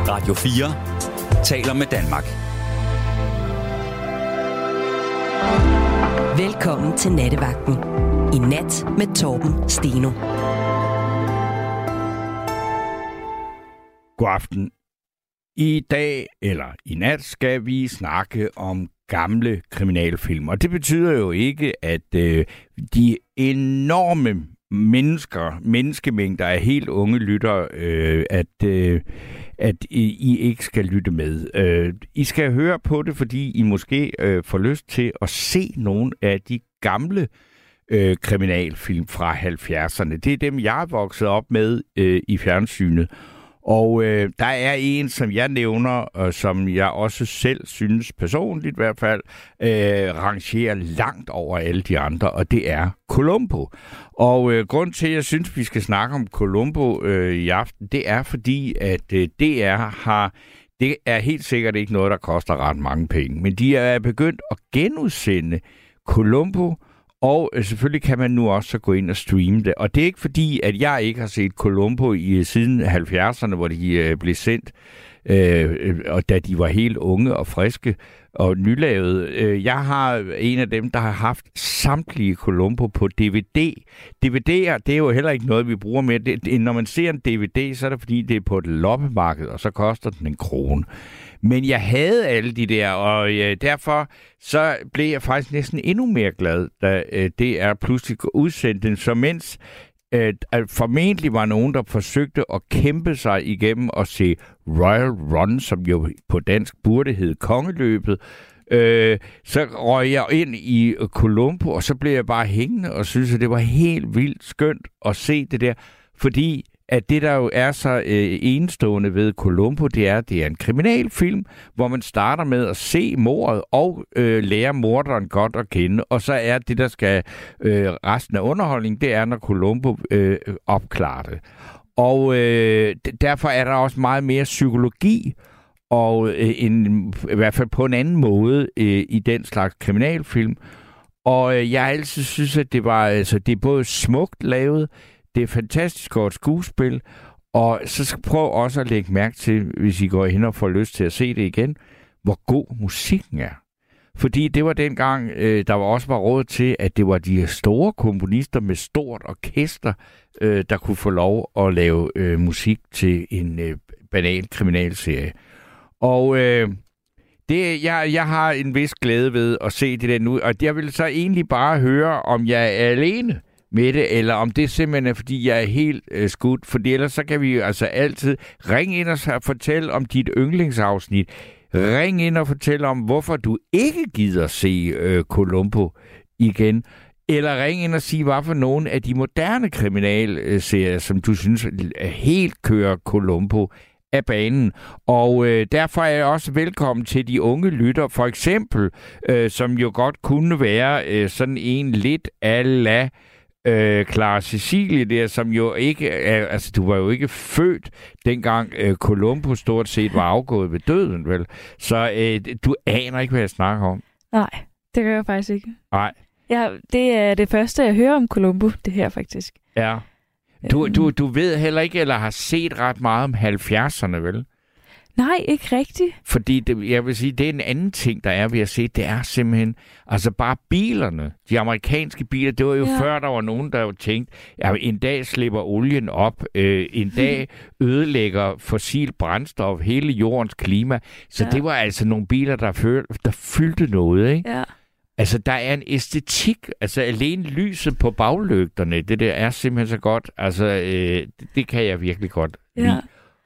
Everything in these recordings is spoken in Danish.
Radio 4 taler med Danmark. Velkommen til Nattevagten. I nat med Torben Steno. God aften. I dag, eller i nat, skal vi snakke om gamle kriminalfilm. Og det betyder jo ikke, at de enorme menneskemængder af helt unge lyttere, at I ikke skal lytte med. I skal høre på det, fordi I måske får lyst til at se nogle af de gamle kriminalfilm fra 70'erne. Det er dem, jeg er vokset op med i fjernsynet. Og der er en, som jeg nævner, og som jeg også selv synes, personligt i hvert fald, rangerer langt over alle de andre, og det er Columbo. Og grund til, at jeg synes, vi skal snakke om Columbo i aften, det er fordi, at det er helt sikkert ikke noget, der koster ret mange penge. Men de er begyndt at genudsende Columbo, og selvfølgelig kan man nu også gå ind og streame det. Og det er ikke fordi, at jeg ikke har set Columbo siden 70'erne, hvor de blev sendt, og da de var helt unge og friske og nylavede. Jeg har en af dem, der har haft samtlige Columbo på DVD. DVD'er, det er jo heller ikke noget, vi bruger mere. Når man ser en DVD, så er det fordi, det er på et loppemarked, og så koster den 1 krone. Men jeg havde alle de der, og derfor så blev jeg faktisk næsten endnu mere glad, da det er pludselig udsendt. Så mens formentlig var nogen, der forsøgte at kæmpe sig igennem og se Royal Run, som jo på dansk burde hedde Kongeløbet, så røg jeg ind i Columbo, og så blev jeg bare hængende og synes, at det var helt vildt skønt at se det der, fordi at det, der jo er så enestående ved Columbo, det er en kriminalfilm, hvor man starter med at se mordet og lære morderen godt at kende. Og så er det, der skal resten af underholdningen, det er, når Columbo opklarer det. Og derfor er der også meget mere psykologi, og i hvert fald på en anden måde i den slags kriminalfilm. Og jeg altid synes, at det er både smukt lavet, det er fantastisk godt skuespil, og så prøv også at lægge mærke til, hvis I går hen og får lyst til at se det igen, hvor god musikken er. Fordi det var dengang, der også var råd til, at det var de store komponister med stort orkester, der kunne få lov at lave musik til en banal kriminalserie. Og jeg har en vis glæde ved at se det der nu, og jeg vil så egentlig bare høre, om jeg er alene med det, eller om det simpelthen er, fordi jeg er helt skudt. For ellers så kan vi altså altid ringe ind og fortælle om dit yndlingsafsnit. Ring ind og fortælle om, hvorfor du ikke gider se Columbo igen. Eller ring ind og sige, hvad for nogle af de moderne kriminalserier, som du synes helt kører Columbo af banen. Og derfor er jeg også velkommen til de unge lytter, for eksempel, som jo godt kunne være sådan en lidt a la Clara Cecilie der, som jo ikke altså du var jo ikke født dengang Columbo stort set var afgået ved døden, vel? Så du aner ikke, hvad jeg snakker om. Nej, det gør jeg faktisk ikke. Nej. Ja, det er det første, jeg hører om Columbo, det her faktisk. Ja. Du ved heller ikke, eller har set ret meget om 70'erne, vel? Nej, ikke rigtigt. Fordi jeg vil sige, det er en anden ting, der er ved at se. Det er simpelthen, altså bare bilerne, de amerikanske biler, det var jo før, der var nogen, der jo tænkte, ja, en dag slipper olien op, en dag ødelægger fossil brændstof hele jordens klima. Så det var altså nogle biler, der fyldte noget, ikke? Ja. Altså, der er en æstetik, altså alene lyset på baglygterne, det der er simpelthen så godt. Altså, det kan jeg virkelig godt lide.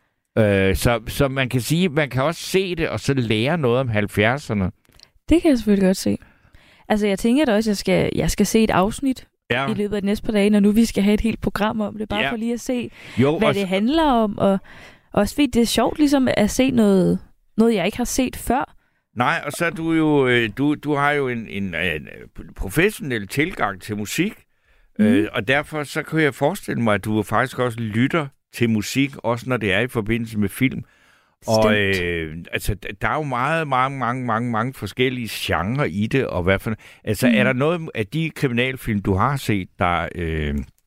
Så man kan sige, man kan også se det, og så lære noget om 70'erne. Det kan jeg selvfølgelig godt se. Altså, jeg tænker da også, at jeg skal se et afsnit i løbet af de næste par dage, når nu vi skal have et helt program om det. Bare for lige at se, hvad det handler om. Og også fordi det er sjovt ligesom at se noget, jeg ikke har set før. Nej, og så er du jo, du har jo en professionel tilgang til musik. Og derfor så kan jeg forestille mig, at du faktisk også lytter til musik, også når det er i forbindelse med film. Og altså, der er jo mange forskellige genrer i det, og hvad for... Altså, er der noget af de kriminalfilm, du har set, der...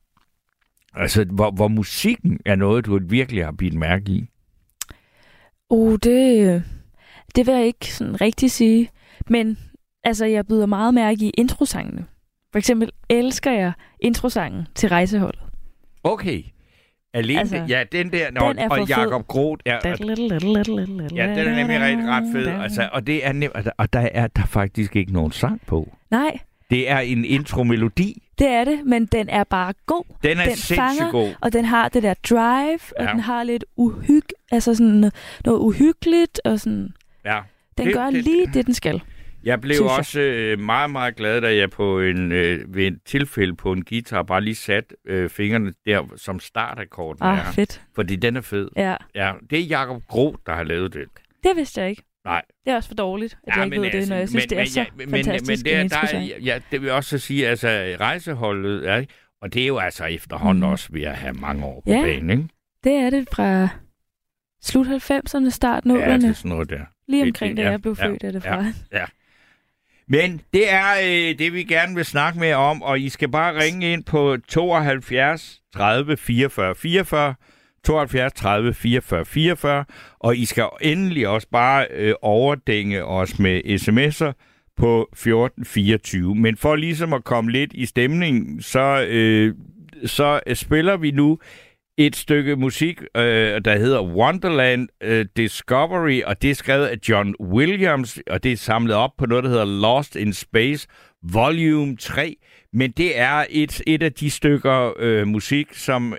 altså, hvor musikken er noget, du virkelig har bidt mærke i? Det vil jeg ikke sådan rigtig sige. Men altså, jeg byder meget mærke i introsangene. For eksempel elsker jeg introsangen til Rejseholdet. Okay. Alene altså, ja, den der, den og Jakob Groth er... Ja, den er nemlig ret fed. Altså, og det er og der er der faktisk ikke nogen sang på. Nej. Det er en intromelodi. Det er det, men den er bare god. Den sindssygt god. Og den har det der drive, og den har lidt altså sådan noget uhyggeligt, og sådan... Ja. Den gør lige det, den skal. Jeg blev også meget, meget glad, da jeg ved et tilfælde på en guitar bare lige sat fingrene der som startakkorden. Fedt. Fordi den er fed. Ja. Ja, det er Jakob Groth, der har lavet det. Det vidste jeg ikke. Nej. Det er også for dårligt, at jeg ikke ved det, når jeg synes, det er så fantastisk. Men det vil også sige, altså Rejseholdet, ja, og det er jo altså efterhånden også ved at have mange år på banen, ikke? Det er det fra slut 90'erne, start 0'erne. Ja, det er sådan noget der. Lige omkring, da jeg blev født af det fra. Ja. Men det er det, vi gerne vil snakke med om, og I skal bare ringe ind på 72 30 44 44, 72 30 44 44, og I skal endelig også bare overdænge os med sms'er på 1424. Men for ligesom at komme lidt i stemningen, så spiller vi nu et stykke musik, der hedder Wonderland Discovery, og det er skrevet af John Williams, og det er samlet op på noget, der hedder Lost in Space Volume 3. Men det er et af de stykker musik, som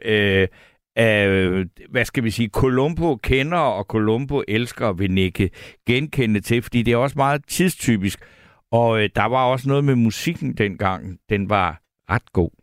hvad skal vi sige, Columbo kender og Columbo elsker vil nikke genkende til, fordi det er også meget tidstypisk. Og der var også noget med musikken dengang. Den var ret god.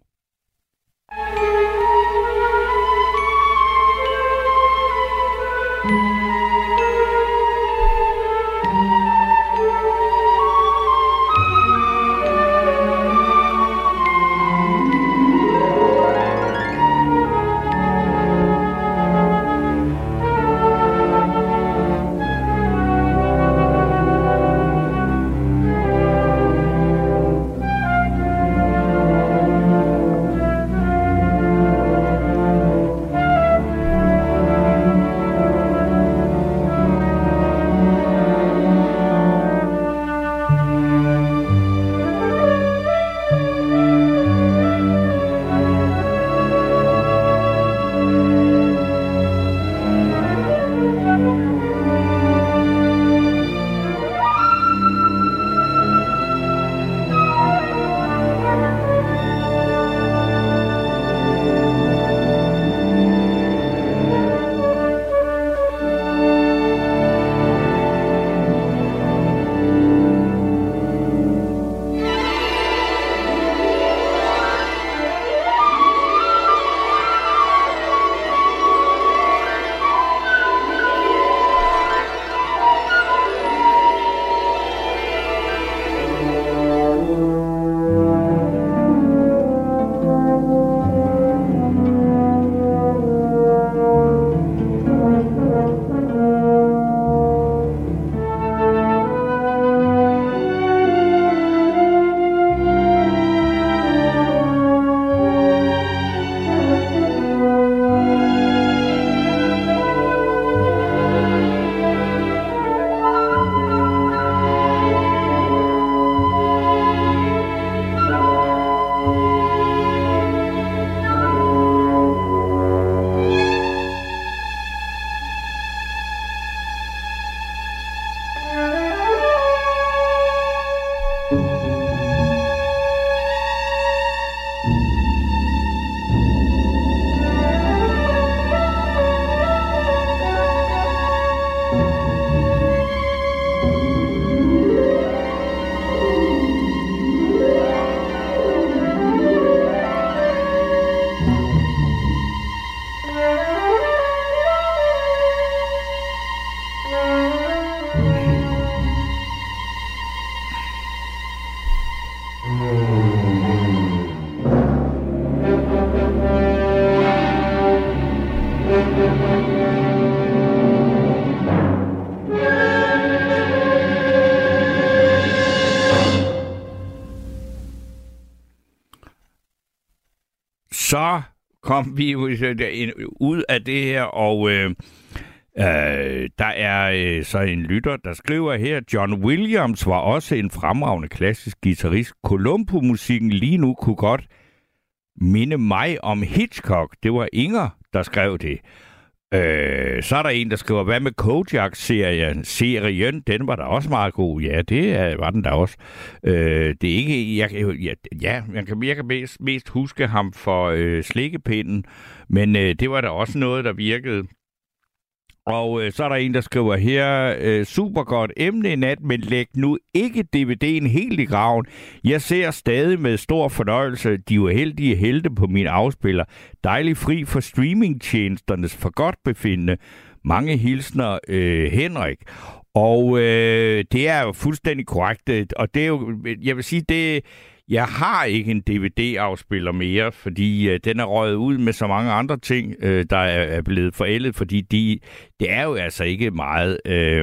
Så kom vi jo ud af det her, og Der er så en lytter, der skriver her, John Williams var også en fremragende klassisk guitarist. Columbo-musikken lige nu kunne godt minde mig om Hitchcock. Det var Inger, der skrev det. Så er der en, der skriver, hvad med Kojak-serien? Den var da også meget god. Ja, det var den da også. Det er ikke... Jeg kan mest huske ham for slikkepinden, men det var da også noget, der virkede. Og så er der en, der skriver her, super godt emne i nat, men læg nu ikke DVD'en helt i graven. Jeg ser stadig med stor fornøjelse de uheldige helte på min afspiller. Dejlig fri for streamingtjenesternes forgodtbefindende. Mange hilsner, Henrik. Og det er jo fuldstændig korrekt. Og det er jo, jeg vil sige, det... Jeg har ikke en DVD-afspiller mere, fordi den er røget ud med så mange andre ting, der er blevet forældet, fordi det er jo altså ikke meget,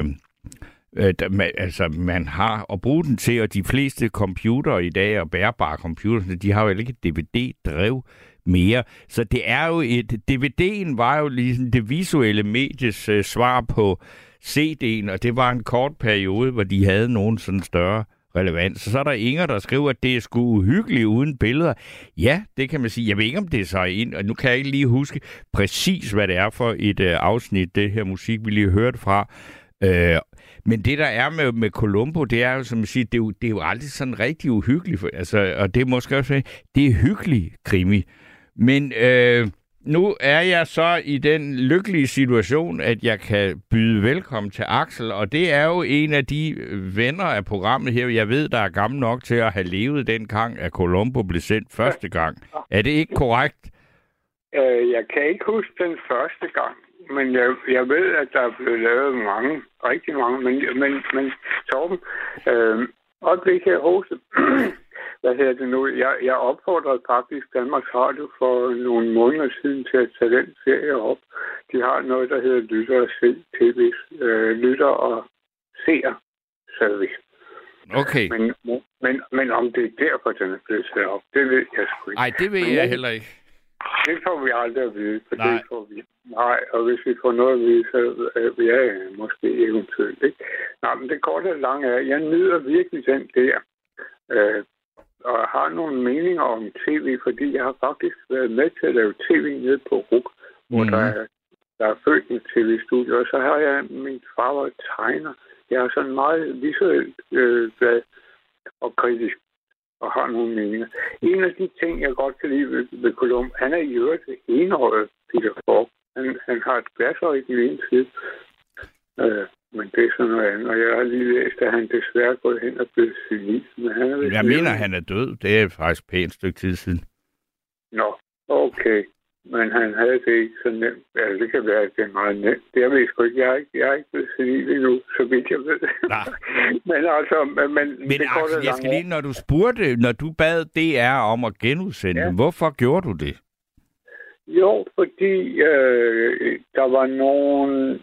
man har at bruge den til, og de fleste computere i dag, og bærbare computere, de har jo ikke et DVD-drev mere. Så det er jo DVD'en var jo ligesom det visuelle medies svar på CD'en, og det var en kort periode, hvor de havde nogen sådan større relevant. Så er der Inger, der skriver, at det er sgu uhyggeligt uden billeder. Ja, det kan man sige. Jeg ved ikke, om det er så ind, og nu kan jeg ikke lige huske præcis, hvad det er for et afsnit, det her musik, vi lige hørte fra. Men det, der er med Columbo, det er jo, som jeg siger, det er jo aldrig sådan rigtig uhyggeligt. Altså, og det er måske også, det er hyggelig krimi. Men nu er jeg så i den lykkelige situation, at jeg kan byde velkommen til Axel, og det er jo en af de venner af programmet her, jeg ved, der er gammel nok til at have levet den gang, at Columbo blev sendt første gang. Er det ikke korrekt? Jeg kan ikke huske den første gang, men jeg ved, at der er blevet lavet mange, rigtig mange, men Torben, øjeblik her hoste. Hvad hedder det nu? Jeg opfordrede faktisk Danmarks Radio for nogle måneder siden til at tage den serie op. De har noget, der hedder lytter og se TV, lytter og seer service. Okay. Men om det er derfor, den er blevet taget op, det ved jeg sgu ikke. Nej, det ved jeg heller ikke. Det får vi aldrig at vide, for det får vi. Nej, og hvis vi får noget at vide, så vil jeg måske eventuelt ikke. Nej, men det korte og lange er, jeg nyder virkelig den der. Og har nogle meninger om tv, fordi jeg har faktisk været med til at lave tv nede på RUK, hvor der er født med tv-studio, og så har jeg, min far var tegner. Jeg er sådan meget visuelt glad og kritisk, og har nogle meninger. En af de ting, jeg godt kan lide ved Columbo, han er i øvrigt enåret, Peter Falk. Han har et glasøj i den ene side, men det er sådan noget andet. Og jeg har lige læst, at han desværre er gået hen og blevet senil. Jeg mener, han er død. Det er faktisk pænt stykke tid siden. Nå, okay. Men han havde det ikke så nemt. Altså, det kan være, at det er meget nemt. Det jeg ved sgu ikke. Jeg er ikke blevet senil endnu, så vidt jeg ved. Men altså... Men Axel, jeg skal lige, når du bad DR om at genudsende, hvorfor gjorde du det? Jo, fordi der var nogen...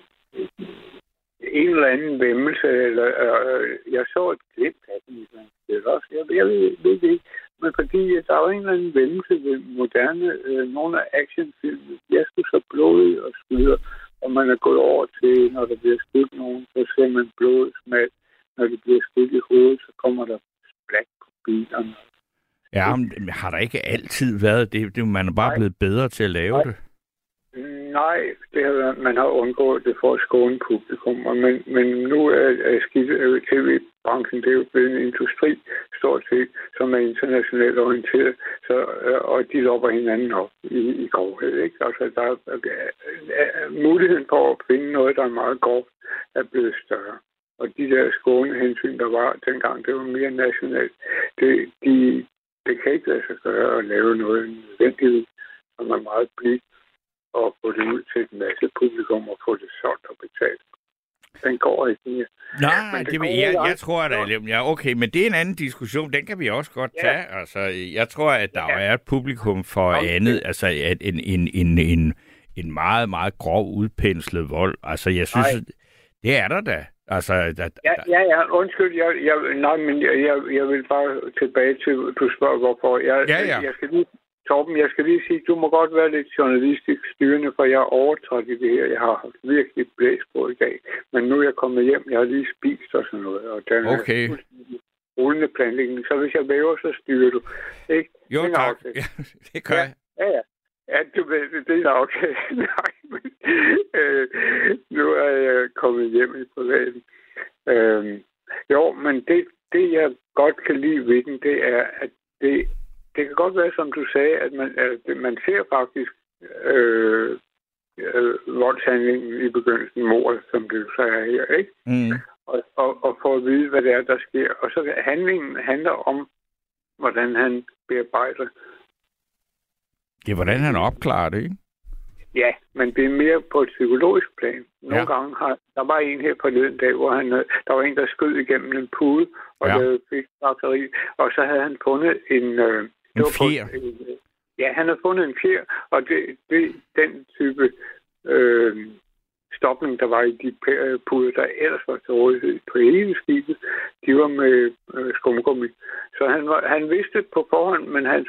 en eller anden væmmelse, eller jeg så et klip af den, jeg ved det ikke, men fordi der var en eller anden væmmelse ved moderne, nogle af actionfilmene, jeg skulle så blodet og skyder, og man er gået over til, når der bliver skudt nogen, så ser man blodet smalt, når det bliver skudt i hovedet, så kommer der splat på bilerne. Ja, men har der ikke altid været det? Man er bare blevet bedre til at lave det. Nej, man har undgået det for at skåne publikum, men nu er tv-branchen, det er jo blevet en industri, stort set, som er internationalt orienteret, og de lopper hinanden op i grovhed. Ikke? Altså, der er muligheden for at finde noget, der er meget grovt, er blevet større. Og de der skånehensyn, der var dengang, det var mere nationalt. Det kan ikke lade sig gøre at lave noget nødvendigt, som er meget blidt, og få det ud til en masse publikum og få det solgt og betalt. Den går ikke mere. Nej, jeg tror, at okay, men det er en anden diskussion. Den kan vi også godt tage. Altså, jeg tror, at der er et publikum for andet. Altså, en meget, meget grov udpenslet vold. Altså, jeg synes, det er der da. Altså, undskyld. Jeg vil bare tilbage til, du spørger, hvorfor. Jeg skal lige Torben, jeg skal lige sige, du må godt være lidt journalistisk styrende, for jeg er overtrådt i det her. Jeg har virkelig blæst på i dag. Men nu er jeg kommet hjem, jeg har lige spist og sådan noget. Og den okay. rullende planlægning. Så hvis jeg væver, så styrer du. Ikke? Jo, tak. Ja, det gør jeg. Ja. Ja, du ved, det er okay. Nej, men, nu er jeg kommet hjem i privaten. Jo, men det, jeg godt kan lide ved den, det er, at det kan godt være, som du sagde, at man ser faktisk voldshandlingen i begyndelsen, mordet, som det så er her, ikke? Mm. Og for at vide, hvad det er, der sker. Og så handlingen handler om, hvordan han bearbejder. Det er, hvordan han opklarer det, ikke? Ja, men det er mere på et psykologisk plan. Nogle gange der var en her forleden dag, hvor der var en, der skød igennem en pude, og lavede fiskbakteri, og så havde han fundet en fjer. Ja, han har fundet en fjer, og den type stopning, der var i de puder, der ellers var til rådighed på hele skibet, de var med skumgummi. Så han vidste på forhånd, men hans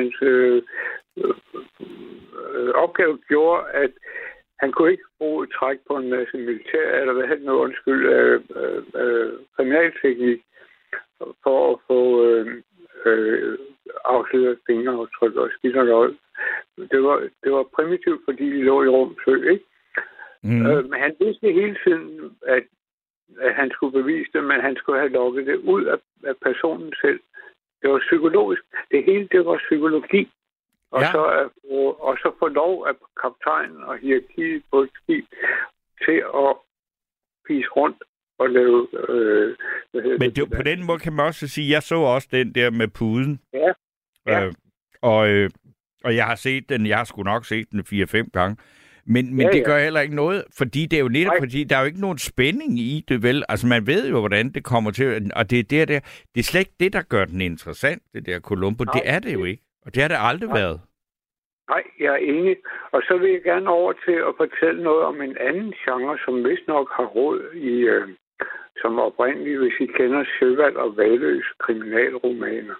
opgave gjorde, at han kunne ikke bruge træk på en masse militær, eller hvad hedder det, kriminalteknik, for at få afsløret fingeraftryk og skidt og noget. Det var primitivt, fordi de lå i Romsø, ikke? Mm. Men han vidste hele tiden, at han skulle bevise det, men han skulle have lukket det ud af personen selv. Det var psykologisk. Det hele, det var psykologi. Og så få lov af kaptajnen og hierarkiet på et skib til at pise rundt og lave... Men på den måde kan man også sige, jeg så også den der med puden. Ja. Og jeg har set den, jeg har sgu nok set den 4-5 gange. Men det gør heller ikke noget, fordi det er jo netop, fordi der er jo ikke nogen spænding i det, vel? Altså, man ved jo, hvordan det kommer til, og det er det er slet ikke det, der gør den interessant, det der Columbo. Det er det jo ikke, og det har det aldrig været. Nej, jeg er enig. Og så vil jeg gerne over til at fortælle noget om en anden genre, som vist nok har råd i, som oprindeligt, hvis I kender Søvald og Valøs kriminalromaner.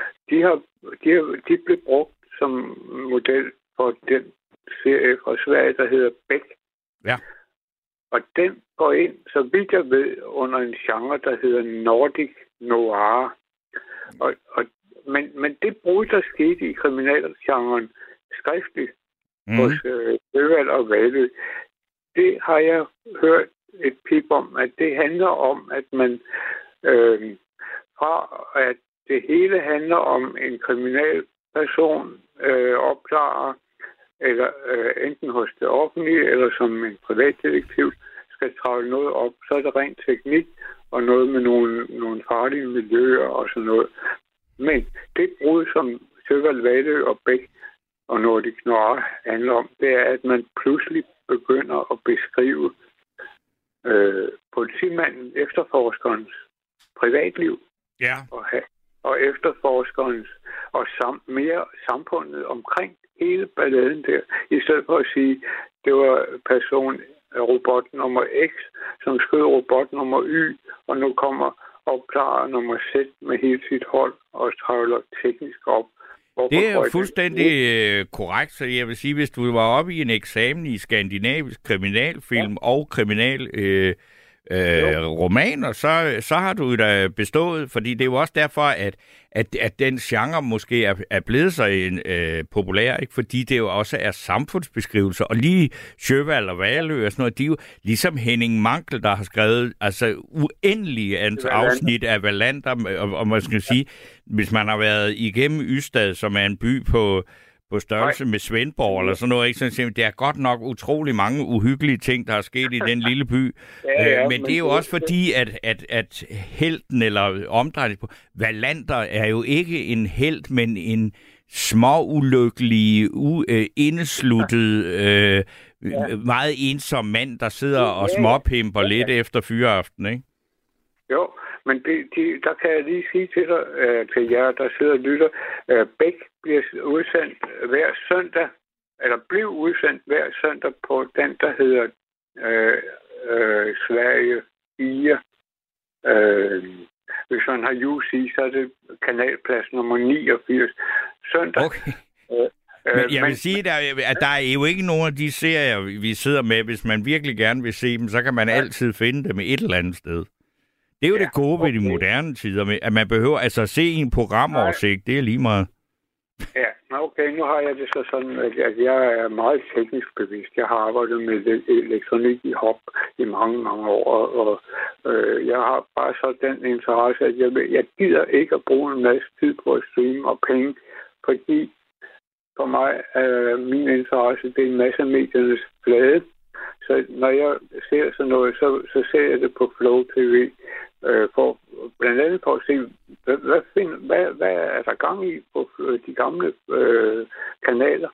De blev brugt som model for den serie fra Sverige, der hedder Beck. Ja. Og den går ind, så vidt jeg ved, under en genre, der hedder Nordic Noir. Men det brud, der skete i kriminalgenren skriftligt hos Søvald og Valø, det har jeg hørt et pip om, at det handler om, at man fra at det hele handler om en kriminel person opklarer, eller enten hos det offentlige, eller som en privatdetektiv skal travle noget op, så er det rent teknik, og noget med nogle farlige miljøer og sådan noget. Men det brud, som Søvald, Valø og Bæk og Nordic Noir handler om, det er, at man pludselig begynder at beskrive politimanden, efterforskerens privatliv, og efterforskerens og mere samfundet omkring hele balladen der, i stedet for at sige, det var robot nummer X, som skød robot nummer Y, og nu kommer opklarer nummer Z med hele sit hold og travler teknisk op. Det er jo fuldstændig korrekt, så jeg vil sige, hvis du var oppe i en eksamen i skandinavisk kriminalfilm og romaner, så har du da bestået, fordi det er jo også derfor, at den genre måske er blevet så populær, ikke? Fordi det jo også er samfundsbeskrivelser, og lige Søvald og Valø og sådan noget, de er jo ligesom Henning Mankell, der har skrevet altså uendelige afsnit af Wallander, og man skal sige, hvis man har været igennem Ystad, som er en by på størrelse med Svendborg eller sådan noget, ikke? Så det er godt nok utrolig mange uhyggelige ting, der er sket i den lille by. Men det er jo også fordi, at helten eller omdrejning på Wallander er jo ikke en helt, men en småulykkelig, indesluttet, meget ensom mand, der sidder og småpimper lidt efter fyreaften, ikke? Jo, men der kan jeg lige sige til dig, til jer, der sidder og lytter, Bæk bliver udsendt hver søndag, eller blev udsendt hver søndag på den, der hedder Sverige 4. Hvis man har UC, så er det kanalplads nummer 89. Søndag. Okay. Men jeg vil sige, at der er jo ikke nogen af de serier, vi sidder med. Hvis man virkelig gerne vil se dem, så kan man altid finde dem et eller andet sted. Det er jo det gode ved de moderne tider, med, at man behøver altså at se en programoversigt. Det er lige meget. Ja, okay, nu har jeg det så sådan, at jeg er meget teknisk bevidst. Jeg har arbejdet med elektronik i hop i mange, mange år, og jeg har bare så den interesse, at jeg gider ikke at bruge en masse tid på at streame og penge, fordi for mig er min interesse, det er en masse af mediernes flade. Så når jeg ser sådan noget, så ser jeg det på Flow TV, blandt andet for at se, hvad er der gang i på de gamle kanaler,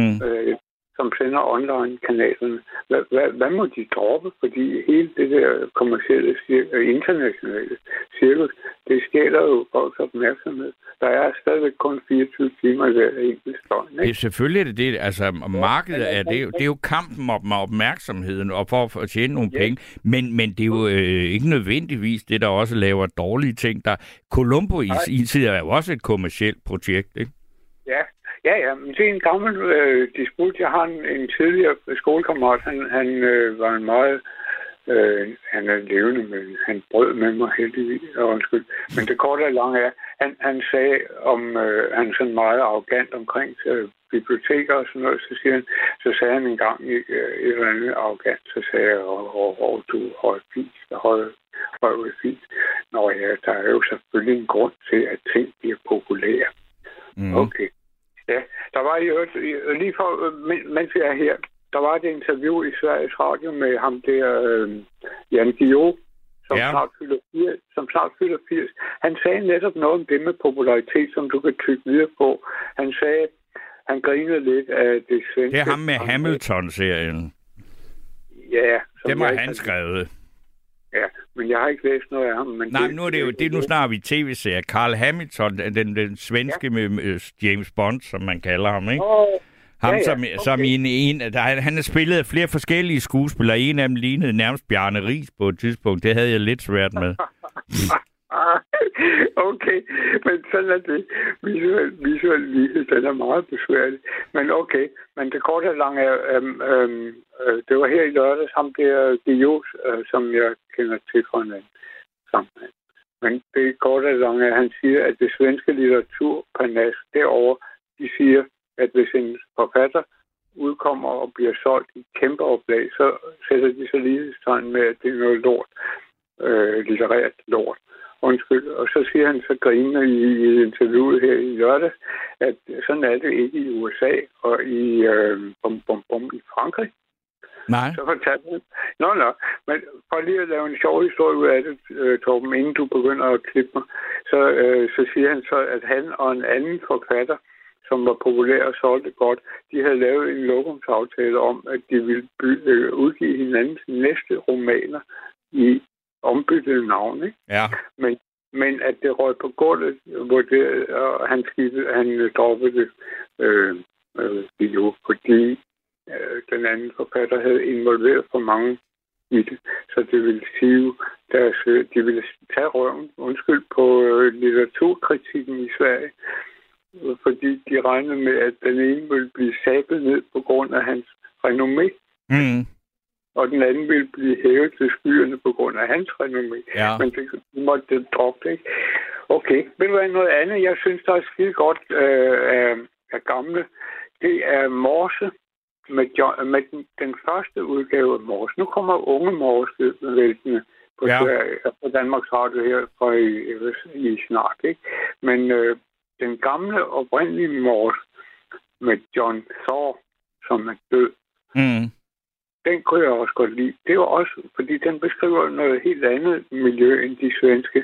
som sender online-kanalerne. Hvad må de droppe? Fordi hele det der kommercielle, internationale cirkus, det stjæler jo folks opmærksomhed. Der er stadigvæk kun 24 timer i hver enkelt døgn. Det er selvfølgelig det. Altså, markedet er det er jo kampen om opmærksomheden og for at tjene nogle penge. Men det er jo ikke nødvendigvis det, der også laver dårlige ting. Columbo i sin tid er jo også et kommercielt projekt, ikke? Ja, men det er en gammel disput. Jeg har en tidligere skolekammerat, han var en meget... han er levende, men han brød med mig heldigvis, undskyld. Men det korte og lange er, han sagde om, han er sådan meget arrogant omkring biblioteker og sådan noget, så sagde han en gang et eller andet arrogant, så sagde jeg, du høj fis. Nå ja, der er jo selvfølgelig en grund til, at ting bliver populære. Okay. Ja, der var jo lige for, mens jeg er her, der var et interview i Sveriges Radio med ham der, Jan Guillou, som snart fylder 80. Han sagde netop noget om det med popularitet, som du kan tykke videre på. Han sagde, han grinede lidt af det svenske... Det er ham med Hamilton-serien. Ja. Det var han skrevet. Ja, men jeg har ikke læst noget af ham. Men nej, nu er det jo nu snakker vi tv-serie. Carl Hamilton, den svenske med James Bond, som man kalder ham, ikke? Ham, som han har spillet flere forskellige skuespillere. En af dem lignede nærmest Bjarne Riis på et tidspunkt. Det havde jeg lidt svært med. Okay, men sådan er det. Visuel lighed, den er meget besværlig. Men okay, men det korte og lange er, det var her i lørdags, ham der Guillou, som jeg kender til fra en anden sammenhæng. Men det korte og lange er, han siger, at det svenske litteraturparnas derovre, de siger, at hvis en forfatter udkommer og bliver solgt i kæmpe oplag, så sætter de så lighedstegn med, at det er noget lort, litterært lort. Undskyld. Og så siger han så griner i interviewet her i lørdag, at sådan er det ikke i USA og i i Frankrig. Nej. Så fortalte han. Nå. Men for lige at lave en sjov historie ud af det, Torben, inden du begynder at klippe mig, så siger han så, at han og en anden forfatter, som var populær og solgte godt, de havde lavet en lokumsaftale om, at de ville udgive hinandens næste romaner i ombyttede navn, ikke? Ja. Men at det røg på gulvet, hvor han droppede det fordi den anden forfatter havde involveret for mange i det. Så det ville sige, de ville tage røven, på litteraturkritikken i Sverige, fordi de regnede med, at den ene ville blive sablet ned på grund af hans renommé. Og den anden ville blive hævet til skyerne på grund af hans renommé. Ja. Men det måtte det droppe, ikke? Okay, ved du hvad, noget andet, jeg synes, der er skide godt af gamle, det er Morse med den første udgave af Morse. Nu kommer unge Morse væltende på Danmarks Radio her for i snart, ikke? Men den gamle oprindelige Morse med John Thor, som er død, den kunne jeg også godt lide. Det var også, fordi den beskriver noget helt andet miljø end de svenske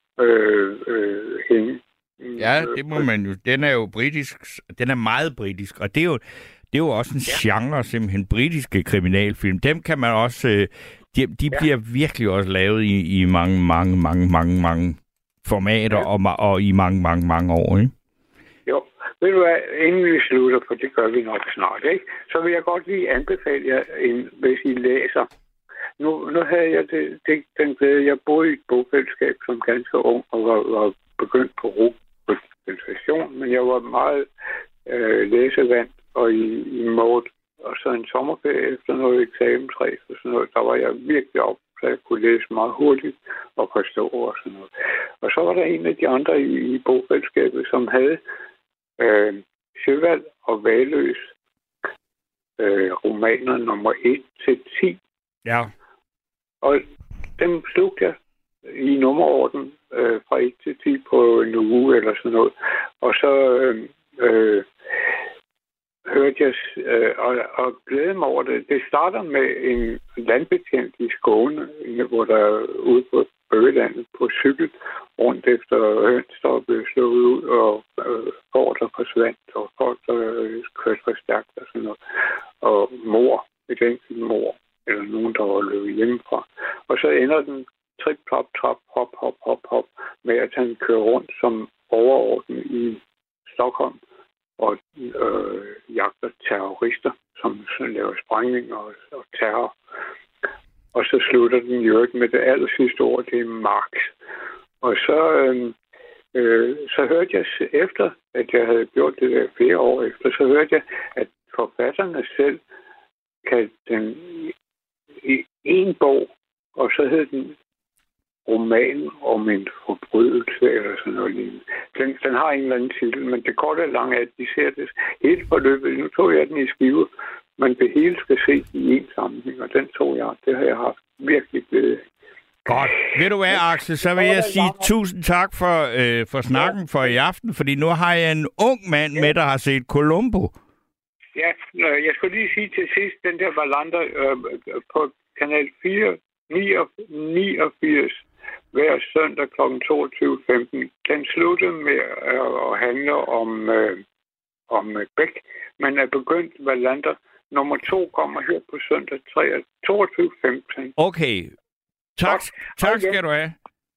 hænge. Ja, det må man jo. Den er jo britisk. Den er meget britisk, og det er jo også en genre, simpelthen britiske kriminalfilm. Dem kan man også... De bliver virkelig også lavet i mange formater og i mange år, ikke? Jo. Ved du hvad, inden vi slutter, for det gør vi nok snart, ikke? Så vil jeg godt lige anbefale jer, hvis I læser. Nu havde jeg den glæde, jeg boede i et bogfællesskab som ganske ung, og var begyndt på ro på dispensation, men jeg var meget læsevand og i mode. Og så en sommerferie efter noget eksamensræs og sådan noget, der var jeg virkelig op, så jeg kunne læse meget hurtigt og forstå og sådan noget. Og så var der en af de andre i bogfællesskabet, som havde Søvald og Valøs romaner nummer 1-10. Ja. Og dem slugte jeg i nummerorden fra 1 til 10 på en uge eller sådan noget. Og så hørte jeg og glædede mig over det. Det starter med en landbetjent i Skåne, hvor der ude på Bøgelandet på cykel rundt efter høns, der blev slået ud, og får der forsvandt, og folk der kørte for stærkt og sådan noget. Og mor, et enkelt mor, eller nogen, der var løbet hjemmefra. Og så ender den trip, trap, trap, hop, hop, hop, hop, med at han kører rundt som overorden i Stockholm og jagter terrorister, som laver sprængninger og terror. Og så slutter den jo med det aller sidste ord, det er Marx. Og så hørte jeg efter, at jeg havde gjort det der flere år efter, så hørte jeg, at forfatterne selv kaldte den i en bog, og så hed den roman om en forbrydelse eller sådan noget lignende. Den har en eller anden titel, men det korte og lange er, at de ser det helt forløbet. Nu tog jeg den i skive, men det hele skal se i en sammenhæng, og den tog jeg. Det har jeg haft virkelig glæde af. Godt. Ved du hvad, Axel, så vil jeg sige tusind tak for snakken for i aften, fordi nu har jeg en ung mand med, der har set Columbo. Ja, jeg skulle lige sige til sidst, den der Wallander på kanal 4, 89, hver søndag kl. 22.15. Den sluttede med at handle om Bæk, men er begyndt Wallander. Nummer 2 kommer her på søndag 22.15. Okay. Tak skal du have.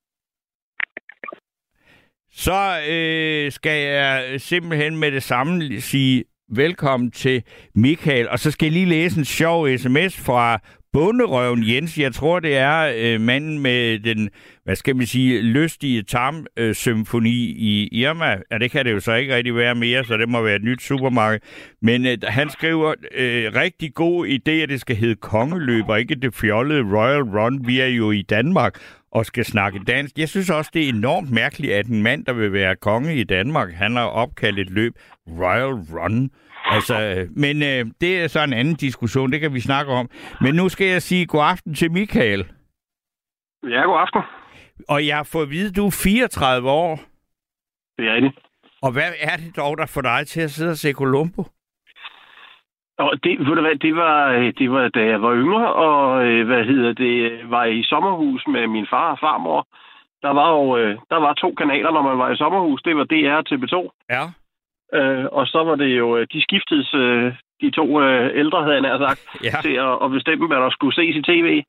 Så skal jeg simpelthen med det samme sige velkommen til Michael. Og så skal jeg lige læse en sjov sms fra Bonderøven Jens. Jeg tror, det er manden med den, hvad skal man sige, lystige tarmsymfoni i Irma. Ja, det kan det jo så ikke rigtig være mere, så det må være et nyt supermarked. Men han skriver, rigtig god idé, at det skal hedde kongeløb, og ikke det fjollede Royal Run. Vi er jo i Danmark og skal snakke dansk. Jeg synes også, det er enormt mærkeligt, at en mand, der vil være konge i Danmark, han har opkaldt et løb Royal Run. Altså, men det er så en anden diskussion, det kan vi snakke om. Men nu skal jeg sige god aften til Michael. Ja, god aften. Og jeg har fået at vide, at du er 34 år. Det er det. Og hvad er det dog, der får dig til at sidde og se Columbo? Og det, ved du hvad, det var da jeg var yngre, og var i sommerhus med min far og farmor. Der var 2 kanaler, når man var i sommerhus. Det var DR og TV2. Ja. Og så var det jo, de skiftedes, de 2 ældre, havde jeg nær sagt, til at bestemme, hvad der skulle ses i tv.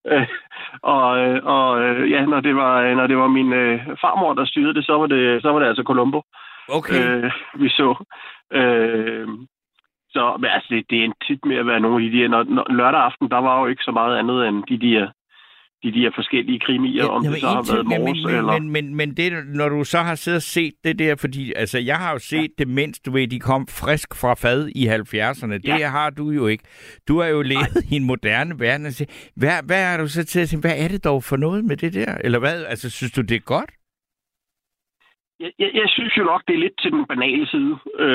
Når det var min farmor, der styrede det, så var det altså Columbo. Okay. Vi så. Så men altså, det er en tit med at være nogle af de der. Lørdag aften, der var jo ikke så meget andet end de der forskellige krimier, om det så har været mors eller... Men det, når du så har siddet og set det der, fordi altså, jeg har jo set det, mens du ved, de kom frisk fra fad i 70'erne. Det har du jo ikke. Du har jo levet i en moderne verden. Hvad er du så til at sige, hvad er det dog for noget med det der? Eller hvad? Altså, synes du, det er godt? Jeg synes jo nok, det er lidt til den banale side.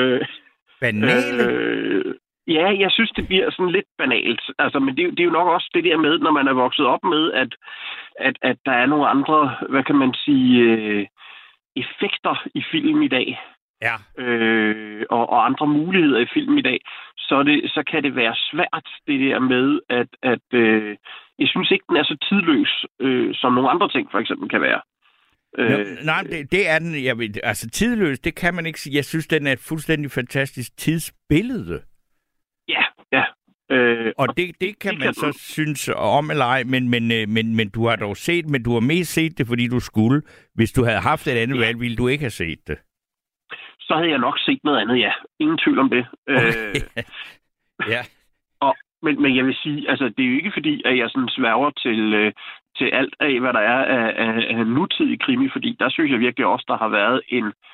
Banale? Ja, jeg synes, det bliver sådan lidt banalt. Altså, men det er jo nok også det der med, når man er vokset op med, at der er nogle andre, hvad kan man sige, effekter i film i dag. Ja. Og andre muligheder i film i dag, så kan det være svært, det der med, at jeg synes ikke, den er så tidløs, som nogle andre ting for eksempel kan være. Nej, det er den. Altså tidløs, det kan man ikke sige. Jeg synes, den er et fuldstændig fantastisk tidsbillede. Ja. Og det kan man så synes om eller ej, men du har dog set, men du har mest set det, fordi du skulle. Hvis du havde haft et andet valg, ville du ikke have set det. Så havde jeg nok set noget andet, ja. Ingen tvivl om det. Okay. Ja. Men jeg vil sige, altså det er jo ikke fordi, at jeg sådan sværger til alt af, hvad der er af nutidig krimi, fordi der synes jeg virkelig også, der har været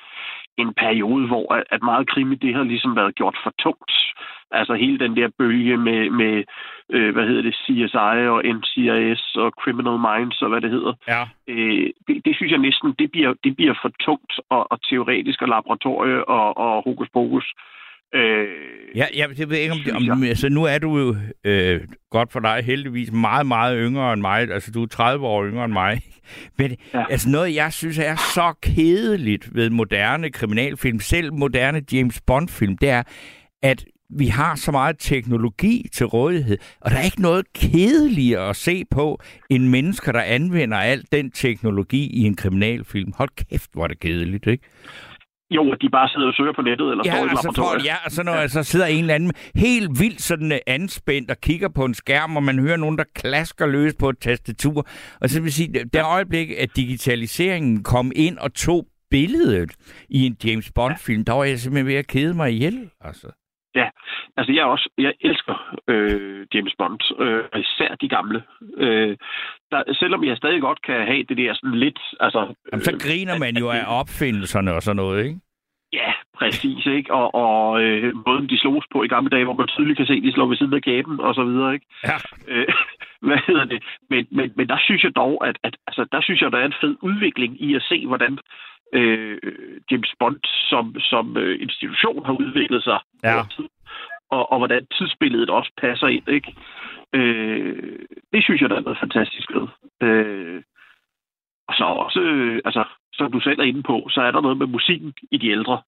en periode, hvor at meget krimi, det har ligesom været gjort for tungt. Altså hele den der bølge med CSI og NCIS og Criminal Minds og hvad det hedder. Ja. Det synes jeg næsten, det bliver for tungt og teoretisk og laboratorie og hokus pokus. Jeg ved ikke, om altså nu er du jo godt for dig heldigvis meget, meget yngre end mig. Altså du er 30 år yngre end mig. Men altså noget, jeg synes er så kedeligt ved moderne kriminalfilm, selv moderne James Bond-film, det er, at vi har så meget teknologi til rådighed, og der er ikke noget kedeligere at se på, end mennesker, der anvender al den teknologi i en kriminalfilm. Hold kæft, hvor er det kedeligt, ikke? Jo, de bare sidder og søger på nettet, eller står i laboratoriet. Ja, og så når så sidder en eller anden helt vildt sådan anspændt og kigger på en skærm, og man hører nogen, der klasker løs på et tastatur. Og så vil sige, det øjeblik, at digitaliseringen kom ind og tog billedet i en James Bond-film, der var jeg simpelthen ved at kede mig ihjel, altså. Ja, altså jeg elsker James Bond, især de gamle. Selvom jeg stadig godt kan have det der sådan lidt... Altså, jamen, så griner man jo af opfindelserne og sådan noget, ikke? Ja, præcis, ikke? Og måden de slogs på i gamle dage, hvor man tydeligt kan se, de slår ved siden af kæben og så videre, ikke? Ja. Hvad hedder det? Men der synes jeg dog, at altså, der synes jeg, der er en fed udvikling i at se, hvordan James Bond som institution har udviklet sig over tid, og hvordan tidsbilledet også passer ind, ikke? Det synes jeg, der er noget fantastisk ved. Og så også, altså, som du selv er inde på, så er der noget med musikken i de ældre.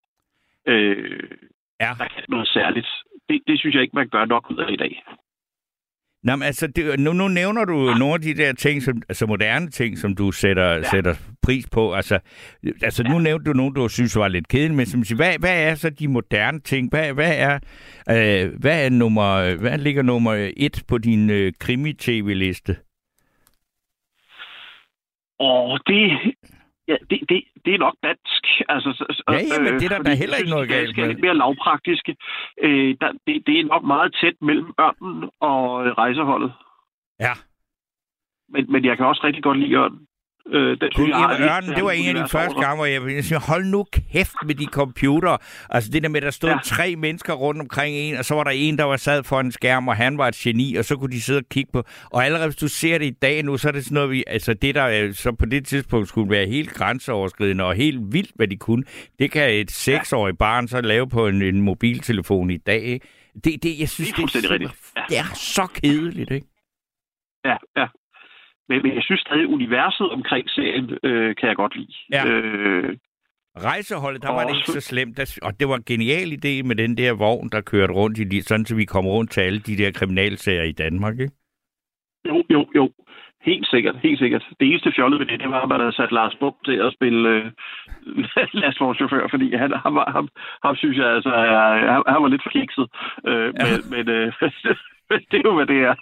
Der kan noget særligt. Det synes jeg ikke, man gør nok ud af i dag. Nå, men altså, nu nævner du nogle af de der ting, altså moderne ting, som du sætter pris på. Altså nu nævnte du nogle, du synes var lidt kedelige, men som siger, hvad er så de moderne ting? Hvad ligger nummer 1 på din krimi-tv-liste? Det er nok dansk. Altså, men det er der heller ikke noget galt med. Lidt mere lavpraktiske. Det er nok meget tæt mellem Ørnen og Rejseholdet. Ja. Men jeg kan også rigtig godt lide Ørnen. Ørnen, det var en af de første gange, hvor jeg siger, hold nu kæft med de computere. Altså det der med, der stod 3 mennesker rundt omkring en, og så var der en, der var sad for en skærm, og han var et geni, og så kunne de sidde og kigge på. Og allerede hvis du ser det i dag nu, så er det sådan noget, altså det der så på det tidspunkt skulle være helt grænseoverskridende og helt vildt, hvad de kunne. Det kan et 6-årig barn så lave på en mobiltelefon i dag, ikke? Jeg synes, det er så kedeligt, ikke? Ja. Men jeg synes stadig, universet omkring serien kan jeg godt lide. Ja. Rejseholdet, der var det ikke så slemt. Og det var en genial idé med den der vogn, der kørte rundt sådan så vi kom rundt til alle de der kriminalserier i Danmark, ikke? Jo. Helt sikkert. Det eneste fjollede ved det var, at man havde sat Lars Bum til at spille lastvognschauffør, fordi ham synes jeg, altså, han var lidt forkikset. Men det er jo, hvad det er.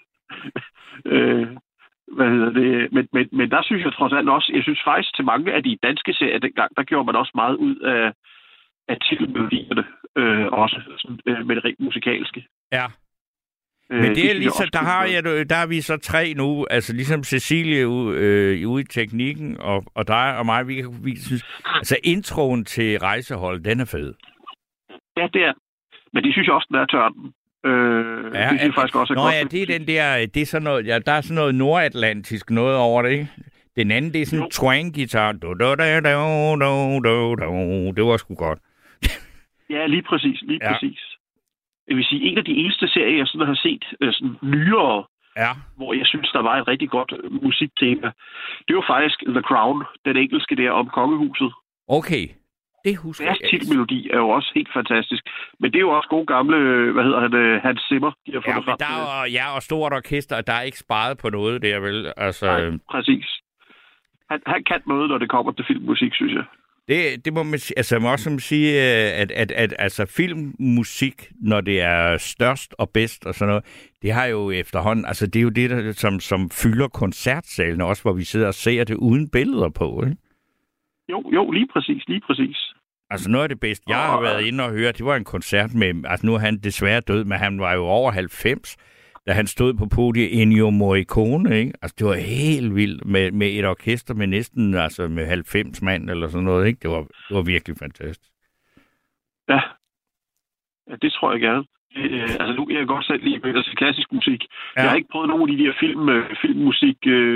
Men der synes jeg trods alt også, jeg synes faktisk til mange af de danske serier dengang, der gjorde man også meget ud af titelmelodierne, også med det rent musikalske. Ja. Men det er ligesom, der har vi så 3 nu, altså ligesom Cecilie ude i teknikken, og dig og mig, vi synes, altså introen til Rejseholdet, den er fed. Ja, det er. Men det synes jeg også, den er tørnen. Det synes jeg faktisk også er godt. Det er den der, det er sådan noget, der er sådan noget nordatlantisk noget over det, ikke? Den anden, det er sådan en twang-guitar. Det var sgu godt. Ja, lige præcis. Jeg vil sige, en af de eneste serier, jeg sådan har set sådan nyere, hvor jeg synes, der var et rigtig godt musiktema, det var faktisk The Crown, den engelske der om kongehuset. Okay. Det husker jeg. Deres titelmelodi er jo også helt fantastisk. Men det er jo også gode gamle, Hans Zimmer, de har fundet frem til. Og stort orkester, og der er ikke sparet på noget der, vel? Altså, nej, præcis. Han kan noget, når det kommer til filmmusik, synes jeg. Det må man også sige, at altså filmmusik, når det er størst og bedst og sådan noget, det har jo efterhånden, altså det er jo det, der, som fylder koncertsalene også, hvor vi sidder og ser det uden billeder på, ikke? Jo, lige præcis. Altså noget af det bedste, jeg har været inde og høre, det var en koncert med, altså nu er han desværre død, men han var jo over 90, da han stod på podiet Ennio Morricone, ikke? Altså det var helt vildt med et orkester med næsten, altså med 90 mand eller sådan noget, ikke? Det var virkelig fantastisk. Ja. Ja, det tror jeg gerne. Altså nu kan jeg godt selv lide til klassisk musik. Ja. Jeg har ikke prøvet nogen af de der filmmusik,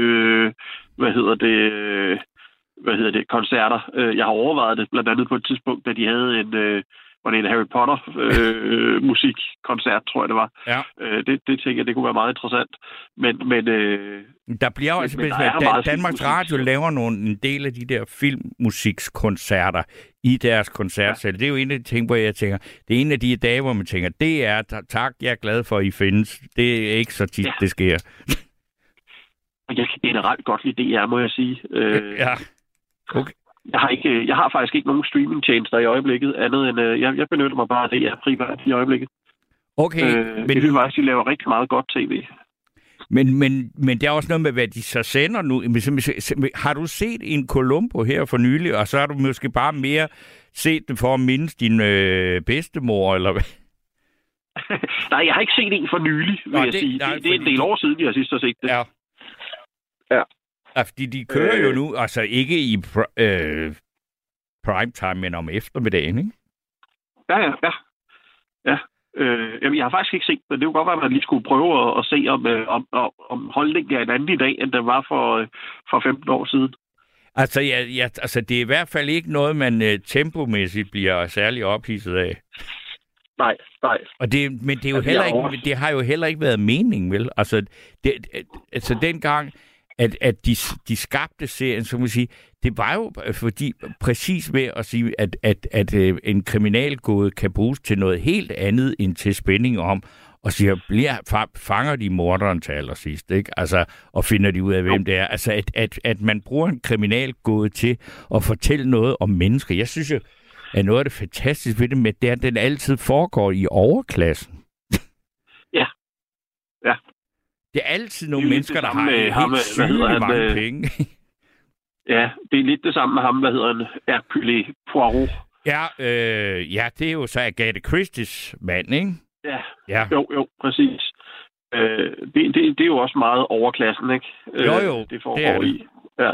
koncerter. Jeg har overvejet det, blandt andet på et tidspunkt, da de havde en Harry Potter musikkoncert, tror jeg det var. Ja. Det tænker jeg, det kunne være meget interessant. Men der bliver jo altså, Danmarks Radio laver en del af de der filmmusikskoncerter i deres koncertsal. Ja. Det er jo en af de ting, hvor jeg tænker, det er en af de dage, hvor man tænker, det er, tak, jeg er glad for, at I findes. Det er ikke så tit, det sker. Jeg kan generelt godt lide DR, må jeg sige. Ja, okay. Jeg har faktisk ikke nogen streamingtjenester i øjeblikket, andet end jeg benytter mig bare af DR privat i øjeblikket. Okay. Men jeg synes faktisk, de laver rigtig meget godt tv. Men der er også noget med, hvad de så sender nu. Har du set en Columbo her for nylig, og så har du måske bare mere set det for at mindes din bedstemor, eller hvad? Nej, jeg har ikke set en for nylig, vil jeg sige. Det er en del år siden, jeg sidst har set det. Ja. Ja, fordi de kører jo nu, altså ikke i primetime, men om eftermiddagen, ikke? Ja. Jamen, jeg har faktisk ikke set, men det kunne godt være, at man lige skulle prøve at se, om holdningen er en anden i dag, end den var for 15 år siden. Altså, altså, det er i hvert fald ikke noget, man tempomæssigt bliver særlig ophidset af. Nej. Og men det er jo heller ikke, det har jo heller ikke været meningen, vel? Altså dengang, at de skabte serien, så må man sige, det var jo fordi præcis ved at sige, at en kriminalgåde kan bruges til noget helt andet end til spænding om, og siger, fanger de morderen til allersidst, ikke? Altså, og finder de ud af, hvem det er. Altså, at man bruger en kriminalgåde til at fortælle noget om mennesker. Jeg synes jo, at noget af det fantastiske ved det med, det er, at den altid foregår i overklassen. Ja. Det er altid nogle mennesker, der har helt syge mange penge. Ja, det er lidt det samme med ham, hvad hedder han? Hercule Poirot. Ja, det er jo så Agatha Christies mand, ikke? Ja. Jo, præcis. Det er jo også meget overklassen, ikke? Jo, det foregår det. I. Ja.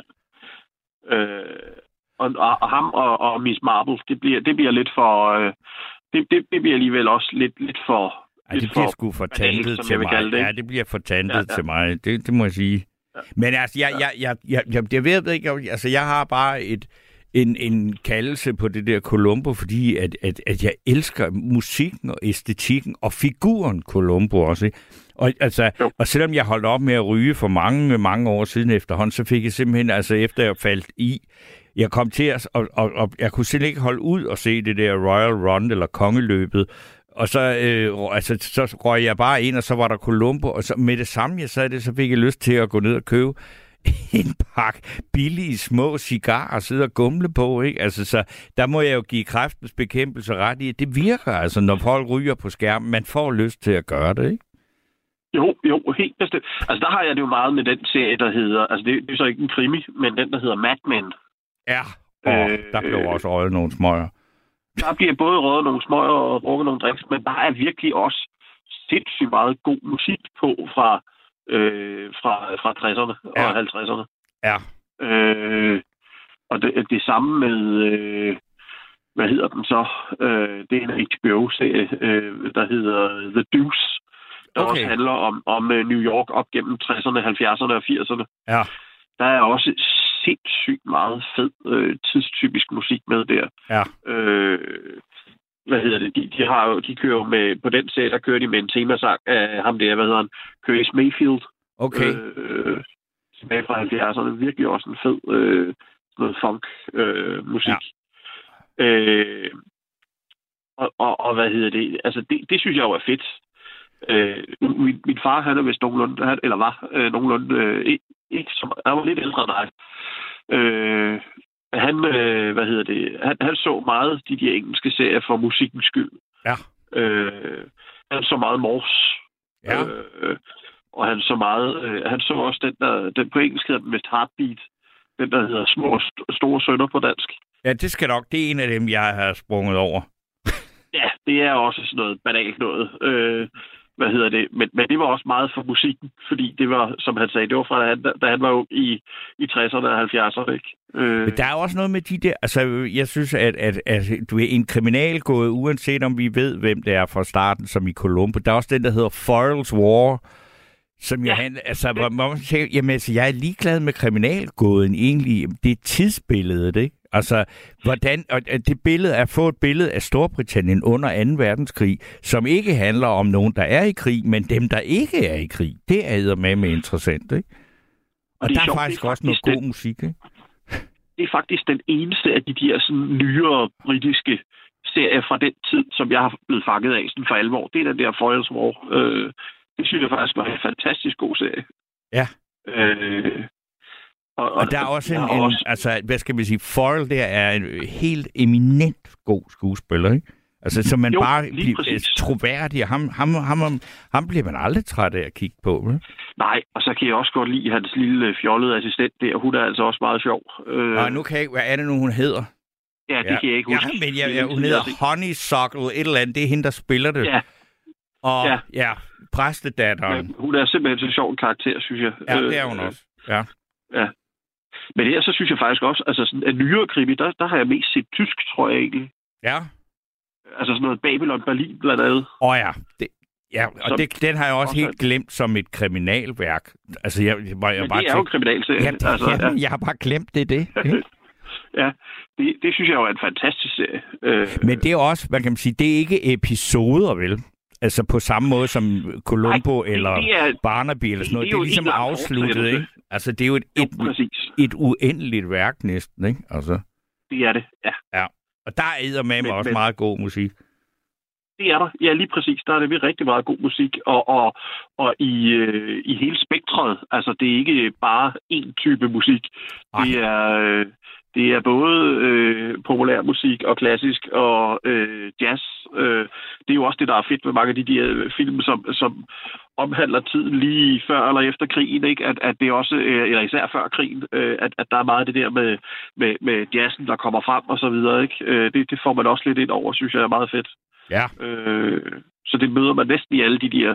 Og ham og Miss Marple, det bliver lidt for... Det bliver alligevel også lidt for... Ja, det bliver sgu for tantet til mig. Ja, det bliver for tantet til mig. Det må jeg sige. Ja. Men altså, jeg ved ikke, altså jeg har bare en kaldelse på det der Columbo, fordi at jeg elsker musikken og æstetikken og figuren Columbo også. Og selvom jeg holdt op med at ryge for mange år siden efterhånden, så fik jeg simpelthen, altså efter jeg faldt i, jeg kom til og jeg kunne simpelthen ikke holde ud og se det der Royal Run eller kongeløbet. Og så, så røg jeg bare ind, og så var der Columbo, og så med det samme, jeg sagde det, så fik jeg lyst til at gå ned og købe en pakke billige små cigarer og sidde og gumle på, ikke? Altså, så der må jeg jo give Kræftens Bekæmpelse ret i, at det virker, altså, når folk ryger på skærmen. Man får lyst til at gøre det, ikke? Jo, helt bestemt. Altså, der har jeg det jo meget med den serie, der hedder, altså, det er så ikke en krimi, men den, der hedder Mad Men. Ja, der blev også røget nogle smøger. Der bliver både røget nogle smøger og drukket nogle drinks, men der er virkelig også sindssygt meget god musik på fra 60'erne og 50'erne. Ja. Og det samme med, hvad hedder den så? Det er en HBO-serie, der hedder The Deuce, der også handler om New York op gennem 60'erne, 70'erne og 80'erne. Ja. Der er også sindssygt meget fed tidstypisk musik med der. Ja. Hvad hedder det? De kører jo med, på den serie, der kører de med en temasang af ham der, hvad hedder han? Curtis Mayfield. Okay. Tilbage fra 70'erne. Virkelig også en fed noget funk musik. Ja. Og hvad hedder det? Altså, det synes jeg jo er fedt. Min far, han er vist nogenlunde, eller var nogenlunde, ikke så, han var lidt ældre end dig. Han så meget de der engelske serier for musikkens skyld. Ja. Han så meget Morse. Ja. Og han så meget, han så også den på engelsk hedder den vist Heartbeat. Den, der hedder Små Store Sønner på dansk. Ja, det skal nok. Det er en af dem, jeg har sprunget over. Ja, det er også sådan noget banalt noget. Hvad hedder det? Men det var også meget for musikken, fordi det var, som han sagde, det var fra, da han var jo i 60'erne og 70'erne, ikke? Men der er også noget med de der... Altså, jeg synes, at du er en kriminal gået, uanset om vi ved, hvem det er fra starten, som i Columbo. Der er også den, der hedder Foyle's War, som jeg handler... Altså, hvor man siger, jamen, altså, jeg er ligeglad med kriminalgåden egentlig. Det er tidsbilledet, ikke? Altså, hvordan... Og det billede er at få et billede af Storbritannien under 2. verdenskrig, som ikke handler om nogen, der er i krig, men dem, der ikke er i krig. Det er eddermame interessant, ikke? Og der er faktisk også noget god musik, ikke? Det er faktisk den eneste af de der sådan nyere britiske serier fra den tid, som jeg har blevet fanget af sådan for alvor. Det er den der Foyle's War. Det synes jeg faktisk var en fantastisk god serie. Ja. Og der er også altså, hvad skal vi sige, Foyle der er en helt eminent god skuespiller, ikke? Altså, så man bare bliver troværdig. Ham bliver man aldrig træt af at kigge på, ikke? Nej, og så kan jeg også godt lide hans lille fjollede assistent der. Hun er altså også meget sjov. Nu kan jeg ikke... Hvad er det nu, hun hedder? Ja, det kan jeg ikke huske. Ja, men hun hedder Honeysuckle, et eller andet. Det er hende, der spiller det. Ja. Og præstedatteren. Ja, hun er simpelthen så sjov en karakter, synes jeg. Ja, det er hun også. Ja. Men her, så synes jeg faktisk også, altså sådan en nyere krimi, der har jeg mest set tysk, tror jeg egentlig. Ja. Altså sådan noget Babylon Berlin, blandt andet. Den har jeg også helt glemt som et kriminalværk. Altså, det er jo en kriminalserie. Jeg har bare glemt det. Ja, det synes jeg jo er en fantastisk serie. Men det er også, hvad kan man sige, det er ikke episoder, vel? Altså på samme måde som Columbo eller Barnaby eller sådan noget. Det er ligesom afsluttet, ikke? Altså, det er jo et uendeligt værk næsten, ikke? Altså. Det er det, ja. Og der er eddermame også meget god musik. Det er der. Ja, lige præcis. Der er det rigtig meget god musik. Og i hele spektret. Altså, det er ikke bare én type musik. Det er både populær musik og klassisk og jazz. Det er jo også det, der er fedt med mange af de der film, som omhandler tiden lige før eller efter krigen, ikke? At det også, eller især før krigen, at der er meget af det der med jazzen, der kommer frem og så videre, ikke? Det får man også lidt ind over, synes jeg er meget fedt. Ja. Så det møder man næsten i alle de der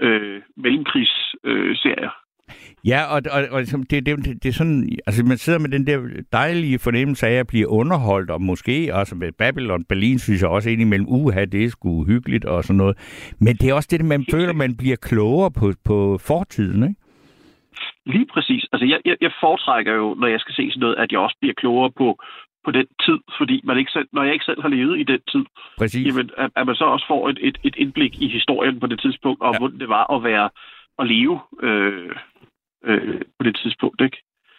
mellemkrigsserier. Ja, og det er sådan, altså man sidder med den der dejlige fornemmelse af at blive underholdt, og måske også med Babylon Berlin, synes jeg også indimellem, det er sgu hyggeligt og sådan noget. Men det er også det, man føler, man bliver klogere på fortiden, ikke? Lige præcis. Altså jeg foretrækker jo, når jeg skal se sådan noget, at jeg også bliver klogere på den tid, fordi når jeg ikke selv har levet i den tid, jamen, at man så også får et indblik i historien på det tidspunkt, og hvordan det var at leve på det tidspunkt, ikke?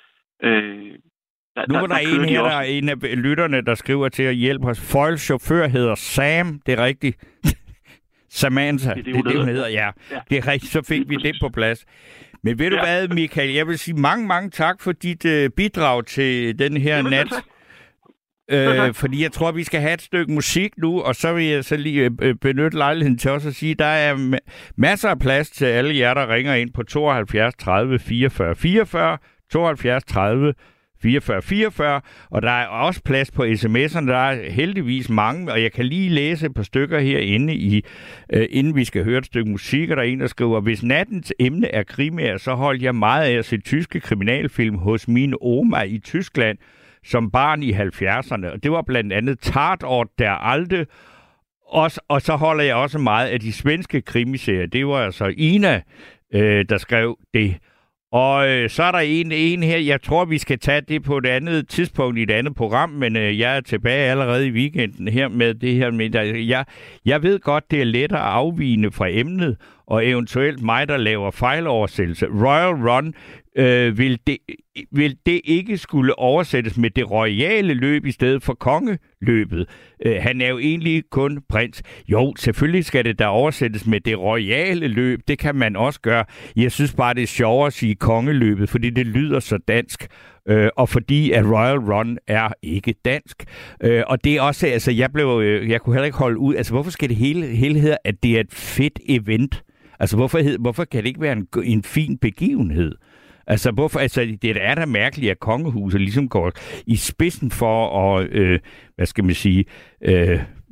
Nu er der en af lytterne, der skriver til at hjælpe os. Foyles chauffør hedder Sam, det er rigtigt. Samantha, det er det, hun hedder, ja. Det er rigtigt, så fik vi det på plads. Men ved du hvad, Michael, jeg vil sige mange tak for dit bidrag til den her nat. Fordi jeg tror, vi skal have et stykke musik nu, og så vil jeg så lige benytte lejligheden til også at sige, at der er masser af plads til alle jer, der ringer ind på 72 30 44 44, 72 30 44 44, og der er også plads på sms'erne. Der er heldigvis mange, og jeg kan lige læse et par stykker herinde, inden vi skal høre et stykke musik, og der er en, der skriver, hvis nattens emne er krimier, så holdt jeg meget af at se tyske kriminalfilm hos min oma i Tyskland, som barn i 70'erne, og det var blandt andet Tatort der Alte, og så holder jeg også meget af de svenske krimiserier. Det var altså Ina, der skrev det. Og så er der en her, jeg tror, vi skal tage det på et andet tidspunkt i et andet program, men jeg er tilbage allerede i weekenden her med det her. Med, jeg ved godt, det er lettere afvigende fra emnet, og eventuelt mig, der laver fejloversættelse. Royal Run, vil det ikke skulle oversættes med det royale løb i stedet for kongeløbet? Han er jo egentlig kun prins. Jo, selvfølgelig skal det da oversættes med det royale løb. Det kan man også gøre. Jeg synes bare, det er sjovere at sige kongeløbet, fordi det lyder så dansk. Og fordi at Royal Run er ikke dansk. Og det er også, altså jeg kunne heller ikke holde ud. Altså hvorfor skal det hele hedder, at det er et fedt event? Altså hvorfor kan det ikke være en fin begivenhed? Altså, det er da mærkeligt, at kongehuset ligesom går i spidsen for at,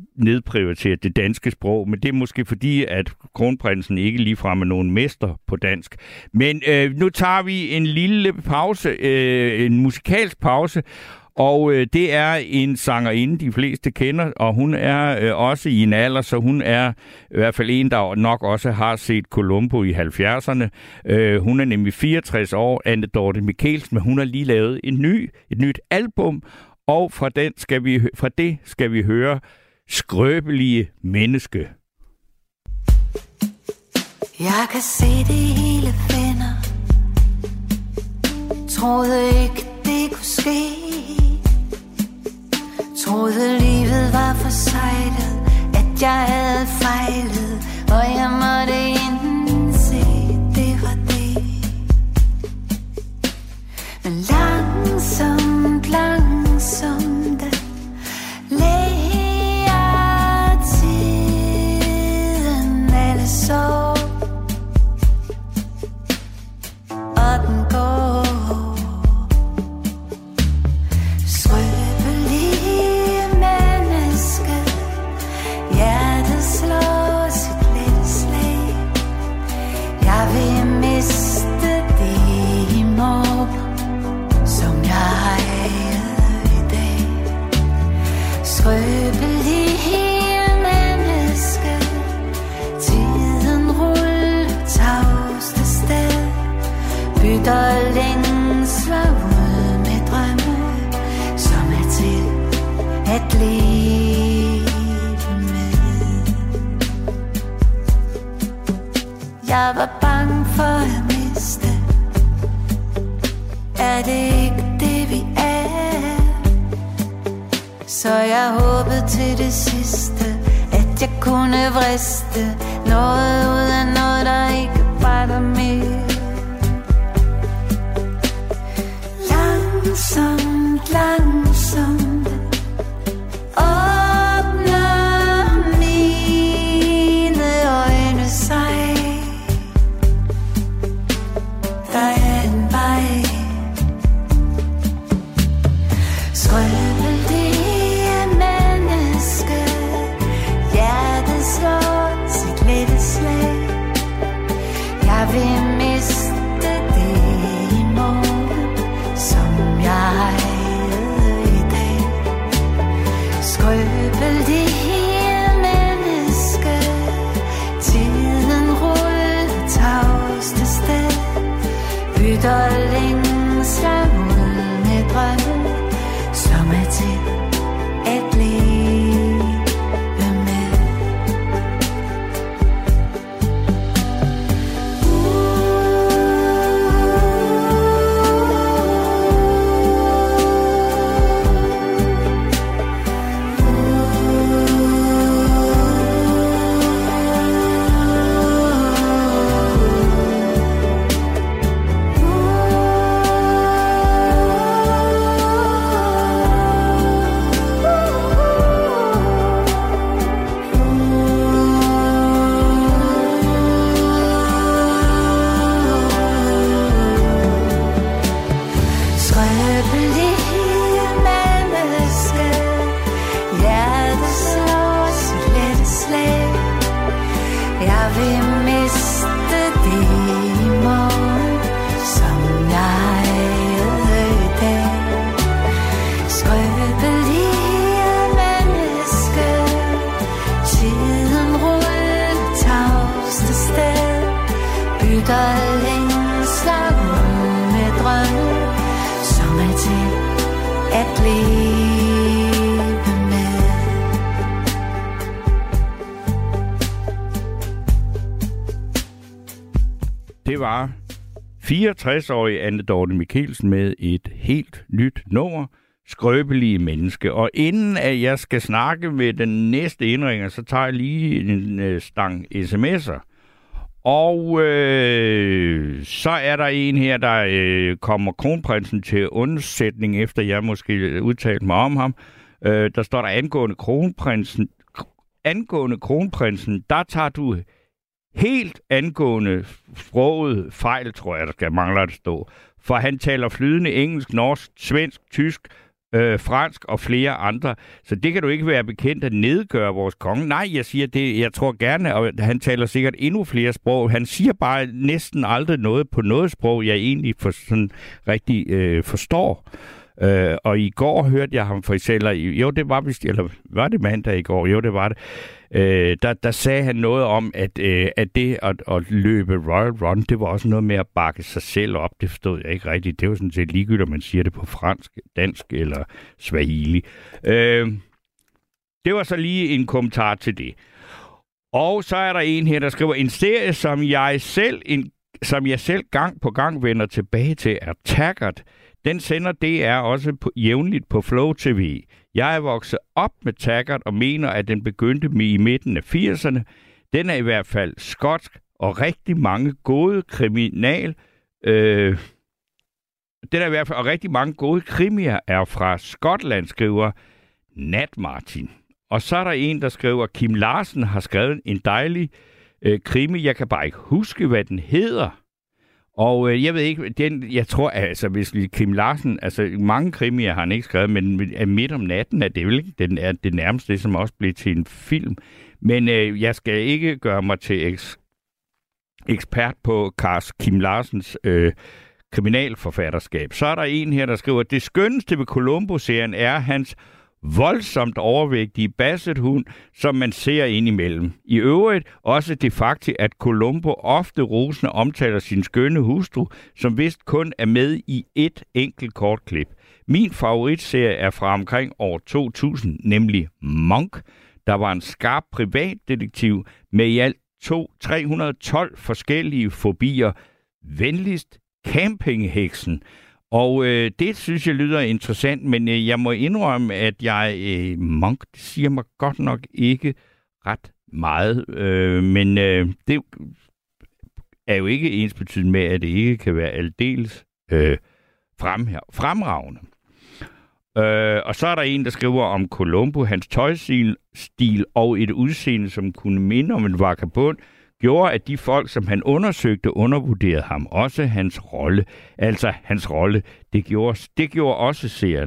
nedprioriteret det danske sprog, men det er måske fordi, at kronprinsen ikke ligefrem er nogen mester på dansk. Men nu tager vi en lille pause, en musikalsk pause, og det er en sangerinde, de fleste kender, og hun er også i en alder, så hun er i hvert fald en, der nok også har set Columbo i 70'erne. Hun er nemlig 64 år, Anne Dorthe Michelsen, men hun har lige lavet et nyt album, og fra det skal vi høre Skrøbelige menneske. Jeg kan se det hele finder. Troede ikke det kunne ske. Troede livet var forsejlet, at jeg havde fejlet, og jeg måtte indse, det var det. Men langsomt, læger tiden alle sår, og den går. Skrøbelige menneske, hjertet slår sit lette slag. Jeg vil miste det i morgen, som jeg ejede i dag. Skrøbelige menneske, tiden ruller tavst afsted, bytter længsler ud med drømme, som er til at leve med. Jeg var bange for at miste. Er det ikke det vi er? Så jeg håbede til det sidste, at jeg kunne vriste noget ud af noget, der ikke var der mere. Langsomt åbner mine øjne sig. Der er en vej. Skrøbelige menneske, hjertet slår sit lette slag. Jeg vil miste det i morgen, som jeg ejede i dag. Skrøbelige menneske, tiden ruller tavst afsted, bytter længsler ud med drømme, som er til at leve med. Det var 64-årige Anne Dorthe Michelsen med et helt nyt nummer, Skrøbelige menneske. Og inden at jeg skal snakke med den næste indringer, så tager jeg lige en stang sms'er. Og så er der en her, der kommer kronprinsen til undsætning, efter jeg måske udtalte mig om ham. Der står der angående kronprinsen, der tager du helt angående sproget fejl, tror jeg, der skal mangler at stå. For han taler flydende engelsk, norsk, svensk, tysk, fransk og flere andre. Så det kan du ikke være bekendt at nedgøre vores konge. Nej, jeg siger det, jeg tror gerne, og han taler sikkert endnu flere sprog. Han siger bare næsten aldrig noget på noget sprog, jeg egentlig rigtig forstår. Og i går hørte jeg ham for eksempel, jo det var vist, eller var det mandag i går? Jo, det var det. Der sagde han noget om, at det at løbe Royal Run, det var også noget med at bakke sig selv op. Det forstod jeg ikke rigtigt. Det var sådan set ligegyldigt, om man siger det på fransk, dansk eller swahili. Det var så lige en kommentar til det. Og så er der en her, der skriver, en serie, som jeg selv gang på gang vender tilbage til, er Taggart. Den sender DR også jævnligt på Flow TV. Jeg er vokset op med Taggart og mener, at den begyndte i midten af 80'erne. Den er i hvert fald skotsk, og rigtig mange gode krimier er fra Skotland, skriver Nat Martin. Og så er der en, der skriver, Kim Larsen har skrevet en dejlig krimi. Jeg kan bare ikke huske, hvad den hedder. Og jeg ved ikke, jeg tror, altså hvis Kim Larsen, altså mange krimier har han ikke skrevet, men Midt om natten er det vel ikke, den er det nærmeste, som også blev til en film. Men jeg skal ikke gøre mig til ekspert på Kim Larsens kriminalforfatterskab. Så er der en her, der skriver, det skønneste ved Columbo-serien er hans voldsomt overvægtige bassethund, som man ser indimellem. I øvrigt også det faktum, at Columbo ofte rosende omtaler sin skønne hustru, som vist kun er med i et enkelt kortklip. Min favoritserie er fra omkring år 2000, nemlig Monk, der var en skarp privatdetektiv med i alt 312 forskellige fobier. Venligst campingheksen. Og det synes jeg lyder interessant, men jeg må indrømme, at Monk, det siger mig godt nok ikke ret meget. Men det er jo ikke ensbetydende med, at det ikke kan være aldeles fremragende. Og så er der en, der skriver om Columbo, hans tøjstil og et udseende, som kunne minde om en vagabond, gjorde, at de folk, som han undersøgte, undervurderede ham. Også hans rolle. Altså, hans rolle, det gjorde også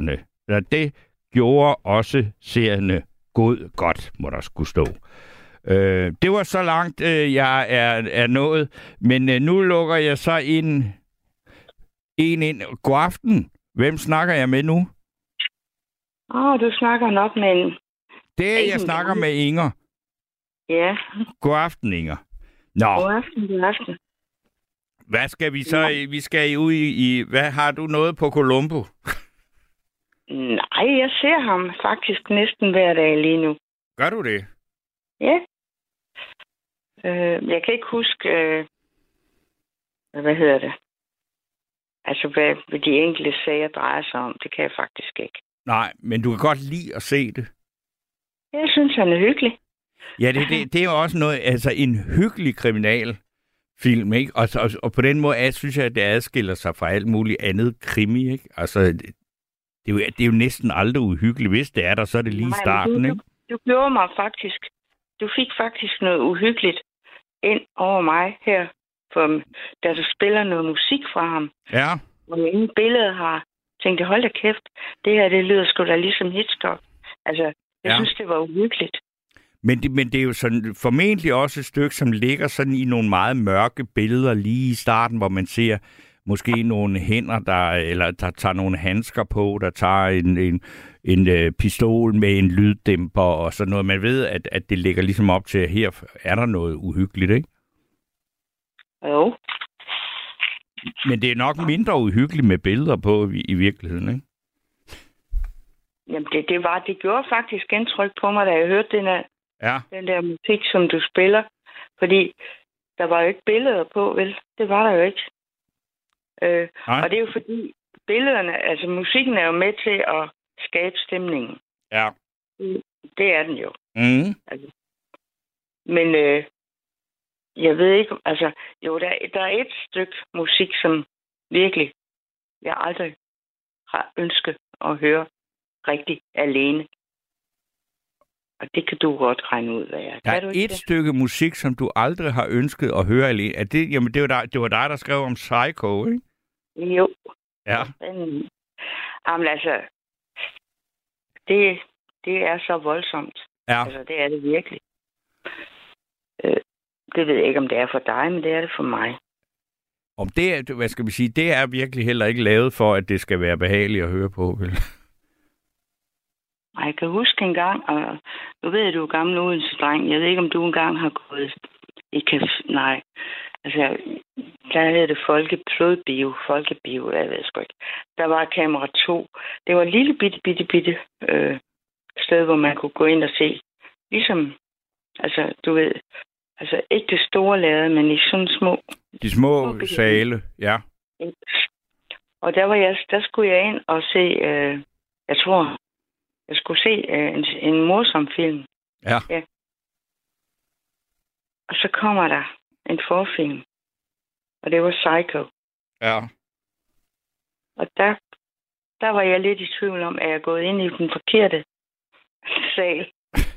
seerne godt, må der skulle stå. Det var så langt, jeg er nået. Men nu lukker jeg så en ind. God aften. Hvem snakker jeg med nu? Du snakker nok med en... Jeg snakker med Inger. Ja. God aften, Inger. Nå. God aften. Hvad skal vi så? Ja. Vi skal ud i... Hvad har du noget på Columbo? Nej, jeg ser ham faktisk næsten hver dag lige nu. Gør du det? Ja. Jeg kan ikke huske... hvad hedder det? Altså, hvad de enkelte sager drejer sig om. Det kan jeg faktisk ikke. Nej, men du kan godt lide at se det. Jeg synes, han er hyggelig. Ja, det er jo også noget, altså en hyggelig kriminalfilm, ikke? Og på den måde synes jeg, at det adskiller sig fra alt muligt andet krimi, ikke? Altså, det er jo næsten aldrig uhyggeligt. Hvis det er der, så er det lige i starten, ikke? Du gjorde mig faktisk. Du fik faktisk noget uhyggeligt ind over mig her, da du spiller noget musik fra ham. Ja. Og jeg ingen billede har tænkt, hold da kæft, det her, det lyder sgu da ligesom Hitchcock. Altså, jeg synes, det var uhyggeligt. Men det er jo sådan formentlig også et stykke, som ligger sådan i nogle meget mørke billeder lige i starten, hvor man ser måske nogle hænder, der tager nogle handsker på, der tager en pistol med en lyddæmper og sådan noget. Man ved, at det ligger ligesom op til, at her er der noget uhyggeligt, ikke? Jo. Men det er nok mindre uhyggeligt med billeder på i virkeligheden, ikke? Jamen, det gjorde faktisk indtryk på mig, da jeg hørte den der musik, som du spiller. Fordi der var jo ikke billeder på, vel? Det var der jo ikke. Og det er jo fordi billederne, altså musikken er jo med til at skabe stemningen. Ja. Det er den jo. Mm. Altså. Men jeg ved ikke, altså jo, der er et stykke musik, som virkelig jeg aldrig har ønsket at høre rigtig alene. Og det kan du godt regne ud, hvad jeg er. Der er et stykke musik, som du aldrig har ønsket at høre alene. Jamen, det var dig, der skrev om Psycho, ikke? Jo. Ja. Jamen altså, det er så voldsomt. Ja. Altså, det er det virkelig. Det ved jeg ikke, om det er for dig, men det er det for mig. Om det er, hvad skal vi sige, det er virkelig heller ikke lavet for, at det skal være behageligt at høre på, vel? Jeg kan huske en gang, og nu ved jeg, du er gammel Odense-dreng. Jeg ved ikke, om du engang har gået i café. Nej. Altså, der hed det Folkebio, jeg ved sgu ikke. Der var kamera 2. Det var et lille bitte sted, hvor man kunne gå ind og se. Ligesom, altså, du ved, altså ikke det store lade, men i sådan små... De små sale, ja. Og der skulle jeg ind og se, jeg skulle se en morsom film. Ja. Og så kommer der en forfilm. Og det var Psycho. Ja. Og der var jeg lidt i tvivl om, at jeg er gået ind i den forkerte sal.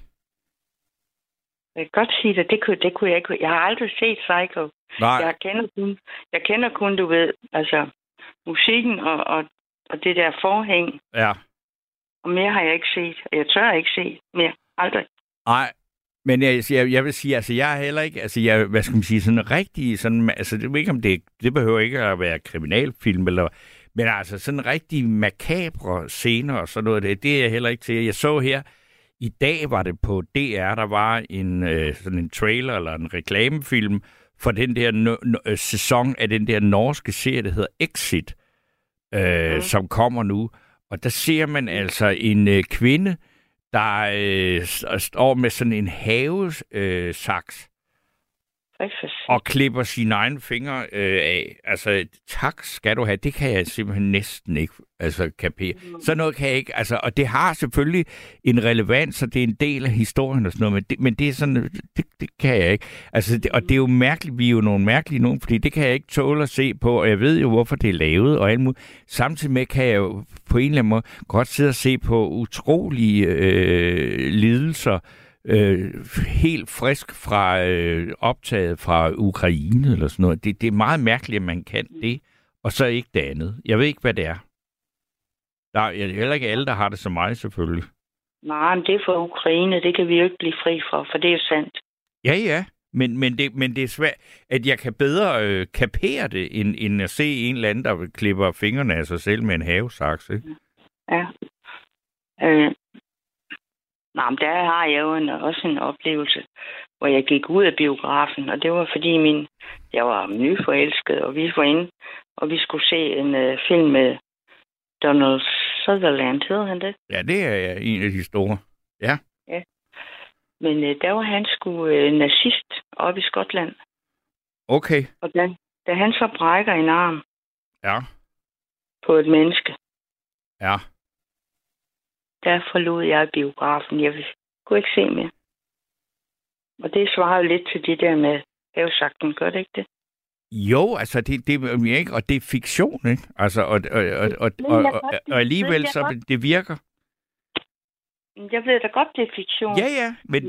Jeg kan godt sige det kunne jeg ikke. Jeg har aldrig set Psycho. Nej. Jeg kender kun, du ved, altså musikken og det der forhæng. Ja. Og mere har jeg ikke set. Jeg tør ikke se mere. Aldrig. Nej. Men jeg vil sige, altså jeg er heller ikke, altså hvad skal man sige, sådan rigtig, sådan, altså det ved ikke om det behøver ikke at være kriminalfilm, eller, men altså sådan rigtig makabre scener og sådan noget, det er jeg heller ikke til. Jeg så her, i dag var det på DR, der var sådan en trailer eller en reklamefilm for den der sæson af den der norske serie, der hedder Exit, som kommer nu. Og der ser man altså en kvinde, der står med sådan en havesaks og klipper sine egne fingre af. Altså, tak skal du have. Det kan jeg simpelthen næsten ikke kapere. Sådan noget kan jeg ikke. Altså, og det har selvfølgelig en relevans, og det er en del af historien og sådan noget, men det er sådan, det kan jeg ikke. Altså, og det er jo mærkeligt, vi er jo nogle mærkelige nogen, fordi det kan jeg ikke tåle at se på, og jeg ved jo, hvorfor det er lavet, og alt muligt. Samtidig med kan jeg jo på en eller anden måde godt sidde og se på utrolige lidelser, helt frisk fra optaget fra Ukraine eller sådan noget. Det er meget mærkeligt, at man kan det, og så ikke det andet. Jeg ved ikke, hvad det er. Der er heller ikke alle, der har det som mig, selvfølgelig. Nej, men det er for Ukraine. Det kan vi jo ikke blive fri fra, for det er sandt. Ja. Men det er svært, at jeg kan bedre kapere det, end at se en eller anden, der klipper fingrene af sig selv med en havesaks, ikke? Ja. Nej, men der har jeg jo også en oplevelse, hvor jeg gik ud af biografen, og det var fordi jeg var nyforelsket, og vi var inde, og vi skulle se en film med Donald Sutherland, hedder han det? Ja, det er en af de store. Ja. Men der var han sgu nazist oppe i Skotland. Okay. Og da han så brækker en arm på et menneske, der forlod jeg biografen. Jeg kunne ikke se mere. Og det svarer jo lidt til det der med havesakten, gør det ikke det? Jo, altså det er ikke, og det er fiktion, ikke? Altså og alligevel så det virker. Jeg ved da godt, det er fiktion. Ja, men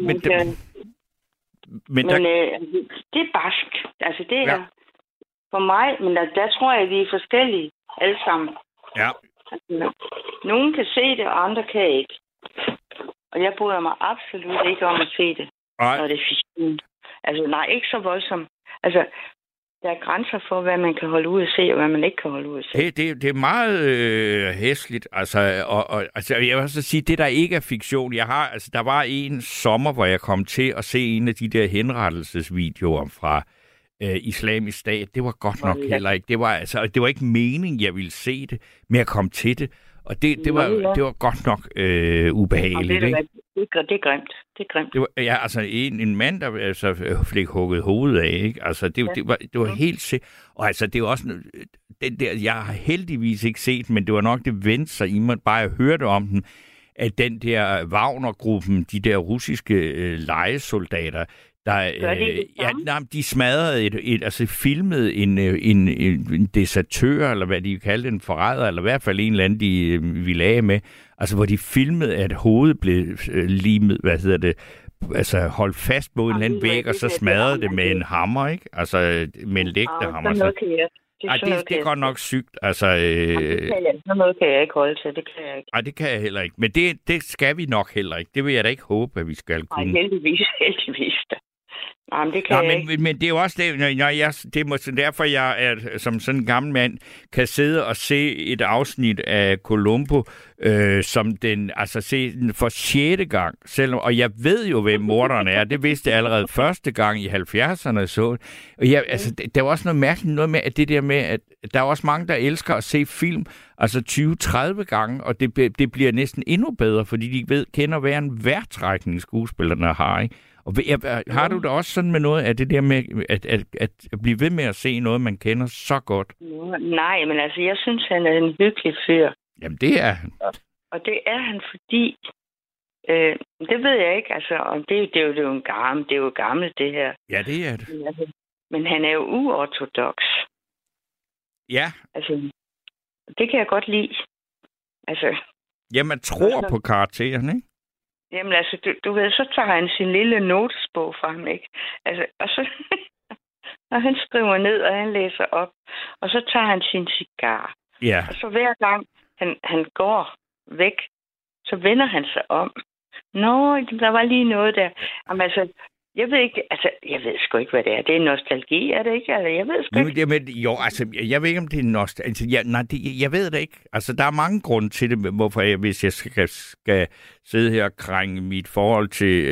det er barsk. Altså det er for mig, men der tror jeg, at vi er forskellige alle sammen. Ja. Nogen kan se det, og andre kan ikke. Og jeg bryder mig absolut ikke om at se det, når det er fiktion. Altså, nej, ikke så voldsomt. Altså, der er grænser for, hvad man kan holde ud at se, og hvad man ikke kan holde ud at se. Det er meget hæsligt. Altså, altså, jeg vil også sige, det der ikke er fiktion. Der var en sommer, hvor jeg kom til at se en af de der henrettelsesvideoer fra Islamisk Stat. Det var godt nok heller ikke. Det var ikke meningen, jeg ville se det, men jeg kom til det. Og det var godt nok ubehageligt. Det er grimt. Det er grimt. Det var, altså en mand, der fik hugget hovedet af, ikke? Altså, det var helt og altså, det var også den der, jeg har heldigvis ikke set, men det var nok det vendte sig i mig, bare at hørte om den, at den der Wagner-gruppen, de der russiske lejesoldater, de smadrede filmede en desertør, eller hvad de kaldte en forræder, eller i hvert fald en eller anden, de ville af med. Altså, hvor de filmede, at hovedet blev limet, holdt fast på en eller anden væg, og så smadrede det med en hammer, ikke? Altså, med en lægtehammer. Det er godt nok sygt. Altså, sådan noget kan jeg ikke holde til. Det kan jeg ikke. Nej, det kan jeg heller ikke. Men det skal vi nok heller ikke. Det vil jeg da ikke håbe, at vi skal kunne. Nej, heldigvis da. Nej, men det kan jeg ikke. Men det er jo også det, det er måske derfor, jeg er, som sådan en gammel mand kan sidde og se et afsnit af Columbo, som se den for 6. gang. Og jeg ved jo, hvem morderen er. Det vidste jeg allerede første gang i 70'erne. Så. Og der var også noget mærkeligt noget med, at det der med, at der er også mange, der elsker at se film 20-30 gange, og det bliver næsten endnu bedre, fordi de kender hver en vejrtrækning, skuespillerne har, ikke? Og har du da også sådan med noget af det der med at blive ved med at se noget, man kender så godt? Nej, men altså, jeg synes, han er en hyggelig fyr. Jamen, det er han. Og det er han, fordi... det ved jeg ikke, altså, om det er jo gammelt, det her. Ja, det er det. Men han er jo uortodoks. Ja. Altså, det kan jeg godt lide. Altså... Ja, man tror på karakteren, ikke? Jamen altså, du ved, så tager han sin lille notesbog frem, ikke? Altså, og så... og han skriver ned, og han læser op. Og så tager han sin cigar. Ja. Og så hver gang han går væk, så vender han sig om. Nå, der var lige noget der. Jamen altså, jeg ved sgu ikke, hvad det er. Det er nostalgi, er det ikke? Altså, jeg ved sgu ikke. Jeg ved ikke, om det er nostalgi. Jeg ved det ikke. Altså, der er mange grunde til det, hvorfor hvis jeg skal sidde her og krænge mit forhold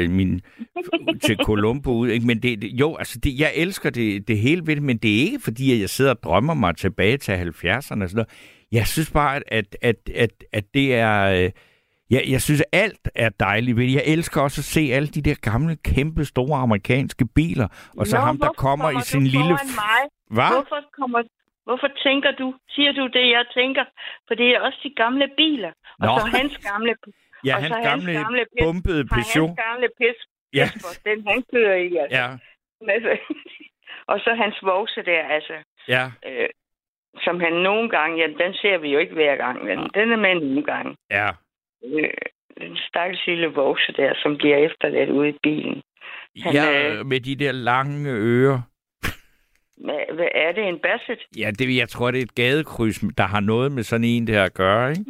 til Columbo ud. Ikke? Men jeg elsker det hele ved det, men det er ikke, fordi jeg sidder og drømmer mig tilbage til 70'erne. Sådan noget. Jeg synes bare, at det er... Jeg synes, at alt er dejligt ved det. Jeg elsker også at se alle de der gamle, kæmpe, store amerikanske biler. Og så ham, der kommer i sin lille... Hvad? Hvorfor siger du det, jeg tænker? For det er også de gamle biler. Og så hans gamle... Ja, hans gamle bumpede Peugeot. Hans gamle den han kører i, altså. Ja. Og så hans Vause der, altså. Ja. Som han nogle gange... Ja, den ser vi jo ikke hver gang, men den er med nogle gange. Ja. Den stakkels lille Vause der, som bliver efterladt ude i bilen. Med de der lange ører. Hvad er det, en Basset? Ja, jeg tror, det er et gadekryds, der har noget med sådan en der at gøre, ikke?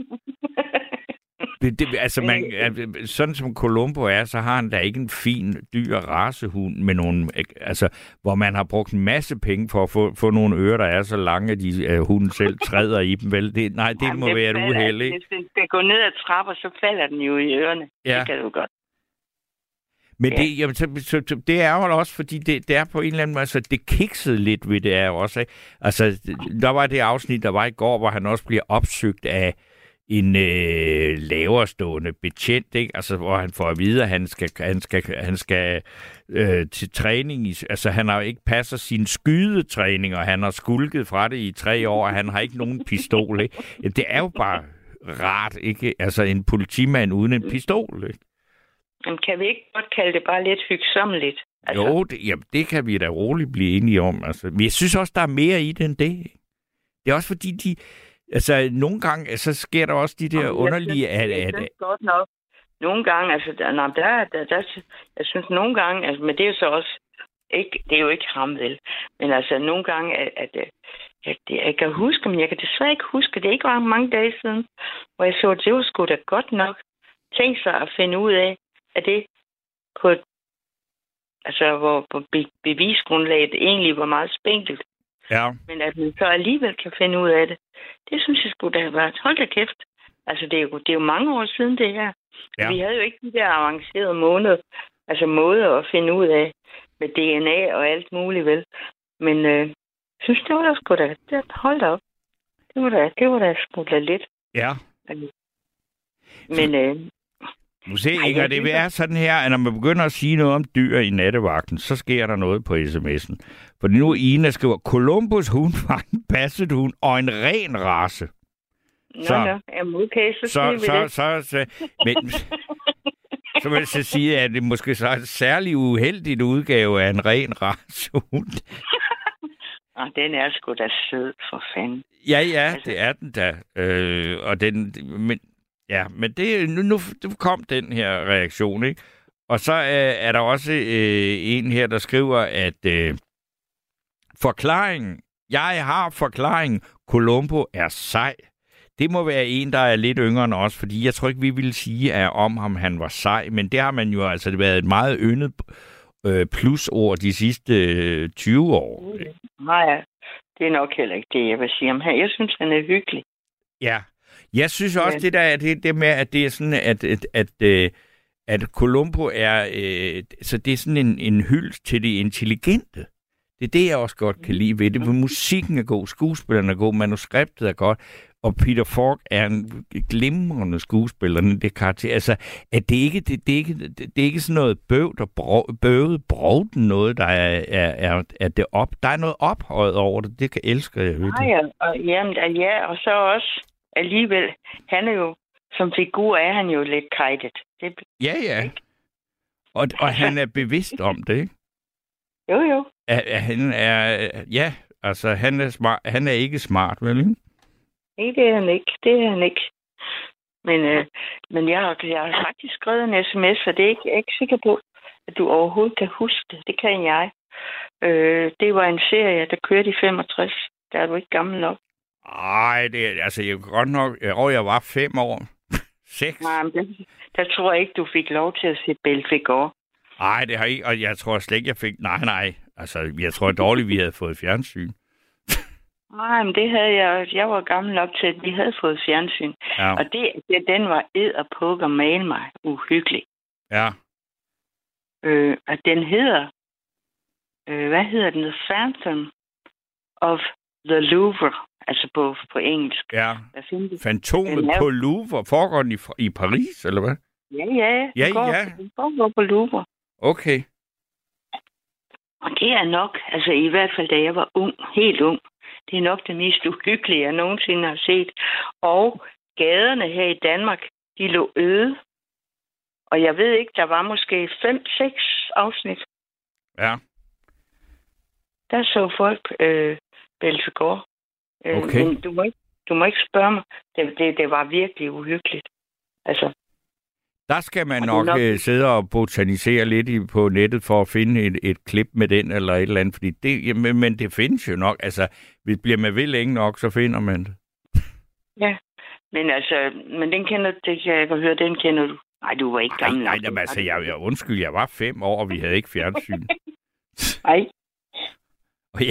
Sådan som Columbo er, så har han da ikke en fin, dyr racehund med nogle, altså, hvor man har brugt en masse penge for at få nogle ører, der er så lange, at hunden selv træder i dem. Vel? Det må være et uheld, ikke? Hvis den skal gå ned ad trapper, så falder den jo i ørerne. Ja. Det kan du godt. Men det er jo også, fordi det er på en eller anden måde, altså det kiksede lidt ved det er jo også, ikke? Altså, der var det afsnit, der var i går, hvor han også bliver opsøgt af en laverstående betjent, ikke? Altså, hvor han får at vide, at han skal til træning. Altså, han har ikke passet sin skydetræning, og han har skulket fra det i 3 år, og han har ikke nogen pistol, ikke? Ja, det er jo bare rart, ikke? Altså, en politimand uden en pistol, ikke? Men kan vi ikke godt kalde det bare lidt hygsommeligt? Altså... Jo, det kan vi da roligt blive enige om. Altså, men jeg synes også, der er mere i det end det. Det er også fordi, altså, nogle gange, så sker der også de der underlige... Jeg synes godt nok. Nogle gange, altså, jeg synes nogle gange, altså, men det er jo så også ikke, det er jo ikke ham, vel. Men altså, nogle gange, at jeg kan huske, men jeg kan desværre ikke huske, det er ikke mange dage siden, hvor jeg så, at det var sgu da godt nok tænkt sig at finde ud af, at det på hvor bevisgrundlaget egentlig var meget spinkelt. Ja. Men at man så alligevel kan finde ud af det, det synes jeg skulle da have været. Hold da kæft. Altså, det er jo mange år siden, det her. Ja. Vi havde jo ikke de der avancerede måder at finde ud af med DNA og alt muligt, vel. Men jeg synes, det var da sgu da. Hold da op. Det var da sgu da lidt. Ja. Men... Nu se, Inger, det er sådan her, at når man begynder at sige noget om dyr i nattevagten, så sker der noget på sms'en. For nu Ina skriver, Columbus hund var en Basset hund og en ren race. Okay, så vil jeg sige, at det måske så er en særlig uheldig udgave af en ren racehund. Den er sgu da sød, for fanden. Ja, altså... det er den da. Men det, nu kom den her reaktion, ikke? Og så er der også en her, der skriver, at forklaringen Jeg har forklaringen. Columbo er sej. Det må være en, der er lidt yngre end os, fordi jeg tror ikke, vi ville sige om ham, han var sej. Men det har man jo altså været et meget yndet plusord de sidste 20 år. Nej, det er nok heller ikke det, jeg vil sige om han. Jeg synes, han er hyggelig. Ja, jeg synes også, det med, at det er sådan, at Columbo er, så det er sådan en hyldest til det intelligente. Det er det, jeg også godt kan lide ved det. For musikken er god, skuespillerne er god, manuskriptet er godt, og Peter Falk er en glimrende skuespiller. Det karakter. Altså, at det er ikke sådan noget bøvet brovden noget, der er det op. Der er noget ophøjet over det. Det kan elske jeg høre det. Ja, og så også alligevel, han er jo, som figur er han jo lidt kajtet. Ja. Og han er bevidst om det, ikke? Jo. Han er smart. Han er ikke smart, vel, ikke? Nej, det er han ikke. Men jeg har faktisk skrevet en sms, og det er jeg ikke sikker på, at du overhovedet kan huske det. Det kan jeg. Det var en serie, der kørte i 65. Der er du ikke gammel nok. Nej, jeg er godt nok. Jeg var 5 år. 6. Nej, men der tror jeg ikke, du fik lov til at se Belfegor. Nej, det har ikke, og jeg tror slet ikke, jeg fik... Nej. Altså, jeg tror dårligt, vi havde fået fjernsyn. Nej, men det havde jeg. Jeg var gammel nok til, at vi havde fået fjernsyn. Ja. Og den var edderpukker male mig uhyggelig. Ja. Og den hedder... hvad hedder den? The Phantom of the Louvre. Altså på engelsk. Ja. Fantomet på Louvre. Foregår den i Paris, eller hvad? Ja. Den foregår på Louvre. Okay. Og det er nok, altså i hvert fald da jeg var ung, helt ung, det er nok det mest uhyggelige, jeg nogensinde har set. Og gaderne her i Danmark, de lå øde. Og jeg ved ikke, der var måske 5-6 afsnit. Ja. Der så folk Belfegor. Okay. Men du må ikke spørge mig. Det var virkelig uhyggeligt. Altså. Der skal man nok sidde og botanisere lidt på nettet for at finde et klip med den eller et eller andet, fordi men det findes jo nok. Altså, hvis bliver man ved længe nok, så finder man det. Ja, men den kender det kan jeg høre, den kender du. Nej, du var ikke gammel. Nej, men altså, jeg var 5 år, og vi havde ikke fjernsyn. Nej. Ja.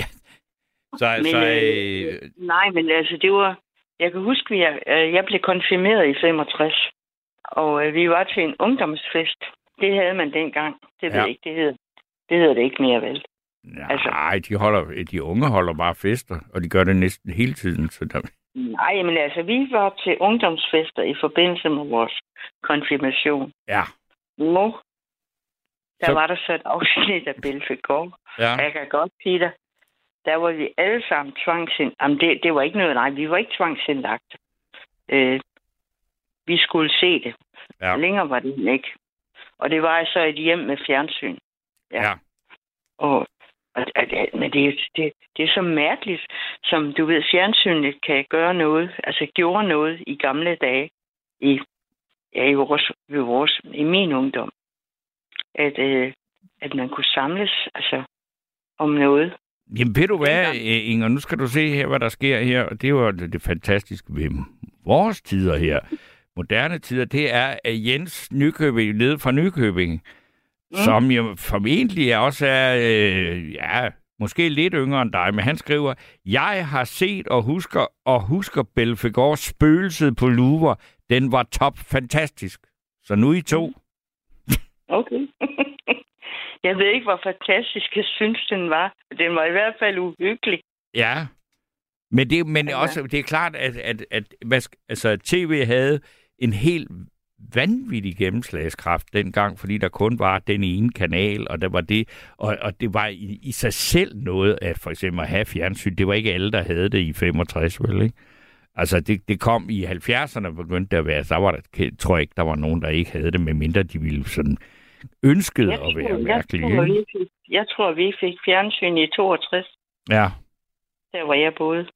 Nej, men altså, det var... Jeg kan huske, jeg blev konfirmeret i 65. Og vi var til en ungdomsfest. Det havde man dengang. Det ved jeg ikke, det hedder det ikke mere, vel? Nej, de unge holder bare fester, og de gør det næsten hele tiden. Nej, men altså, vi var til ungdomsfester i forbindelse med vores konfirmation. Ja. Og der var der så et afsnit af Belfegor. Ja. Jeg kan godt sige dig, der var vi alle sammen tvangsindlagt. Jamen, det var ikke noget, nej, vi var ikke tvangsindlagt. Vi skulle se det. Ja. Længere var det ikke. Og det var så et hjem med fjernsyn. Ja. Men det er så mærkeligt, som du ved, fjernsynet kan gøre noget, altså gjorde noget i gamle dage, i min ungdom, at man kunne samles altså om noget. Jamen ved du hvad, Inger, nu skal du se her, hvad der sker her, og det var det fantastiske ved vores tider her. Moderne tider, det er Jens Nykøbing, nede fra Nykøbing, som jo formentlig også er, måske lidt yngre end dig, men han skriver, jeg har set og husker Belfegors Spøgelset på Louvre. Den var top fantastisk. Så nu I 2. Okay. Jeg ved ikke, hvor fantastisk jeg synes, den var. Den var i hvert fald uhyggelig. Ja. Men også, det er klart, at TV havde en helt vanvittig gennemslagskraft dengang, fordi der kun var den ene kanal, og der var det, og det var i sig selv noget at for eksempel at have fjernsyn. Det var ikke alle, der havde det i 65, vel, ikke? Altså, det kom i 70'erne, begyndte at være, så var der, tror jeg ikke, der var nogen, der ikke havde det, medmindre de ville sådan ønskede at være mærkelige. Jeg tror, vi fik fjernsyn i 62. Ja. Der var jeg boede.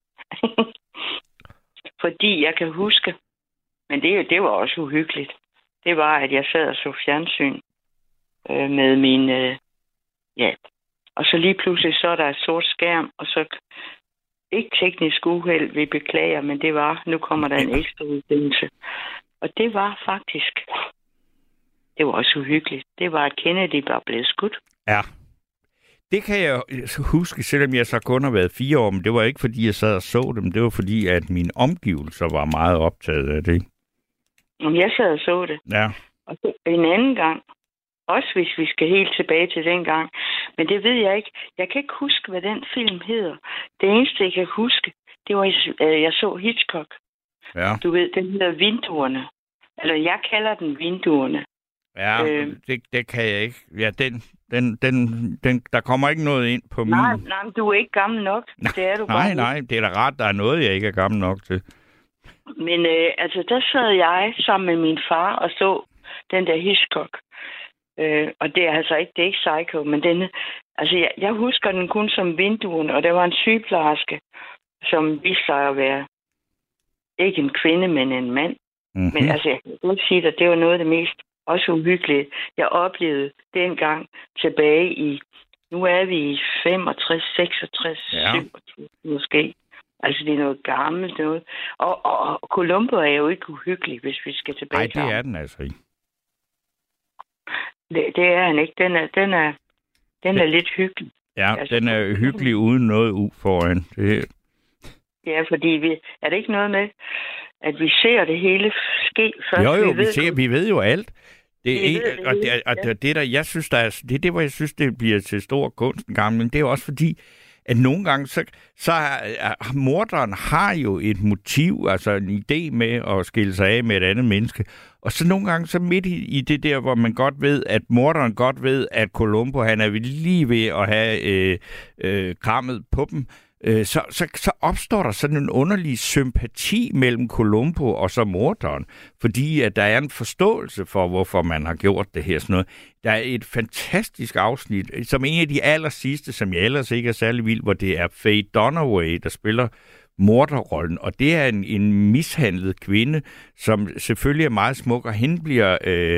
Fordi jeg kan huske, men det var også uhyggeligt. Det var, at jeg sad og så fjernsyn med min... Og så lige pludselig, så er der et sort skærm, og så ikke teknisk uheld, vi beklager, men det var, nu kommer der en ekstra uddannelse. Og det var faktisk, det var også uhyggeligt. Det var, at Kennedy var blevet skudt. Ja. Det kan jeg huske, selvom jeg så kun har været 4 år, men det var ikke, fordi jeg sad og så dem. Det var fordi, at mine omgivelser var meget optaget af det. Jeg sad og så det. Ja. Og så en anden gang, også hvis vi skal helt tilbage til den gang, men det ved jeg ikke. Jeg kan ikke huske, hvad den film hedder. Det eneste, jeg kan huske, det var, jeg så Hitchcock. Ja. Du ved, den hedder Vinduerne. Eller jeg kalder den Vinduerne. Ja, det kan jeg ikke. Ja, der kommer ikke noget ind på min... Nej, men du er ikke gammel nok. Det er du bare. Nej, det er da ret. Der er noget, jeg ikke er gammel nok til. Men altså, der sad jeg sammen med min far og så den der Hitchcock. Og det er altså ikke, det er ikke Psycho, men den... Altså, jeg husker den kun som Vinduerne, og der var en sygeplejerske, som viste sig at være ikke en kvinde, men en mand. Mm-hmm. Men altså, jeg kan godt sige at det var noget af det mest også uhyggeligt, jeg oplevede dengang tilbage i, nu er vi i 65, 66, 67 måske. Altså, det er noget gammelt noget. Og Columbo er jo ikke uhyggelig, hvis vi skal tilbage til. Nej, det er den altså ikke. Det er han ikke. Den er lidt hyggelig. Ja, altså, den er hyggelig uden noget foran. Ja, fordi er det ikke noget med, at vi ser det hele ske først? Jo, vi ved jo alt. Jeg synes, hvor jeg synes, det bliver til stor kunst en gang, men det er jo også fordi, at nogle gange, så morderen har jo et motiv, altså en idé med at skille sig af med et andet menneske. Og så nogle gange, så midt i det der, hvor man godt ved, at morderen godt ved, at Columbo, han er lige ved at have krammet på dem, så opstår der sådan en underlig sympati mellem Columbo og så morderen, fordi at der er en forståelse for, hvorfor man har gjort det her sådan noget. Der er et fantastisk afsnit, som en af de allersidste, som jeg ellers ikke er særlig vild, hvor det er Faye Dunaway, der spiller morderrollen, og det er en mishandlet kvinde, som selvfølgelig er meget smuk, og hende bliver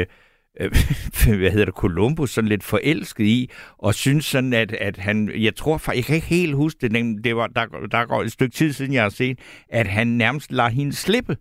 Columbo sådan lidt forelsket i, og synes sådan, at han, jeg kan ikke helt huske det, der går et stykke tid siden, jeg har set, at han nærmest lader hende slippe,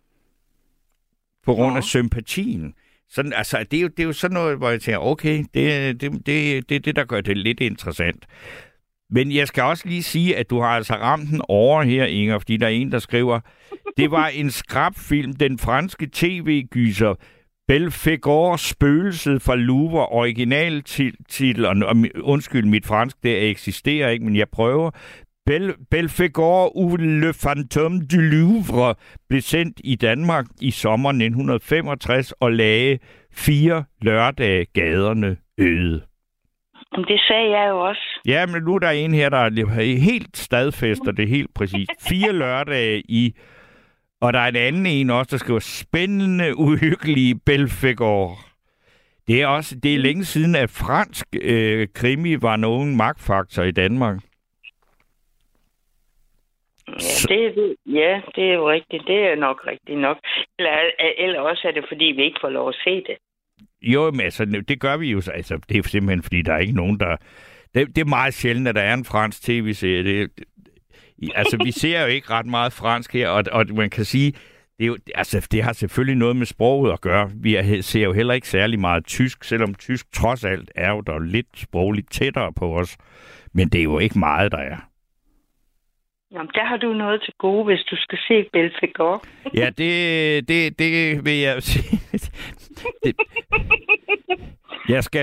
på grund af sympatien. Sådan, altså, det er jo sådan noget, hvor jeg tænker, okay, det der gør det lidt interessant. Men jeg skal også lige sige, at du har altså ramt den over her, Inger, fordi der er en, der skriver, det var en skrabfilm, den franske tv-gyser Belphegor, spøgelset fra Louvre, originaltitel, og undskyld, mit fransk, det eksisterer ikke, men jeg prøver. Belphegor ou le fantôme du Louvre blev sendt i Danmark i sommer 1965 og lagde 4 lørdage gaderne øde. Det sagde jeg jo også. Ja, men nu er der en her, der helt stadfæster det helt præcist. 4 lørdage i... Og der er en anden en også, der skriver spændende, uhyggelige Belphegor. Det er længe siden, at fransk krimi var nogen magtfaktor i Danmark. Ja, det er jo rigtigt. Det er nok rigtigt nok. Eller også er det, fordi vi ikke får lov at se det. Jo, men altså, det gør vi jo. Altså, det er simpelthen, fordi der er ikke nogen, der... Det er meget sjældent, at der er en fransk tv-serie. Altså, vi ser jo ikke ret meget fransk her, og man kan sige, det har selvfølgelig noget med sproget at gøre. Vi ser jo heller ikke særlig meget tysk, selvom tysk trods alt er jo der lidt sprogligt tættere på os. Men det er jo ikke meget, der er. Jamen, der har du noget til gode, hvis du skal se Belphegor. Ja, det vil jeg sige. Jeg skal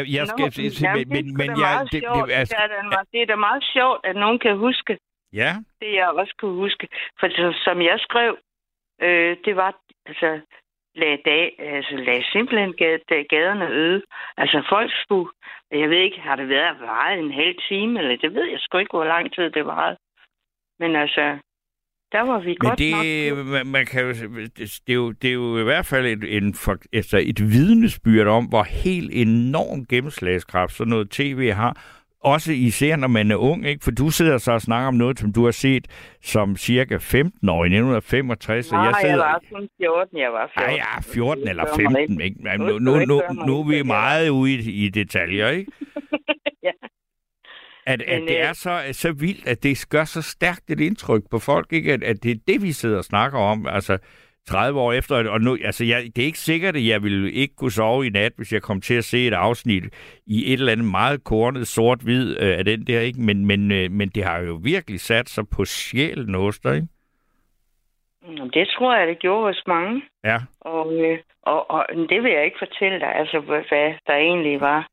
det er da meget sjovt, at nogen kan huske. Ja. Det jeg også kunne huske. For som jeg skrev, det var, altså, lad simpelthen gaderne øde. Altså, folk skulle, jeg ved ikke, har det været en halv time, eller det ved jeg sgu ikke, hvor lang tid det varede. Men altså, der var vi godt nok... Man kan jo, det er jo i hvert fald et vidnesbyrd om, hvor helt enorm gennemslagskraft sådan noget tv har. Også især, når man er ung, ikke? For du sidder så og snakker om noget, som du har set som cirka 15 år i 1965. Nej, jeg var kun 14. Jeg var 14. Ja, 14 eller 15. Ikke? Nu er vi meget ude i detaljer, ikke? Ja. At det er så vildt, at det gør så stærkt et indtryk på folk, ikke? At det er det, vi sidder og snakker om, altså 30 år efter, og nu, altså det er ikke sikkert, at jeg ville ikke kunne sove i nat, hvis jeg kom til at se et afsnit i et eller andet meget kornet sort-hvid af den der, ikke? Men det har jo virkelig sat sig på sjælen hos dig, ikke? Det tror jeg, det gjorde hos mange. Ja. Og det vil jeg ikke fortælle dig, altså hvad der egentlig var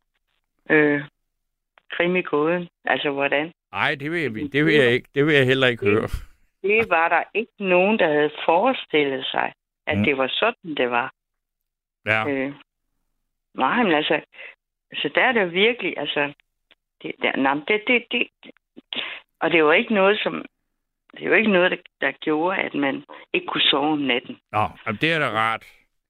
krimigåden. Altså hvordan. Nej, det vil jeg heller ikke høre. Det var der ikke nogen, der havde forestillet sig, at det var sådan, det var. Ja. Nej, men altså der er det virkelig, altså og det var ikke noget, der gjorde, at man ikke kunne sove om natten. Nå, det er da rart.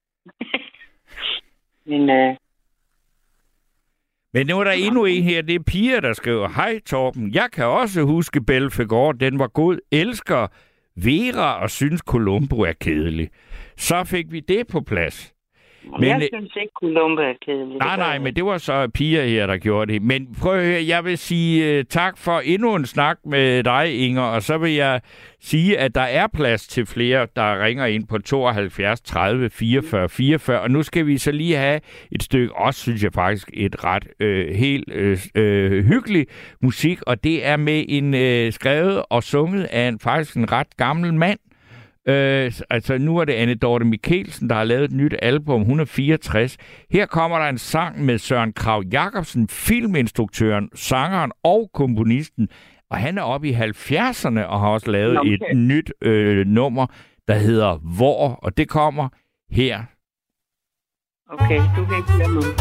Men nu er der endnu en her, det er Pia, der skriver, hej Torben, jeg kan også huske Belfegård, den var god, elsker Vera og synes Columbo er kedelig. Så fik vi det på plads. Men jeg synes ikke, Columbo er kedelig. Nej, men det var så Pia her, der gjorde det. Men prøv at høre, jeg vil sige tak for endnu en snak med dig, Inger, og så vil jeg sige, at der er plads til flere, der ringer ind på 72 30 44 44, og nu skal vi så lige have et stykke, også synes jeg faktisk, et ret helt hyggelig musik, og det er med en skrevet og sunget af faktisk en ret gammel mand. Altså nu er det Anne Dorte Mikkelsen, der har lavet et nyt album, 164. Her kommer der en sang med Søren Krag Jacobsen, filminstruktøren, sangeren og komponisten, og han er oppe i 70'erne og har også lavet et nyt nummer, der hedder Hvor, og det kommer her. Okay, du kan ikke glemme mig.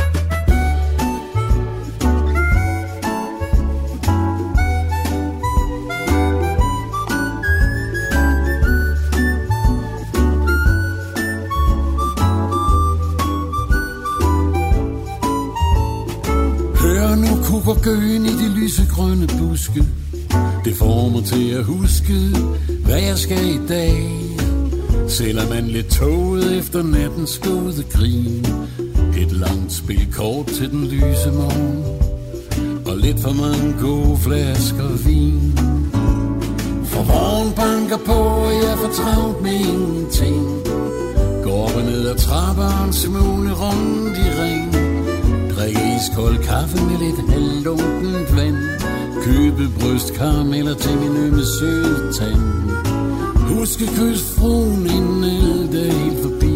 Nu kukker gøen i de lysegrønne buske. Det får mig til at huske, hvad jeg skal i dag. Sælger man lidt toget efter nattens gode grin. Et langt spil kort til den lyse morgen. Og lidt for mange gode flasker vin. For vogn banker på, og jeg får travlt med ingenting. Går op og ned ad trapperen, smule rundt i ring. Drikke iskold kaffe med lidt halvlunkent vand. Købe brystkarameller til min ømme søde tand. Huske kys fruen inden alt er helt forbi.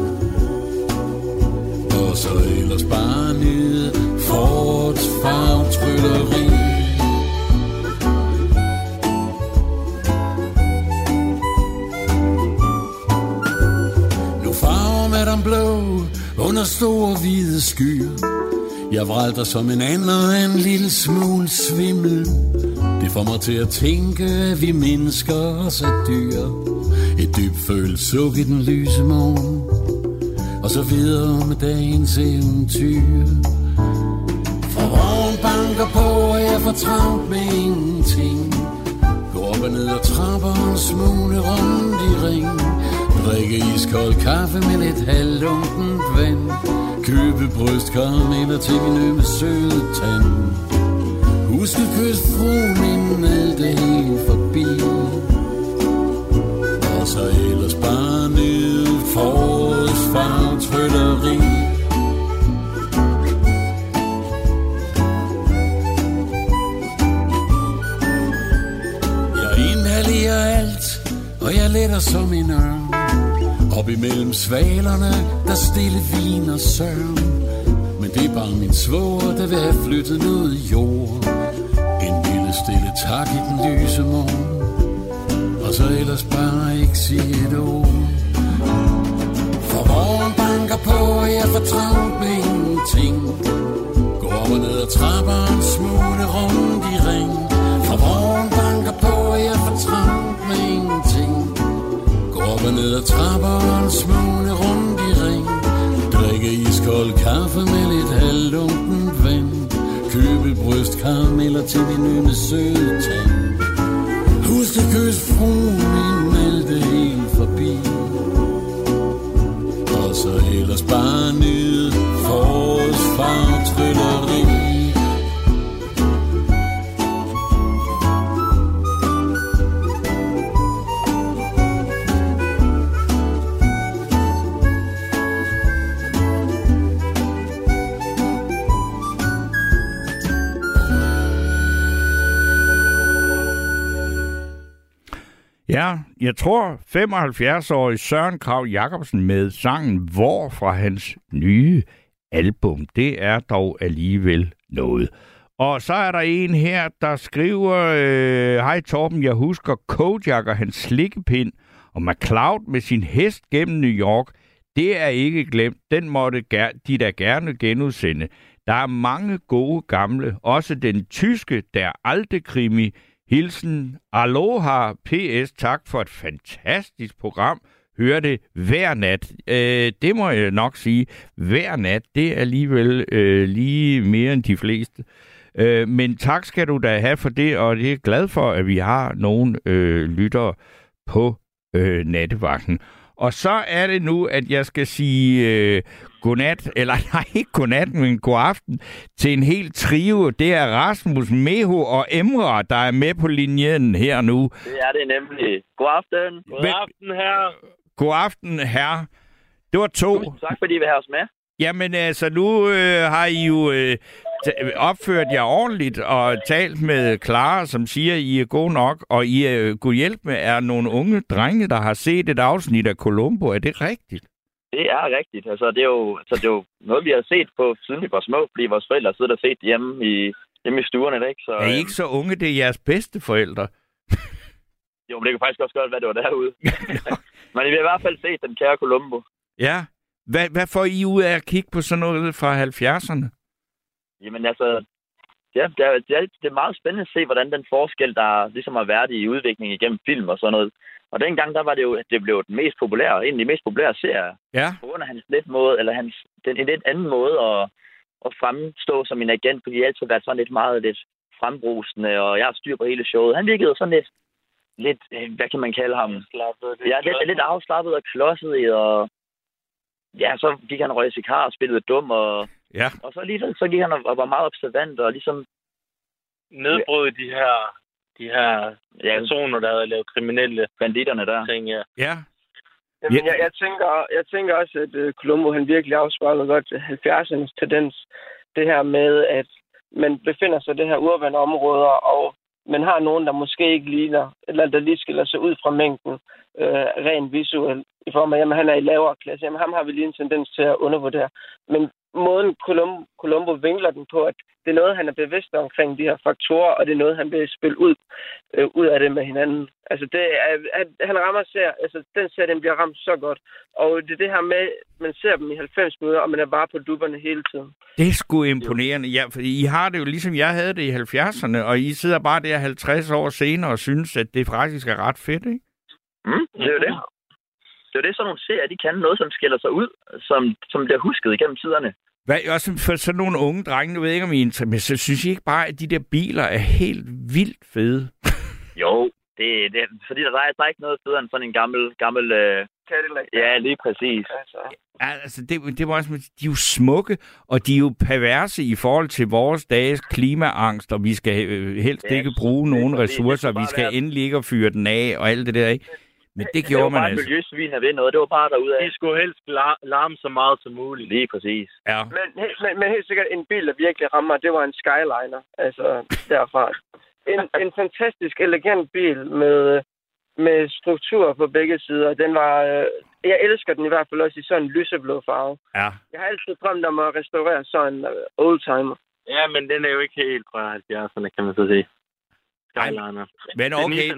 Og så ellers bare nyde forårets farvetrylleri. Nu farver med den blå under store hvide skyer. Jeg vralter som en anden og en lille smule svimmel. Det får mig til at tænke, at vi mennesker også er dyr. Et dybt følt suk i den lyse morgen. Og så videre med dagens eventyr. For vogn banker på, og jeg får travlt med ingenting. Går op og ned ad trapperen, smule rundt i ring. Drikke iskold kaffe med lidt halvlunkent vand. Købe brystkarameller til min ømme søde tand. Husk at kysse fruen inden alt er helt forbi. Og så ellers bare nyde forårets farvetrylleri. Jeg inhalerer alt, og jeg letter som en ørn. Op imellem svalerne, der stille vin og søvn. Men det er bare min svoger, der vil have flyttet noget jord. En lille stille tak i den lyse morgen. Og så ellers bare ikke sige et ord. For vogn banker på, og jeg får travlt med ingenting. Går op og ned ad trapperen, smule rundt i ring. For vogn banker på, og jeg får travlt med ingenting. Op og ned ad trapperen, smule rundt i ring. Drikke iskold kaffe med lidt halvlunkent vand. Købe brystkarameller til min ømme søde tand. Husk at kysse fruen inden alt er helt forbi. Og så ellers bare nyde forårets farvetrylleri. Ja, jeg tror 75-årig Søren Kragh Jacobsen med sangen Hvor fra hans nye album. Det er dog alligevel noget. Og så er der en her, der skriver, hej Torben, jeg husker Kojak og hans slikkepind og MacLeod med sin hest gennem New York. Det er ikke glemt. Den måtte de da gerne genudsende. Der er mange gode gamle. Også den tyske, der aldrig krimi. Hilsen Aloha. PS. Tak for et fantastisk program. Hør det hver nat. Det må jeg nok sige. Hver nat, det er alligevel lige mere end de fleste. Men tak skal du da have for det, og det er glad for, at vi har nogle lyttere på nattevagten. Og så er det nu, at jeg skal sige godnat, eller nej, ikke godnat, men god aften til en hel trio. Det er Rasmus, Meho og Emre, der er med på linjen her nu. Det er det nemlig. God aften. God aften, herre. God aften, herre. Det var 2. Tak, fordi I vil have os med. Jamen altså, nu har I jo opført jer ordentligt og talt med Clara, som siger, at I er gode nok, og I kunne hjælpe med, er nogle unge drenge, der har set et afsnit af Columbo. Er det rigtigt? Det er rigtigt. Altså, det er jo noget, vi har set på, siden vi var små, fordi vores forældre sidder og set hjemme i stuerne. Ikke? Så, er I ikke så unge, det er jeres bedste forældre? Jo, men det kan faktisk også godt være, det var derude. Men I vil i hvert fald se den kære Columbo. Ja. Hvad får I ud af at kigge på sådan noget fra 70'erne? Jamen altså, ja, det er meget spændende at se, hvordan den forskel, der ligesom har været i udviklingen igennem film og sådan noget. Og dengang, der var det jo, at det blev den mest populære, en af de mest populære serier. Ja. På grund af hans lidt måde, eller en lidt anden måde at fremstå som en agent, fordi det altid har været sådan lidt frembrusende, og jeg har styr på hele showet. Han virkede sådan lidt, hvad kan man kalde ham? Lidt afslappet og klodset, og ja, så gik han og røg cigar og spillede dum, og så alligevel, så gik han og var meget observant, og ligesom nedbrød de her personer, der havde lavet kriminelle banditterne der. Ting, ja. Ja. Jamen, jeg tænker også, at Columbo, han virkelig afspejler godt 70'ernes tendens. Det her med, at man befinder sig i det her urbane områder, og man har nogen, der måske ikke ligner, eller der lige skiller sig ud fra mængden, rent visuelt, i form af, at han er i lavere klasse. Jamen, ham har vi lige en tendens til at undervurdere. Men måden Columbo vinkler den på, at det er noget, han er bevidst omkring de her faktorer, og det er noget, han vil spille ud af det med hinanden. Altså, han rammer den serie, den bliver ramt så godt. Og det er det her med, man ser dem i 90 minutter, og man er bare på dupperne hele tiden. Det er sgu imponerende. Ja, for I har det jo ligesom jeg havde det i 70'erne, og I sidder bare der 50 år senere og synes, at det faktisk er ret fedt, ikke? Det er jo det. Det er jo det, sådan nogle serier, de kan noget, som skiller sig ud, som bliver husket igennem tiderne. Hvad, også for sådan nogle unge drenge, du ved ikke om I men så synes I ikke bare, at de der biler er helt vildt fede? Jo, det fordi der er ikke noget federe end sådan en gammel Cadillac. Ja, lige præcis. Altså, det var også, de er jo smukke, og de er jo perverse i forhold til vores dages klimaangst, og vi skal helst ikke bruge nogen ressourcer, vi skal endelig ikke fyre den af, og alt det der, ikke? Men det gjorde man altså. Det var bare miljøsvin ved noget. Det var bare derudad. De skulle helst larme så meget som muligt. Lige præcis. Ja. Men helt sikkert en bil, der virkelig rammer, det var en Skyliner. Altså, derfra. En fantastisk, elegant bil med struktur på begge sider. Den var... jeg elsker den i hvert fald også i sådan en lyseblå farve. Ja. Jeg har altid drømt om at restaurere sådan en oldtimer. Ja, men den er jo ikke helt fra 70'erne, kan man så sige. Skyliner. Men okay...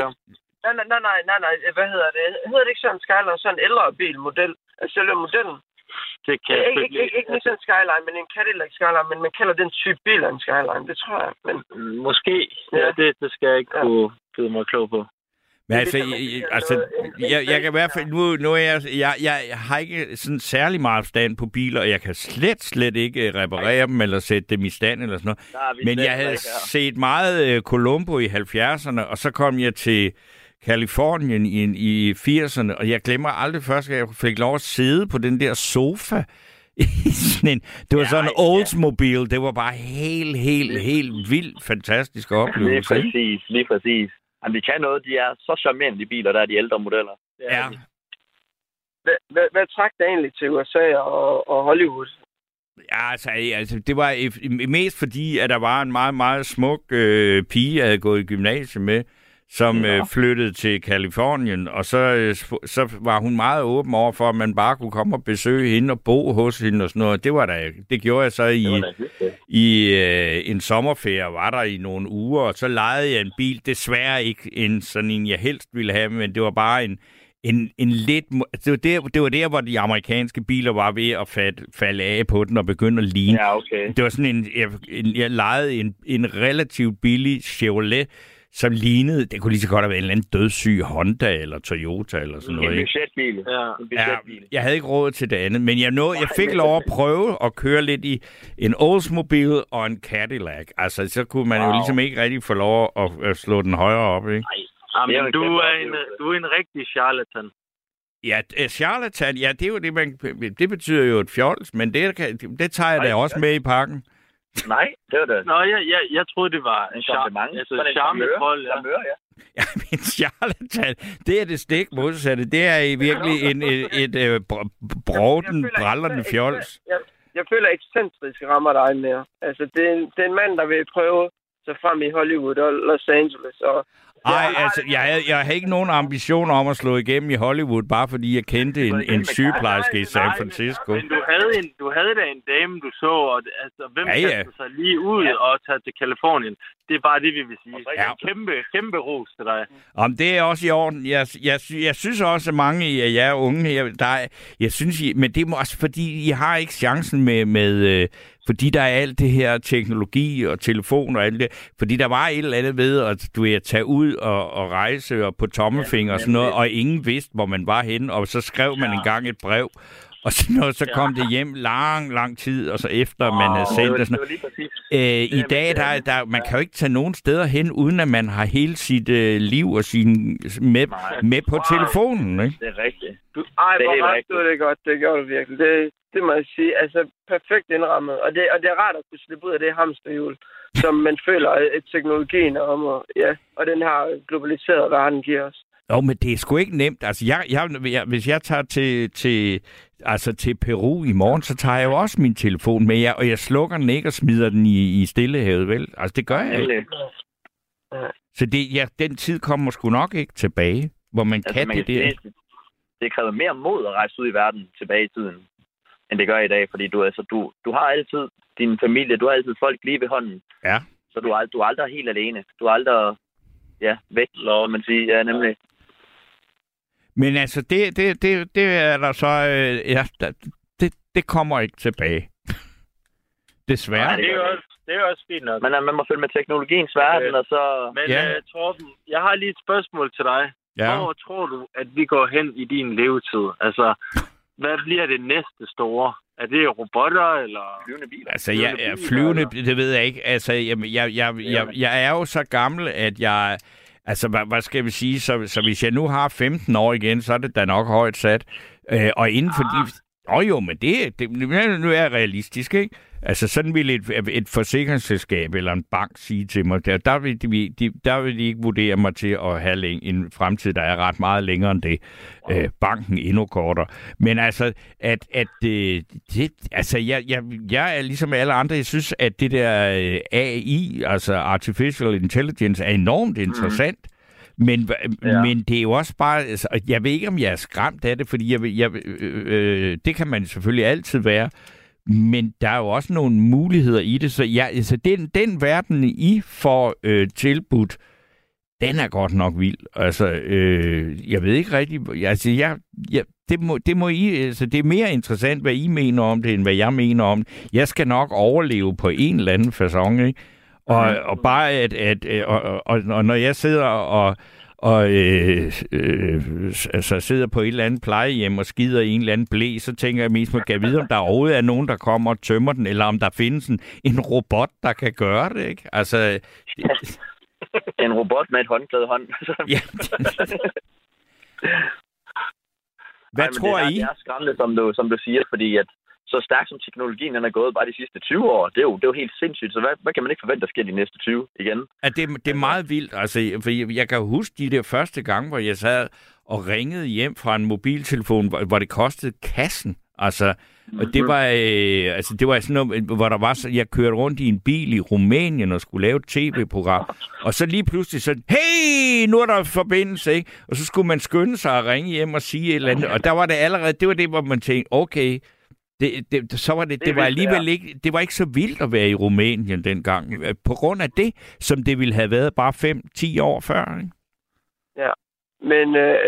Nej. Hvad hedder det? Hedder det ikke sådan en Skyline? Sådan en ældre bilmodel? Altså selve modellen? Det kan ikke sådan en Skyline, men en Cadillac Skyline, men man kalder den type bil en Skyline. Det tror jeg. Men... Måske. Ja, det skal jeg ikke kunne byde mig klog på. Men jeg kan i hvert fald... Nu er jeg har ikke sådan særlig meget stand på biler, og jeg kan slet ikke reparere dem, eller sætte dem i stand, eller sådan noget. Men jeg havde set meget Columbo i 70'erne, og så kom jeg til Californien i 80'erne, og jeg glemmer aldrig først, at jeg fik lov at sidde på den der sofa. Det var sådan en Oldsmobile. Det var bare helt vildt fantastisk oplevelse. Lige præcis. Jamen, de kan noget. De er så charmerende, de biler, der er de ældre modeller. Ja. Hvad trak det egentlig til USA og Hollywood? Ja, altså, det var mest fordi, at der var en meget, meget smuk pige, jeg havde gået i gymnasiet med, som flyttede til Kalifornien, og så var hun meget åben over for, at man bare kunne komme og besøge hende og bo hos hende og sådan noget. Det gjorde jeg så i en sommerferie, var der i nogle uger, og så lejede jeg en bil, desværre ikke sådan en, jeg helst ville have, men det var bare en lidt... Det var der, hvor de amerikanske biler var ved at falde af på den og begynde at ligne. Ja, okay. Det var sådan jeg lejede en relativt billig Chevrolet, som lignede, det kunne lige så godt have været en eller anden dødssyg Honda eller Toyota eller sådan noget. En budgetbil. Ja, jeg havde ikke råd til det andet, men jeg fik lov at prøve at køre lidt i en Oldsmobile og en Cadillac. Altså, så kunne man jo ligesom ikke rigtig få lov at slå den højere op, ikke? Jamen, du er en rigtig charlatan. Ja, charlatan, ja, det er jo det betyder jo et fjols, men det tager jeg da også med i pakken. Nej, det var det. Nå, jeg troede, det var en charmetrol. Ja, men charlatan, det er det stik modsatte. Det er virkelig et brovden, brallerne fjols. Jeg føler ekscentrisk rammer dig mere. Altså, det er en mand, der vil prøve sig frem i Hollywood og Los Angeles. Nej, altså, jeg havde ikke nogen ambitioner om at slå igennem i Hollywood, bare fordi jeg kendte en sygeplejerske i San Francisco. Men du havde da en dame, du så, og altså, hvem kastede sig lige ud og tage til Kalifornien? Det er bare det, vi vil sige. Ja. Kæmpe ros til dig. Om det er også i orden. Jeg synes også, at mange af jer unge, jeg synes, men det er også fordi, I har ikke chancen med fordi der er alt det her teknologi og telefon og alt det. Fordi der var et eller andet ved, at du er tage ud og rejse og på tommelfinger og sådan noget, og ingen vidste, hvor man var henne, og så skrev man engang et brev. Og så kom det hjem lang tid, og så efter man havde sendt det. I dag, man kan jo ikke tage nogen steder hen, uden at man har hele sit liv og med på telefonen, ikke? Det er rigtigt. Hvor ret du det godt, det gjorde du virkelig. Det må jeg sige, altså perfekt indrammet. Og det er rart at kunne slippe ud af det hamsterhjul, som man føler, at teknologien om, og den her globaliserede verden giver os. Jo, men det er sgu ikke nemt. Altså, hvis jeg tager til Peru i morgen, så tager jeg jo også min telefon med, og jeg slukker den ikke og smider den i Stillehavet, vel? Altså, det gør jeg ikke. Så den tid kommer sgu nok ikke tilbage, hvor man kan det der. Det kræver mere mod at rejse ud i verden tilbage i tiden, end det gør i dag, fordi du har altid din familie, du har altid folk lige ved hånden. Ja. Så du er aldrig helt alene. Du er aldrig væk, kan man sige. Ja, nemlig. Men altså, det er der så... det kommer ikke tilbage. Desværre. Nej, det er også fint nok. Men man må følge med teknologiens verden, og så... Men Torben, jeg har lige et spørgsmål til dig. Ja. Hvor tror du, at vi går hen i din levetid? Altså, hvad bliver det næste store? Er det robotter, eller... Flyvende biler? Altså, flyvende, det ved jeg ikke. Altså, jeg er jo så gammel, at jeg... Altså, hvad skal vi sige? Så hvis jeg nu har 15 år igen, så er det da nok højt sat. Og inden for de... Jo, men nu er jeg realistisk, ikke? Altså, sådan ville et forsikringsselskab eller en bank sige til mig, der vil de ikke vurdere mig til at have en fremtid, der er ret meget længere end det. Banken endnu kortere. Men altså, jeg er ligesom alle andre, jeg synes, at det der AI, altså Artificial Intelligence, er enormt interessant. Men det er jo også bare... Altså, jeg ved ikke, om jeg er skræmt af det, fordi det kan man selvfølgelig altid være. Men der er jo også nogle muligheder i det. Så den verden, I får tilbudt, den er godt nok vild. Altså, jeg ved ikke rigtigt... Altså, det må I... Altså, det er mere interessant, hvad I mener om det, end hvad jeg mener om det. Jeg skal nok overleve på en eller anden facon, ikke? Og bare og når jeg sidder altså sidder på et eller andet plejehjem og skider i en eller anden blæ, så tænker jeg mest, at jeg vide, om der overhovedet er nogen, der kommer og tømmer den, eller om der findes en robot, der kan gøre det, ikke? Altså... En robot med et håndklæde hånd. Ja. Hvad tror I? Det er skræmmende, som du siger, fordi at så stærkt som teknologien den er gået bare de sidste 20 år, det er jo helt sindssygt. Så hvad kan man ikke forvente, der sker de næste 20 igen? Ja, det er meget vildt. Altså, for jeg kan huske de der første gange, hvor jeg sad og ringede hjem fra en mobiltelefon, hvor det kostede kassen Altså, og det var, det var sådan noget, hvor der var jeg kørte rundt i en bil i Rumænien og skulle lave et tv-program. Og så lige pludselig så, hey, nu er der forbindelse, ikke? Og så skulle man skynde sig at ringe hjem og sige et eller andet. Og der var det allerede, det var det, hvor man tænkte, okay, det var alligevel ikke, det var ikke så vildt at være i Rumænien dengang. På grund af det, som det ville have været bare 5-10 år før, ikke? Ja, men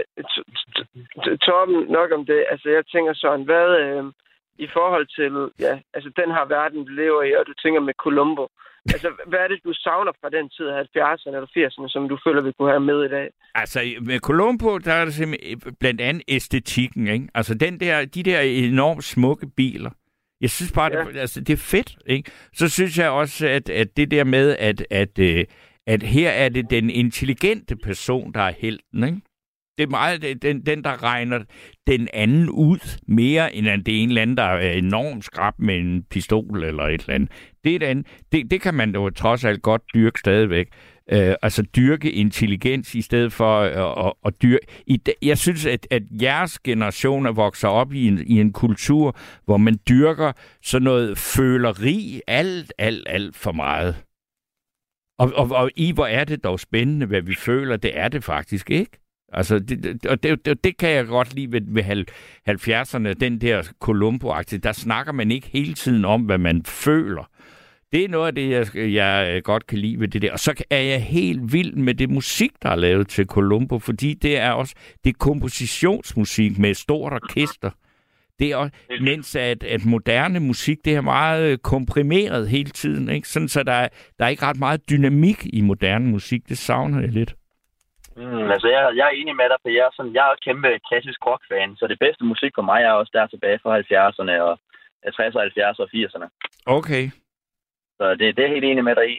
Torben, nok om det. Altså, jeg tænker sådan, hvad i forhold til, ja, altså den her verden, du lever i, og du tænker med Columbo. Altså, hvad er det, du savner fra den tid af 70'erne eller 80'erne, som du føler, vi kunne have med i dag? Altså, med Columbo, der er det simpelthen blandt andet æstetikken, ikke? Altså, de der enormt smukke biler. Jeg synes bare, det er fedt, ikke? Så synes jeg også, at det der med, at her er det den intelligente person, der er helten, ikke? Det er meget den, der regner den anden ud mere, end at det er en eller anden, der er enormt skrab med en pistol eller et eller andet. Det kan man jo trods alt godt dyrke stadigvæk. Altså dyrke intelligens i stedet for at dyrke. Jeg synes, at jeres generation er vokset op i en kultur, hvor man dyrker sådan noget føleri alt for meget. Og hvor er det dog spændende, hvad vi føler. Det er det faktisk ikke. Altså, det kan jeg godt lide ved 70'erne, den der Columbo-aktie. Der snakker man ikke hele tiden om, hvad man føler. Det er noget af det, jeg godt kan lide ved det der. Og så er jeg helt vild med det musik, der er lavet til Columbo, fordi det er kompositionsmusik med et stort orkester. Det er også, mens at moderne musik, det er meget komprimeret hele tiden, ikke? Sådan, så der er ikke ret meget dynamik i moderne musik. Det savner jeg lidt. Altså, jeg er enig med dig, for jeg er kæmpe klassisk rock-fan, så det bedste musik for mig er også der tilbage fra 70'erne og 60'erne, 70'erne og 80'erne. Okay. Så det er helt enig med dig i.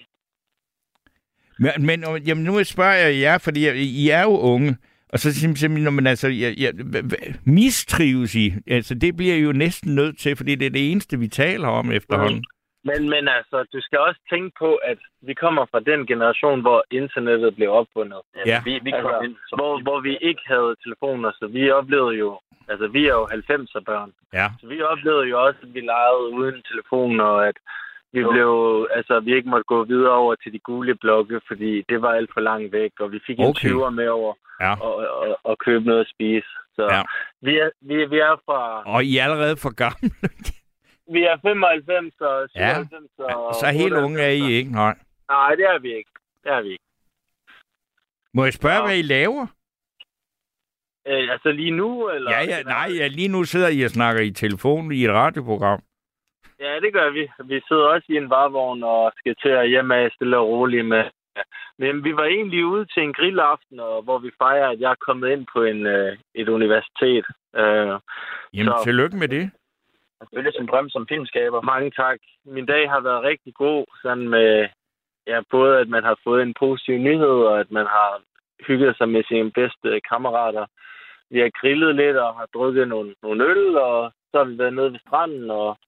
Men jamen, nu spørger jeg jer, fordi I er jo unge, og så simpelthen, men altså, mistrives I? Altså, det bliver I jo næsten nødt til, fordi det er det eneste, vi taler om efterhånden. Men altså, du skal også tænke på, at vi kommer fra den generation, hvor internettet blev opfundet. Ja. Vi kom ind, hvor vi ikke havde telefoner, så vi oplevede jo, altså vi er jo 90'er børn. Ja. Så vi oplevede jo også, at vi legede uden telefoner, og at vi ikke måtte gå videre over til de gule blokke, fordi det var alt for langt væk, og vi fik en 20'er med over og købe noget at spise. Så vi er fra... Og I er allerede for gamle. Vi er 95 og 97 og... Så helt unge er I ikke, nej? Nej, det er vi ikke. Må jeg spørge, hvad I laver? Altså lige nu, eller? Nej, lige nu sidder I og snakker i telefonen i et radioprogram. Ja, det gør vi. Vi sidder også i en varevogn og skal til at hjemme af stille og roligt med. Men vi var egentlig ude til en grillaften, hvor vi fejrer, at jeg er kommet ind på et universitet. Jamen, tillykke med det. Det er sin drøm som filmskaber. Mange tak. Min dag har været rigtig god, sådan med både at man har fået en positiv nyhed, og at man har hygget sig med sine bedste kammerater. Vi har grillet lidt og har drukket nogle øl, og så har vi været nede ved stranden. Og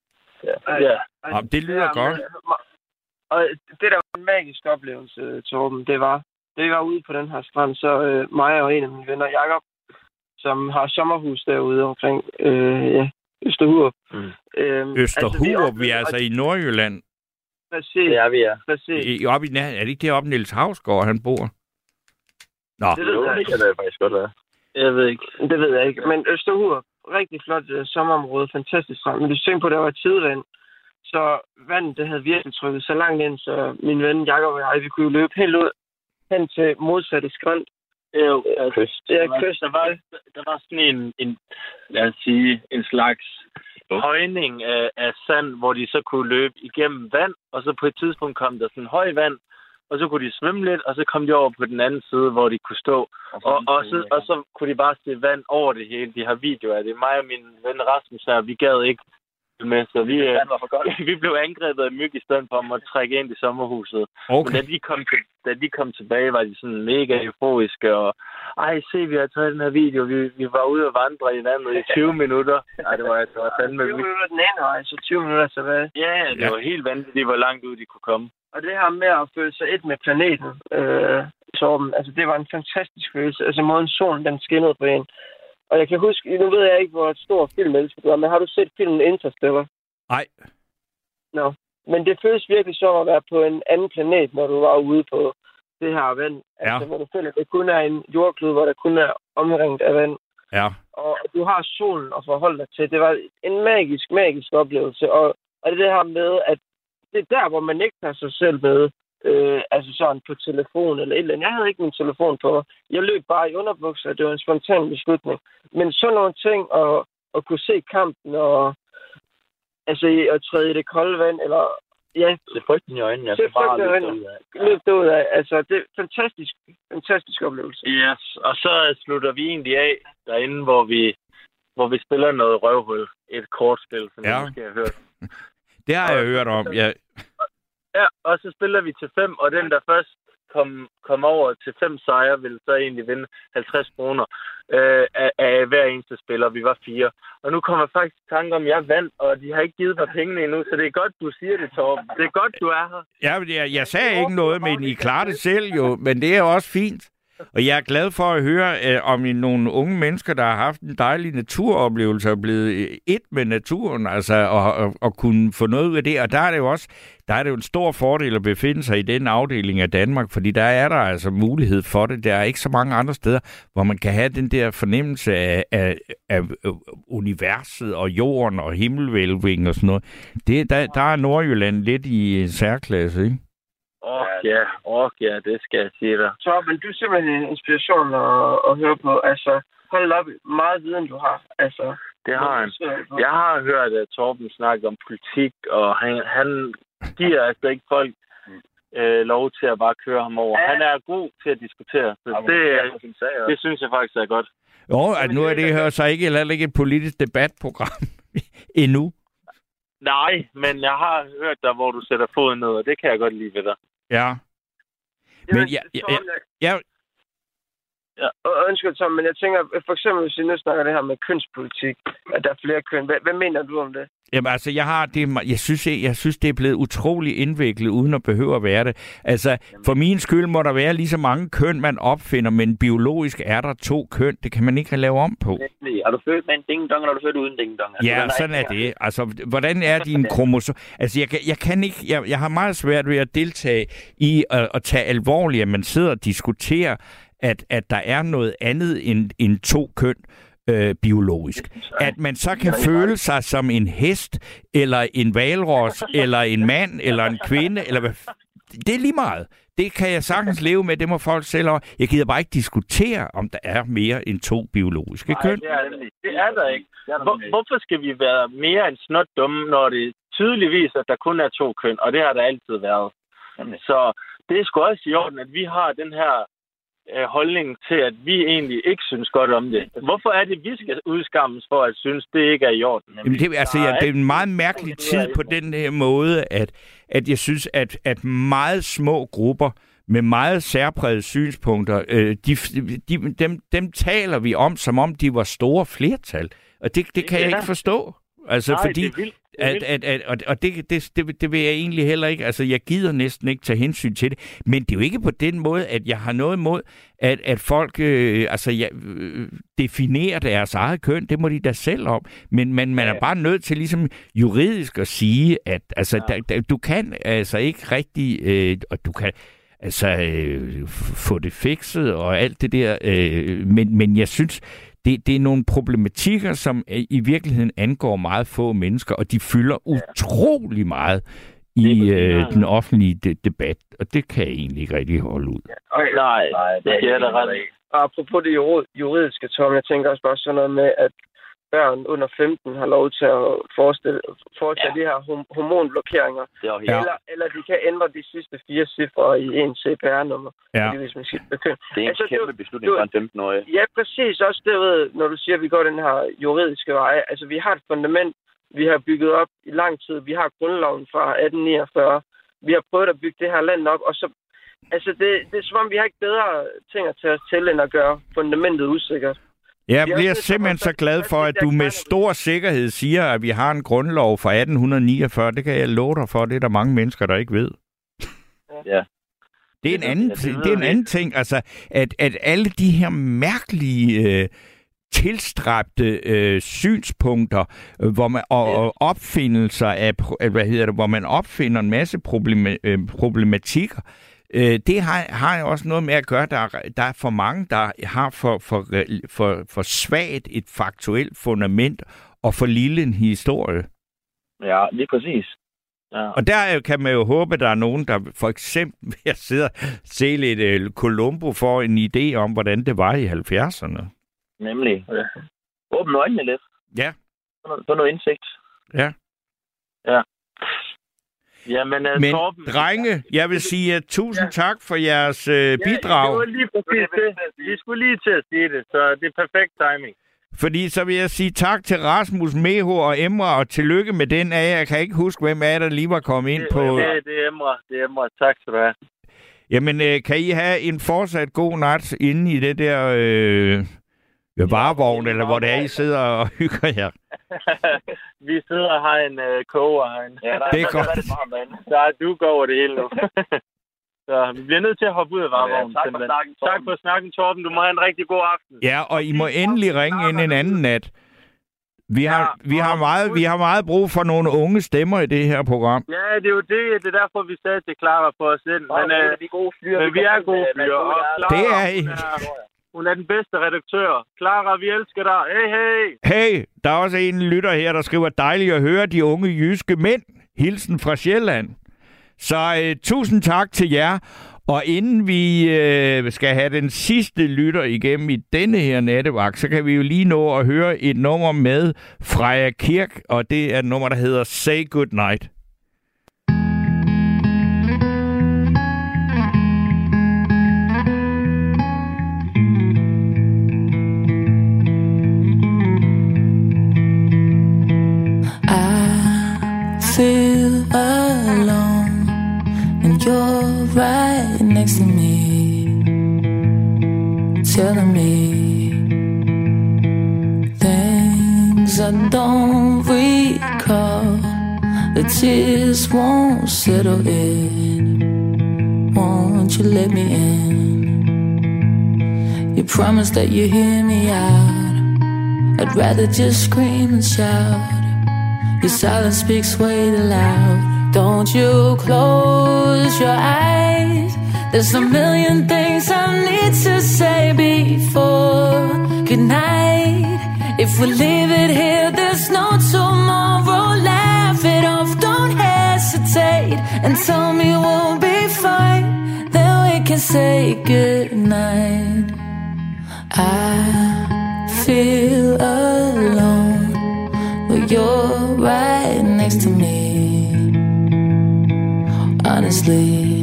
det lyder godt. Og det der var en magisk oplevelse, Torben, det var ude på den her strand, så mig og en af mine venner, Jakob, som har sommerhus derude omkring Østerhurup. Østerhurup, vi er altså i Nordjylland. Præcis. Det er vi, ja. Præcis. Er det ikke deroppe, Niels Hausgaard, han bor? Nå. Det kan det faktisk godt være. Jeg ved ikke. Det ved jeg ikke. Men Østerhurup, rigtig flot sommerområde, fantastisk strand. Men du tænker på, at der var tidevand, så vandet, det havde virkelig trykket så langt ind, så min ven Jakob og jeg, vi kunne løbe helt ud hen til modsatte skrant. Kyst. Der var sådan en lad os sige, en slags højning af sand, hvor de så kunne løbe igennem vand, og så på et tidspunkt kom der sådan høj vand, og så kunne de svømme lidt, og så kom de over på den anden side, hvor de kunne stå. Og så kunne de bare se vand over det hele. De har videoer af det. Mig og min ven Rasmus her, vi gad ikke med, så vi blev angrebet af myg i stedet for at måtte trække ind i sommerhuset. Okay. Men da de kom tilbage, var de sådan mega euforiske, og se, vi har taget den her video. Vi var ude og vandre i vandet i 20 minutter. Nej, det var fandme 20 minutter den ene vej, så 20 minutter tilbage. Ja, det var helt vanvittigt, hvor langt ud de kunne komme. Og det her med at føle sig et med planeten, Torben, altså det var en fantastisk følelse. Altså måden solen, den skinnede på en. Og jeg kan huske, nu ved jeg ikke, hvor stor filmelsker du er, men har du set filmen Interstellar? Nej. Nå. Men det føles virkelig som at være på en anden planet, når du var ude på det her vand. Ja. Altså, hvor du føler, at det kun er en jordklode, hvor der kun er omringet af vand. Ja. Og du har solen at forholde dig til. Det var en magisk oplevelse. Og det her med, at det er der, hvor man ikke tager sig selv med, altså sådan på telefon eller et eller andet. Jeg havde ikke min telefon på. Jeg løb bare i underbukser, det var en spontan beslutning. Men sådan nogle ting, at kunne se kampen, og altså at træde i det kolde vand, eller ja, se frygten i øjnene. Se frygten i øjnene. Løb derud af. Altså, det er fantastisk oplevelse. Yes, og så slutter vi egentlig af derinde, hvor vi spiller noget røvhul. Et kortspil, som jeg måske har hørt. Det har jeg hørt om, ja. Ja, og så spiller vi til 5, og den, der først kom over til 5 sejre, vil så egentlig vinde 50 kroner af hver eneste spiller. Vi var 4. Og nu kommer jeg faktisk i tanke om, at jeg vandt, og de har ikke givet mig pengene endnu, så det er godt, du siger det, Torben. Det er godt, du er her. Ja, jeg sagde ikke noget, men I klarer det selv jo, men det er også fint. Og jeg er glad for at høre om nogle unge mennesker, der har haft en dejlig naturoplevelse og blevet et med naturen, altså og kunne få noget ud af det. Og der er det jo en stor fordel at befinde sig i den afdeling af Danmark, fordi der er der altså mulighed for det. Der er ikke så mange andre steder, hvor man kan have den der fornemmelse af universet og jorden og himmelvælving og sådan noget. Der er Nordjylland lidt i særklasse, ikke? Ja, det skal jeg sige dig. Torben, du er simpelthen en inspiration at høre på. Altså, hold op, meget viden du har. Altså, det har han. Jeg har hørt, at Torben snakke om politik, og han giver altså ikke folk lov til at bare køre ham over. Han er god til at diskutere. Så det synes jeg faktisk er godt. Jo, at nu er det her så ikke et politisk debatprogram endnu. Nej, men jeg har hørt dig, hvor du sætter foden ned, og det kan jeg godt lide ved dig. Ja. Men undskyld, Tom, men jeg tænker, for eksempel, hvis vi nu snakker det her med kønspolitik, at der er flere køn, hvad mener du om det? Jamen altså, jeg synes, det er blevet utrolig indviklet, uden at behøve at være det. Altså, for min skyld må der være lige så mange køn, man opfinder, men biologisk er der 2 køn. Det kan man ikke lave om på. Er du født med en ding-dong, eller er du født uden ding-dong? Altså, ja, sådan er det. Altså, hvordan er din kromosom? Altså, jeg kan ikke... Jeg har meget svært ved at deltage i at tage alvorligt, at man sidder og diskuterer, at der er noget andet end 2 køn biologisk. At man så kan føle sig som en hest, eller en hvalros, eller en mand, eller en kvinde, eller hvad... Det er lige meget. Det kan jeg sagtens leve med, det må folk selv over. Jeg gider bare ikke diskutere, om der er mere end 2 biologiske køn. Det er der ikke. Hvorfor skal vi være mere end snot dumme, når det tydeligvis, at der kun er 2 køn, og det har der altid været. Så det er sgu også i orden, at vi har den her holdning til, at vi egentlig ikke synes godt om det. Hvorfor er det, vi skal udskammes for at synes, det ikke er i orden? Jamen det er en meget mærkelig tid på den her måde, at jeg synes, at meget små grupper med meget særprægede synspunkter, dem taler vi om, som om de var store flertal. Og det kan jeg ikke forstå. Altså, nej, fordi... Det vil jeg egentlig heller ikke. Altså, jeg gider næsten ikke tage hensyn til det. Men det er jo ikke på den måde, at jeg har noget imod, at folk definerer deres eget køn. Det må de da selv om. Men man er bare nødt til ligesom juridisk at sige, at altså, du kan altså ikke rigtig... og du kan få det fikset og alt det der. Men jeg synes... Det er nogle problematikker, som i virkeligheden angår meget få mennesker, og de fylder utrolig meget i den offentlige debat, og det kan jeg egentlig ikke rigtig holde ud. Nej, det er der ret ikke. Apropos det juridiske, Tom, jeg tænker også bare sådan noget med, at børn under 15 har lov til at foretage de her hormonblokeringer. Eller de kan ændre de sidste 4 cifre i en CPR-nummer. Ja. Hvis man skifter køn. Det er en kæmpe beslutning for en 15-årig. Ja, præcis. Også det, når du siger, at vi går den her juridiske vej. Altså, vi har et fundament, vi har bygget op i lang tid. Vi har grundloven fra 1849. Vi har prøvet at bygge det her land op, og så... Altså, det er som om, vi har ikke bedre ting at tage os til, end at gøre fundamentet usikkert. Jeg bliver simpelthen så glad for, at du med stor sikkerhed siger, at vi har en grundlov fra 1849. Det kan jeg love dig for. Det er der mange mennesker, der ikke ved. Ja. Det er en anden ting. Altså, at alle de her mærkelige tilstræbte synspunkter, hvor man og opfindelser af, hvor man opfinder en masse problematikker. Det har også noget med at gøre, der er for mange, der har for svagt et faktuelt fundament og for lille en historie. Ja, lige præcis. Ja. Og der kan man jo håbe, at der er nogen, der for eksempel ved at sidde og se lidt Columbo får en idé om, hvordan det var i 70'erne. Nemlig. Ja. Åbne øjnene lidt. Ja. Få noget indsigt. Ja. Ja. Jamen, men Torben, drenge, jeg vil sige tusind tak for jeres bidrag. Ja, det var lige præcis det. Vi skulle lige til at sige det, så det er perfekt timing. Fordi så vil jeg sige tak til Rasmus, Meho og Emre, og tillykke med den af jer. Jeg kan ikke huske, hvem af jer, der lige var kommet ind på... Det er Emre. Det er Emre. Tak skal du have. Jamen, kan I have en fortsat god nat inde i det der varevogn, eller hvor det er, I sidder og hygger jer? Vi sidder og har en koger herinde. Ja, det er godt. Der er duk over det hele nu. Så vi bliver nødt til at hoppe ud af varevognen. Tak for snakken, Torben. Du må have en rigtig god aften. Ja, og I må endelig ringe ind en anden nat. Vi har meget brug for nogle unge stemmer i det her program. Ja, det er jo det. Det er derfor, vi sagde til Clara på os ind. Men vi er gode fyre. Det er I. Hun er den bedste redaktør. Clara, vi elsker dig. Hey. Hey, der er også en lytter her, der skriver, dejligt at høre de unge jyske mænd. Hilsen fra Sjælland. Så tusind tak til jer. Og inden vi skal have den sidste lytter igennem i denne her nattevagt, så kan vi jo lige nå at høre et nummer med Freja Kirk, og det er et nummer, der hedder Say Good Night. Feel alone and you're right next to me, telling me things I don't recall. The tears won't settle in. Won't you let me in? You promised that you hear me out. I'd rather just scream and shout. Your silence speaks way too loud. Don't you close your eyes. There's a million things I need to say before good night. If we leave it here, there's no tomorrow. Laugh it off, don't hesitate, and tell me we'll be fine. Then we can say good night. I feel alone, but you're right next to me. Honestly,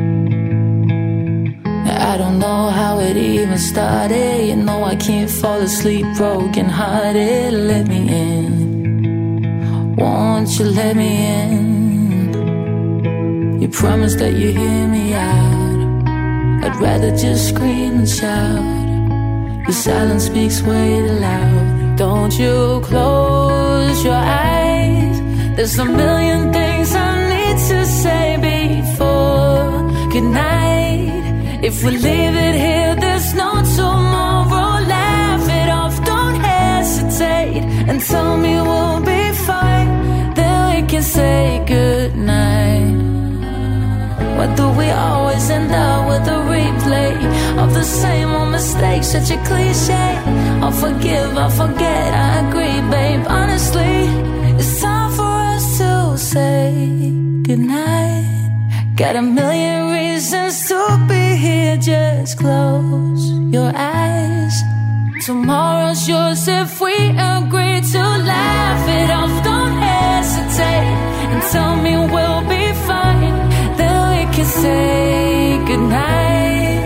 I don't know how it even started. You know I can't fall asleep broken hearted. Let me in. Won't you let me in? You promised that you hear me out. I'd rather just scream and shout. Your silence speaks way too loud. Don't you close your eyes. There's a million things I need to say before good night. If we leave it here, there's no tomorrow. Laugh it off, don't hesitate, and tell me we'll be fine. Then we can say good night. Why do we always end up with a replay of the same old mistakes? Such a cliche. I'll forgive, I'll forget, I agree, babe. Honestly, it's time for us to say goodnight. Got a million reasons to be here, just close your eyes. Tomorrow's yours if we agree to laugh it off. Don't hesitate, and tell me we'll be fine. Then we can say goodnight.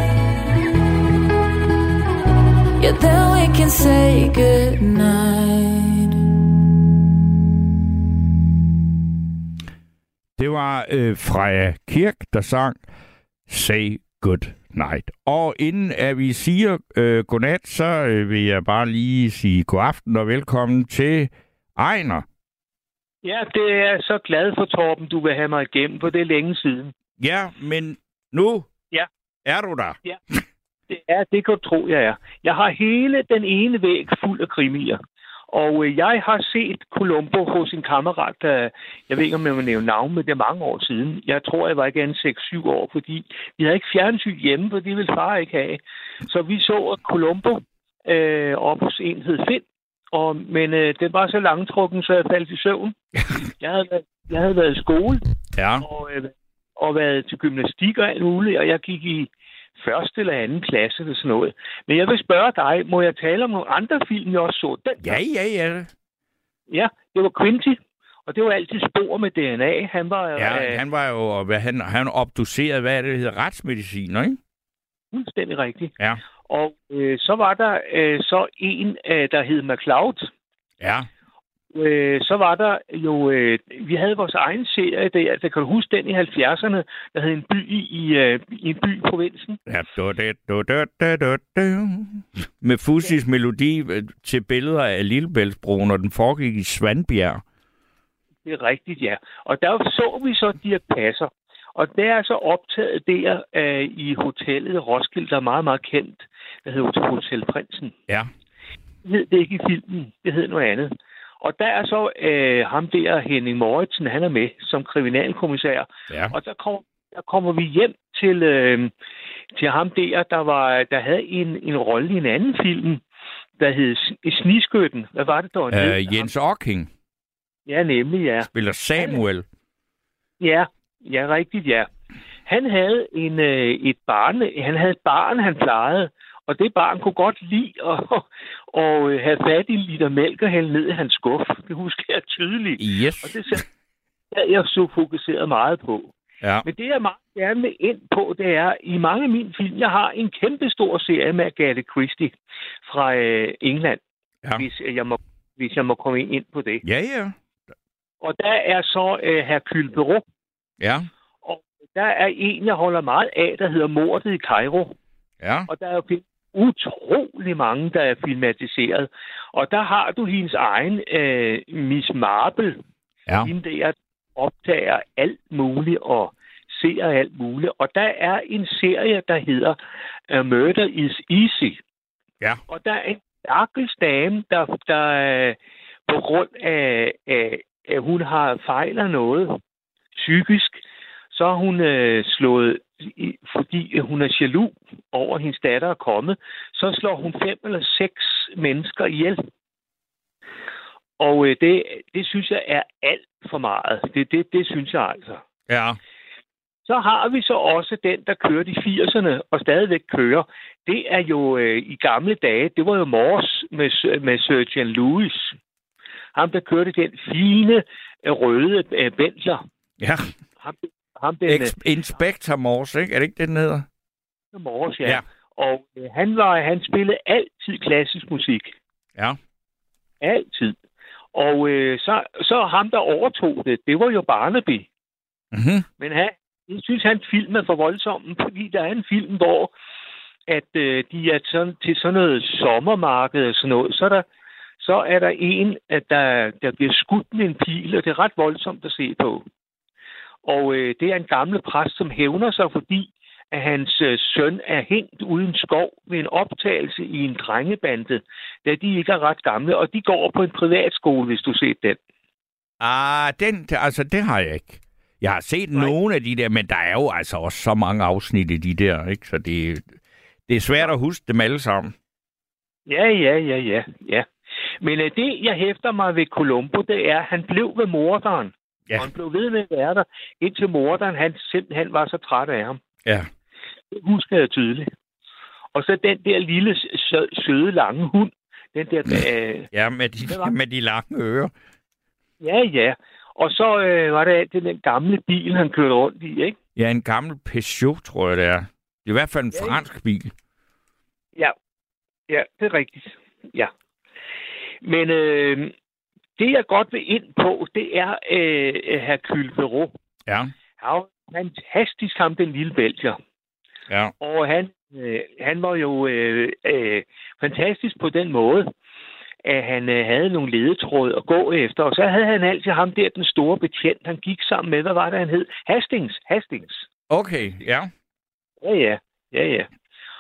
Yeah, then we can say goodnight. Det var Freja Kirk, der sang Say Good Night. Og inden at vi siger godnat, så vil jeg bare lige sige god aften og velkommen til Ejner. Ja, det er jeg så glad for, Torben, du vil have mig igennem, for det er længe siden. Ja, men nu er du der. Ja. Det kan du tro, jeg er. Jeg har hele den ene væg fuld af krimier. Og jeg har set Columbo hos en kammerat, der, jeg ved ikke, om jeg må nævne navn, men det er mange år siden. Jeg tror, jeg var ikke andet 6-7 år, fordi vi havde ikke fjernsyn hjemme, for det ville far ikke have. Så vi så Columbo op hos en hed Finn. Men det var så langtrukken, så jeg faldt i søvn. Jeg havde været i skole og været til gymnastik og alt muligt, og jeg gik i første eller anden klasse eller sådan noget. Men jeg vil spørge dig, må jeg tale om nogle andre film, jeg også så? Ja. Ja, det var Quinty, og det var altid spor med DNA. Han var jo, han obducerede, hvad det hedder, retsmediciner, ikke? Fuldstændig rigtigt. Ja. Og så var der så en, der hed McCloud. Ja. Så var der jo... vi havde vores egen serie der. Kan du huske den i 70'erne, der hed en by i en by i provinsen? Ja. Med Fussis melodi til billeder af Lillebæltsbroen, og den foregik i Svanbjerg. Det er rigtigt, ja. Og der så vi så Dirch Passer. Og der er så optaget der i hotellet i Roskilde, der er meget, meget kendt. Der hedder Hotel Prinsen. Ja. Det hed det ikke i filmen. Det hed noget andet. Og der er så ham der, Henning Moritzen, han er med som kriminalkommissær. Ja. Og der kommer vi hjem til ham der havde en rolle i en anden film, der hed Snigskytten. Hvad var det der? Jens Ocking. Ja, nemlig, ja. Spiller Samuel. Ja, rigtigt, ja. Han havde et barn. Han havde et barn, han plejede. Og det barn kunne godt lide at have fat i en liter mælk og hælde ned i hans skuf. Det husker jeg tydeligt. Yes. Og det jeg så fokuseret meget på. Ja. Men det, jeg meget gerne vil ind på, det er, i mange af mine film, jeg har en kæmpe stor serie med Agatha Christie fra England. Ja. Hvis jeg må komme ind på det. Ja. Og der er så Hercule Poirot. Ja. Og der er en, jeg holder meget af, der hedder Mordet i Cairo. Ja. Og der er jo utrolig mange, der er filmatiseret. Og der har du hendes egen Miss Marple. Ja. Hende der optager alt muligt og ser alt muligt. Og der er en serie, der hedder Murder is Easy. Ja. Og der er en stakkels dame, der på grund af, at hun har fejler noget psykisk, så er hun slået, fordi hun er jaloux over, at hendes datter er kommet, så slår hun 5 eller 6 mennesker ihjel. Og det synes jeg er alt for meget. Det synes jeg altså. Ja. Så har vi så også den, der kørte i 80'erne og stadigvæk kører. Det er jo i gamle dage, det var jo Morse med Sir John Lewis. Ham, der kørte den fine røde Bentler. Ja. Ham den, Inspector Morse, ikke? Er det ikke det, den hedder? Morse, ja. Og han spillede altid klassisk musik. Ja. Altid. Og så ham, der overtog det var jo Barnaby. Mm-hmm. Men jeg synes, hans film er for voldsom, fordi der er en film, hvor at de er til sådan noget sommermarked og sådan noget, så er der en, at der bliver skudt med en pil, og det er ret voldsomt at se på. Og det er en gammel præst, som hævner sig, fordi at hans søn er hængt uden skov ved en optagelse i en drengebande, da de ikke er ret gamle, og de går på en privatskole, hvis du ser den. Det har jeg ikke. Jeg har set nogle af de der, men der er jo altså også så mange afsnit i de der, ikke? Så det er svært at huske dem alle sammen. Ja. Men det, jeg hæfter mig ved Columbo, det er, at han blev ved morderen. Ja. Og han blev ved med at være der, indtil morderen, han simpelthen var så træt af ham. Ja. Det husker jeg tydeligt. Og så den der lille, søde, lange hund. Den der... med de lange ører. Ja. Og så var det altid den gamle bil, han kørte rundt i, ikke? Ja, en gammel Peugeot, tror jeg, det er. Det er i hvert fald en fransk bil. Ja, det er rigtigt. Ja. Men det, jeg godt vil ind på, det er Hercule Poirot. Ja. Han var fantastisk, ham den lille belgier. Ja. Og han var jo fantastisk på den måde, at han havde nogle ledetråd at gå efter. Og så havde han altid ham der, den store betjent, han gik sammen med. Hvad var det, han hed? Hastings. Okay, ja. Ja.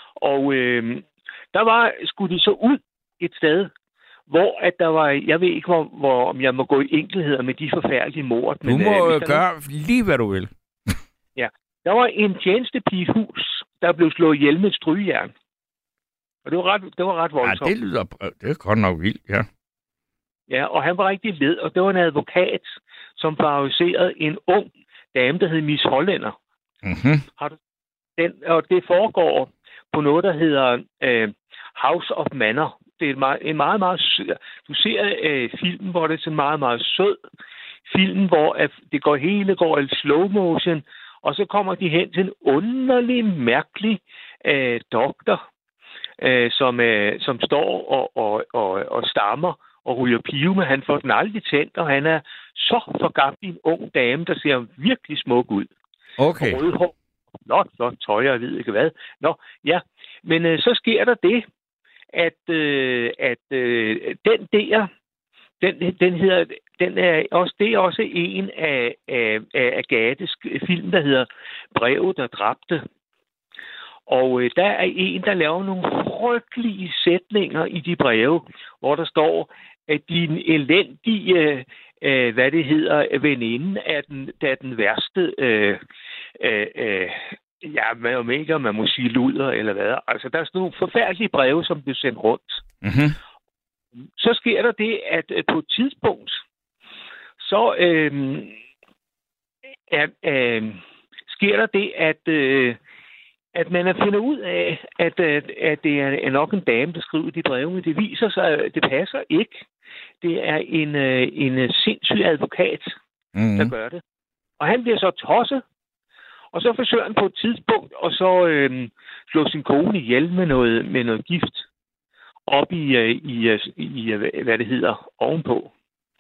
Og skulle de så ud et sted, hvor at der var, jeg ved ikke, om jeg må gå i enkelheder med de forfærdelige mord. Du må gøre lige, hvad du vil. Ja, der var en tjenestepigehus, der blev slået ihjel med et strygejern. Og det var ret voldsomt. Ja, det er godt nok vildt, ja. Ja, og han var rigtig led, og det var en advokat, som favoriserede en ung dame, der hed Miss Hollænder. Mm-hmm. Og det foregår på noget, der hedder House of Manor. Det er en meget, meget sød. Du ser filmen, hvor det er sådan meget, meget sød. Filmen, hvor det går i slow motion, og så kommer de hen til en underlig, mærkelig doktor, som står og stammer og ryger pive, men han får den aldrig tændt, og han er så forgabt i en ung dame, der ser virkelig smuk ud. Okay. Og rødhår, flot tøj, jeg ved ikke hvad. Nå, ja. Men så sker der det, at det er også en af Agates film, der hedder Brevet, der dræbte. Og der er en, der laver nogle frygtelige sætninger i de breve, hvor der står, at din elendige, veninde er den værste, man må sige luder eller hvad. Altså, der er sådan nogle forfærdelige breve, som bliver sendt rundt. Mm-hmm. Så sker der det, at på et tidspunkt, så sker der det, at man finder ud af, at det er nok en dame, der skriver de breve, men det viser sig, at det passer ikke. Det er en sindssyg advokat, der gør det. Og han bliver så tosset, og så forsøger han på et tidspunkt, og så slår sin kone ihjel med noget gift op i hvad det hedder, ovenpå,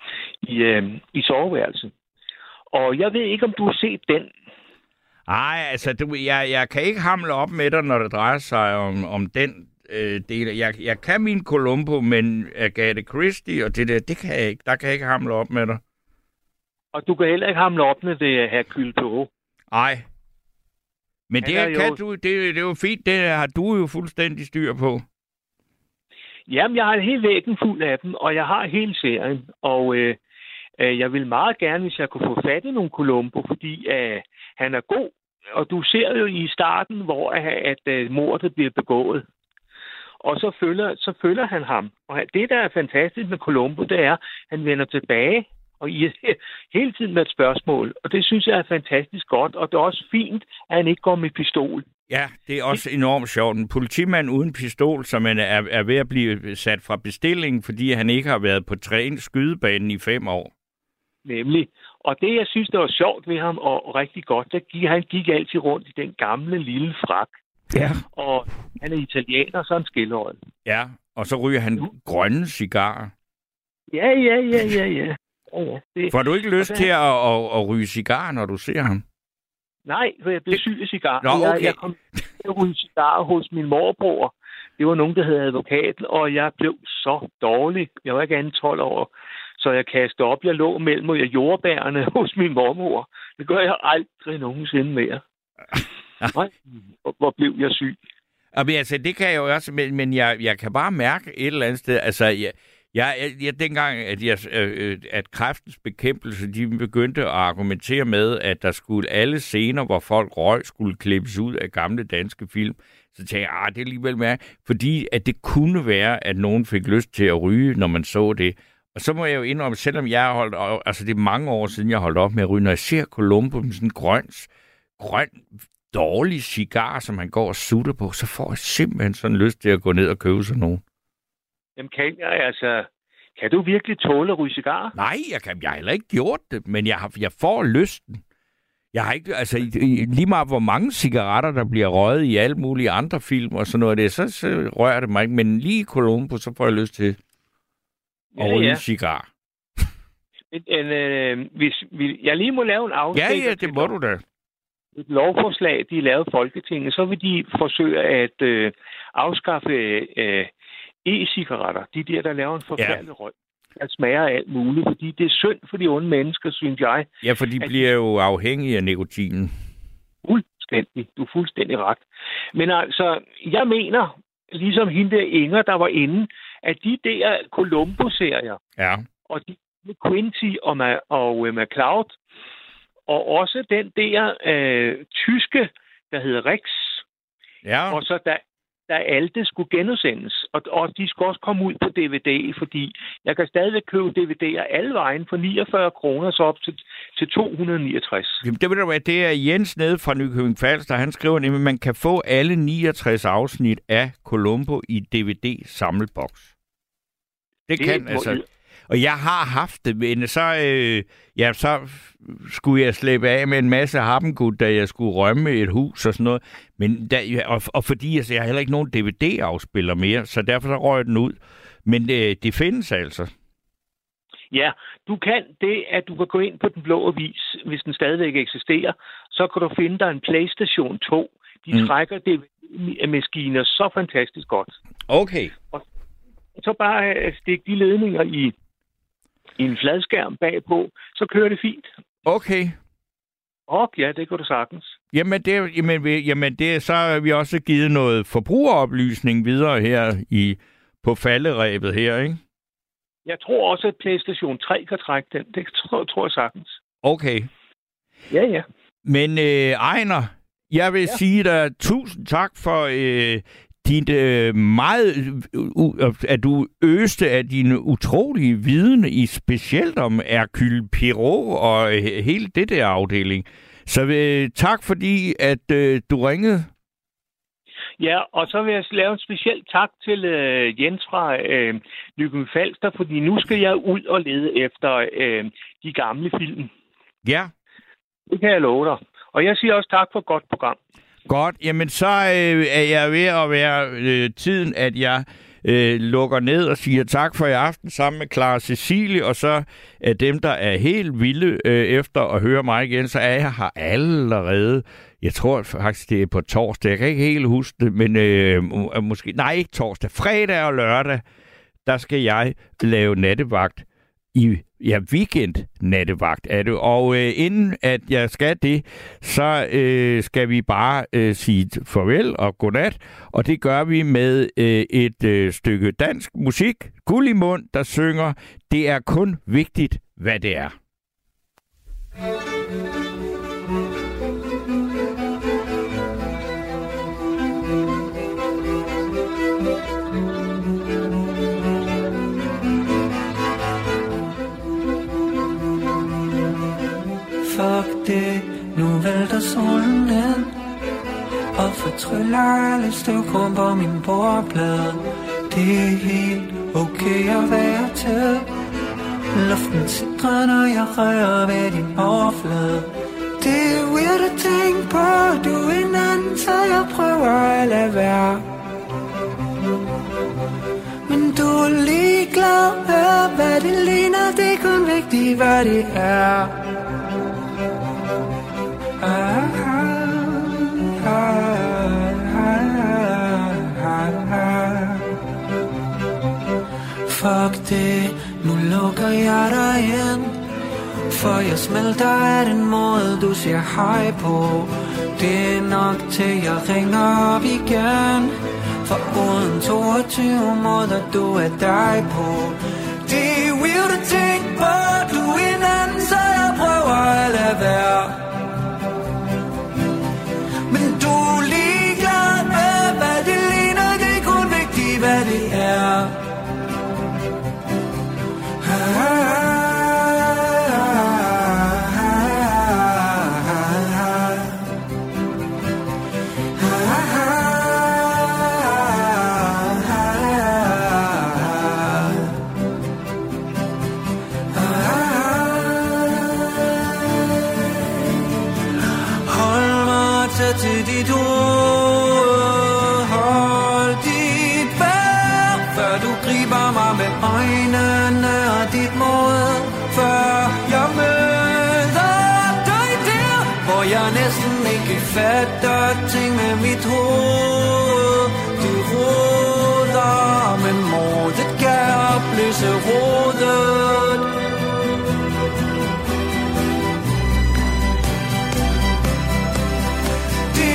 i soveværelset. Og jeg ved ikke, om du har set den. Nej, altså, jeg kan ikke hamle op med dig, når det drejer sig om den del. Jeg kan min Columbo, men Agatha Christie og det kan jeg ikke. Der kan jeg ikke hamle op med dig. Og du kan heller ikke hamle op med det, Hercule Poirot. Nej. Men det er jo fint. Det har du jo fuldstændig styr på. Jamen, jeg har en hel væggen fuld af dem, og jeg har hele serien. Og jeg vil meget gerne, hvis jeg kunne få fat i nogle Columbo, fordi han er god. Og du ser jo i starten, hvor at mordet bliver begået. Og så følger han ham. Og det, der er fantastisk med Columbo, det er, at han vender tilbage og hele tiden med et spørgsmål. Og det synes jeg er fantastisk godt. Og det er også fint, at han ikke går med pistol. Ja, det er også enormt sjovt. En politimand uden pistol, som er ved at blive sat fra bestillingen, fordi han ikke har været på skydebanen i 5 år. Nemlig. Og det, jeg synes, der var sjovt ved ham, og rigtig godt, han gik altid rundt i den gamle lille frak. Ja. Og han er italiener, så en skildrød. Ja, og så ryger han grønne cigarer. Ja. Får du ikke lyst til at ryge cigarer, når du ser ham? Nej, for jeg blev syg af cigarer. Nå, okay. Jeg kom til at ryge cigarer hos min morbror. Det var nogen, der hed advokaten, og jeg blev så dårlig. Jeg var ikke andet 12 år, så jeg kastede op. Jeg lå mellem jordbærene hos min mormor. Det gør jeg aldrig nogensinde mere. Nej, hvor blev jeg syg? Altså, det kan jeg jo også, men jeg kan bare mærke et eller andet sted, altså, jeg dengang, at Kræftens Bekæmpelse, de begyndte at argumentere med, at der skulle alle scener, hvor folk røg, skulle klippes ud af gamle danske film, så tænkte jeg, det er alligevel mærke, fordi at det kunne være, at nogen fik lyst til at ryge, når man så det. Og så må jeg jo indrømme, selvom jeg har holdt, altså det er mange år siden, jeg holdt op med at ryge, når jeg ser Columbo med sådan en grøn, dårlig cigar, som han går og sutter på, så får jeg simpelthen sådan lyst til at gå ned og købe sådan nogen. Jamen kan du virkelig tåle at ryge cigarer? Nej, jeg har heller ikke gjort det, men jeg får lysten. Jeg har ikke, altså lige meget hvor mange cigaretter, der bliver røget i alle mulige andre film og sådan noget af det, så rører det mig ikke, men lige i Columbo, så får jeg lyst til at ryge cigar. Hvis jeg lige må lave en aftale. Ja, det må du da. Et lovforslag, de lavede i Folketinget, så vil de forsøge at afskaffe e-cigaretter. De der laver en forfærdelig røg. Der smager alt muligt, fordi det er synd for de onde mennesker, synes jeg. Ja, for de bliver jo afhængige af nikotinen. Du er fuldstændig ret. Men altså, jeg mener, ligesom hende der Inger, der var inde, at de der Columbo-serier, og de med Quincy og MacLeod, og også den der tyske, der hedder Rex, og så der Alte skulle genudsendes, og de skal også komme ud på DVD, fordi jeg kan stadigvæk købe DVD'er alle vejen for 49 kroner, så op til 269. Jamen, det ved du hvad, det er Jens nede fra Nykøbing Falster, han skriver nemlig, at man kan få alle 69 afsnit af Columbo i DVD-samleboks. Det kan altså... Og jeg har haft det, men så skulle jeg slippe af med en masse happengud, da jeg skulle rømme et hus og sådan noget. Men og fordi jeg har heller ikke nogen DVD-afspiller mere, så derfor så røg den ud. Men det findes altså. Ja, du kan det, at du kan gå ind på Den Blå Avis, hvis den stadigvæk eksisterer, så kan du finde dig en PlayStation 2. De trækker DVD-maskiner så fantastisk godt. Okay. Og så bare stikke de ledninger i en fladskærm bagpå, så kører det fint. Okay. Og ja, det kan du sagtens. Jamen, så har vi også givet noget forbrugeroplysning videre her på falderæbet her, ikke? Jeg tror også, at PlayStation 3 kan trække den. Det tror jeg sagtens. Okay. Ja. Men Ejner, jeg vil sige dig tusind tak for at du øste af dine utrolige viden i specielt om Hercule Poirot og hele det der afdeling. Så tak fordi, at du ringede. Ja, og så vil jeg lave en speciel tak til Jens fra Nykøbing Falster, fordi nu skal jeg ud og lede efter de gamle film. Ja. Det kan jeg love dig. Og jeg siger også tak for et godt program. Godt, jamen så er jeg ved at være tiden, at jeg lukker ned og siger tak for i aften sammen med Clara Cecilie, og så er dem, der er helt vilde efter at høre mig igen, så er jeg her allerede. Jeg tror faktisk, det er på torsdag. Jeg kan ikke helt huske det, men måske... Nej, ikke torsdag. Fredag og lørdag, der skal jeg lave nattevagt weekend-nattevagt er det. Og inden at jeg skal det, så skal vi bare sige farvel og godnat. Og det gør vi med et stykke dansk musik. Guld i mund, der synger, det er kun vigtigt, hvad det er. Fuck det, nu vælter solen ned og fortryller alle støvklumper min bordplade. Det er helt okay at være til. Luften sidder, når jeg rører ved din overflade. Det er weird at tænke på, du er en anden, så jeg prøver at lade være. Men du er ligeglad med, hvad det ligner. Det er kun vigtigt, hvad det er. Fuck det, nu lukker jeg dig ind. For jeg smelter af den måde, du siger hej på. Det er nok til jeg ringer op igen. For uden 22 måder, du er dig på. Det er weird at tænke på, du er en anden, så jeg prøver at lade være. Men du er ligeglad med, hvad det ligner. Det er kun vigtigt, hvad det er. Til dit ord, hold dit vejr, før du griber mig med øjnene og dit mod, før jeg møder dig der, hvor jeg næsten ikke fatter ting med mit hoved. Du roder, men modet kan opløse rodet. Det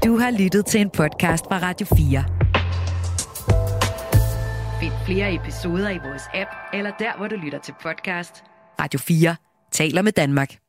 Du har lyttet til en podcast fra Radio 4. Find flere episoder i vores app, eller der, hvor du lytter til podcast. Radio 4 taler med Danmark.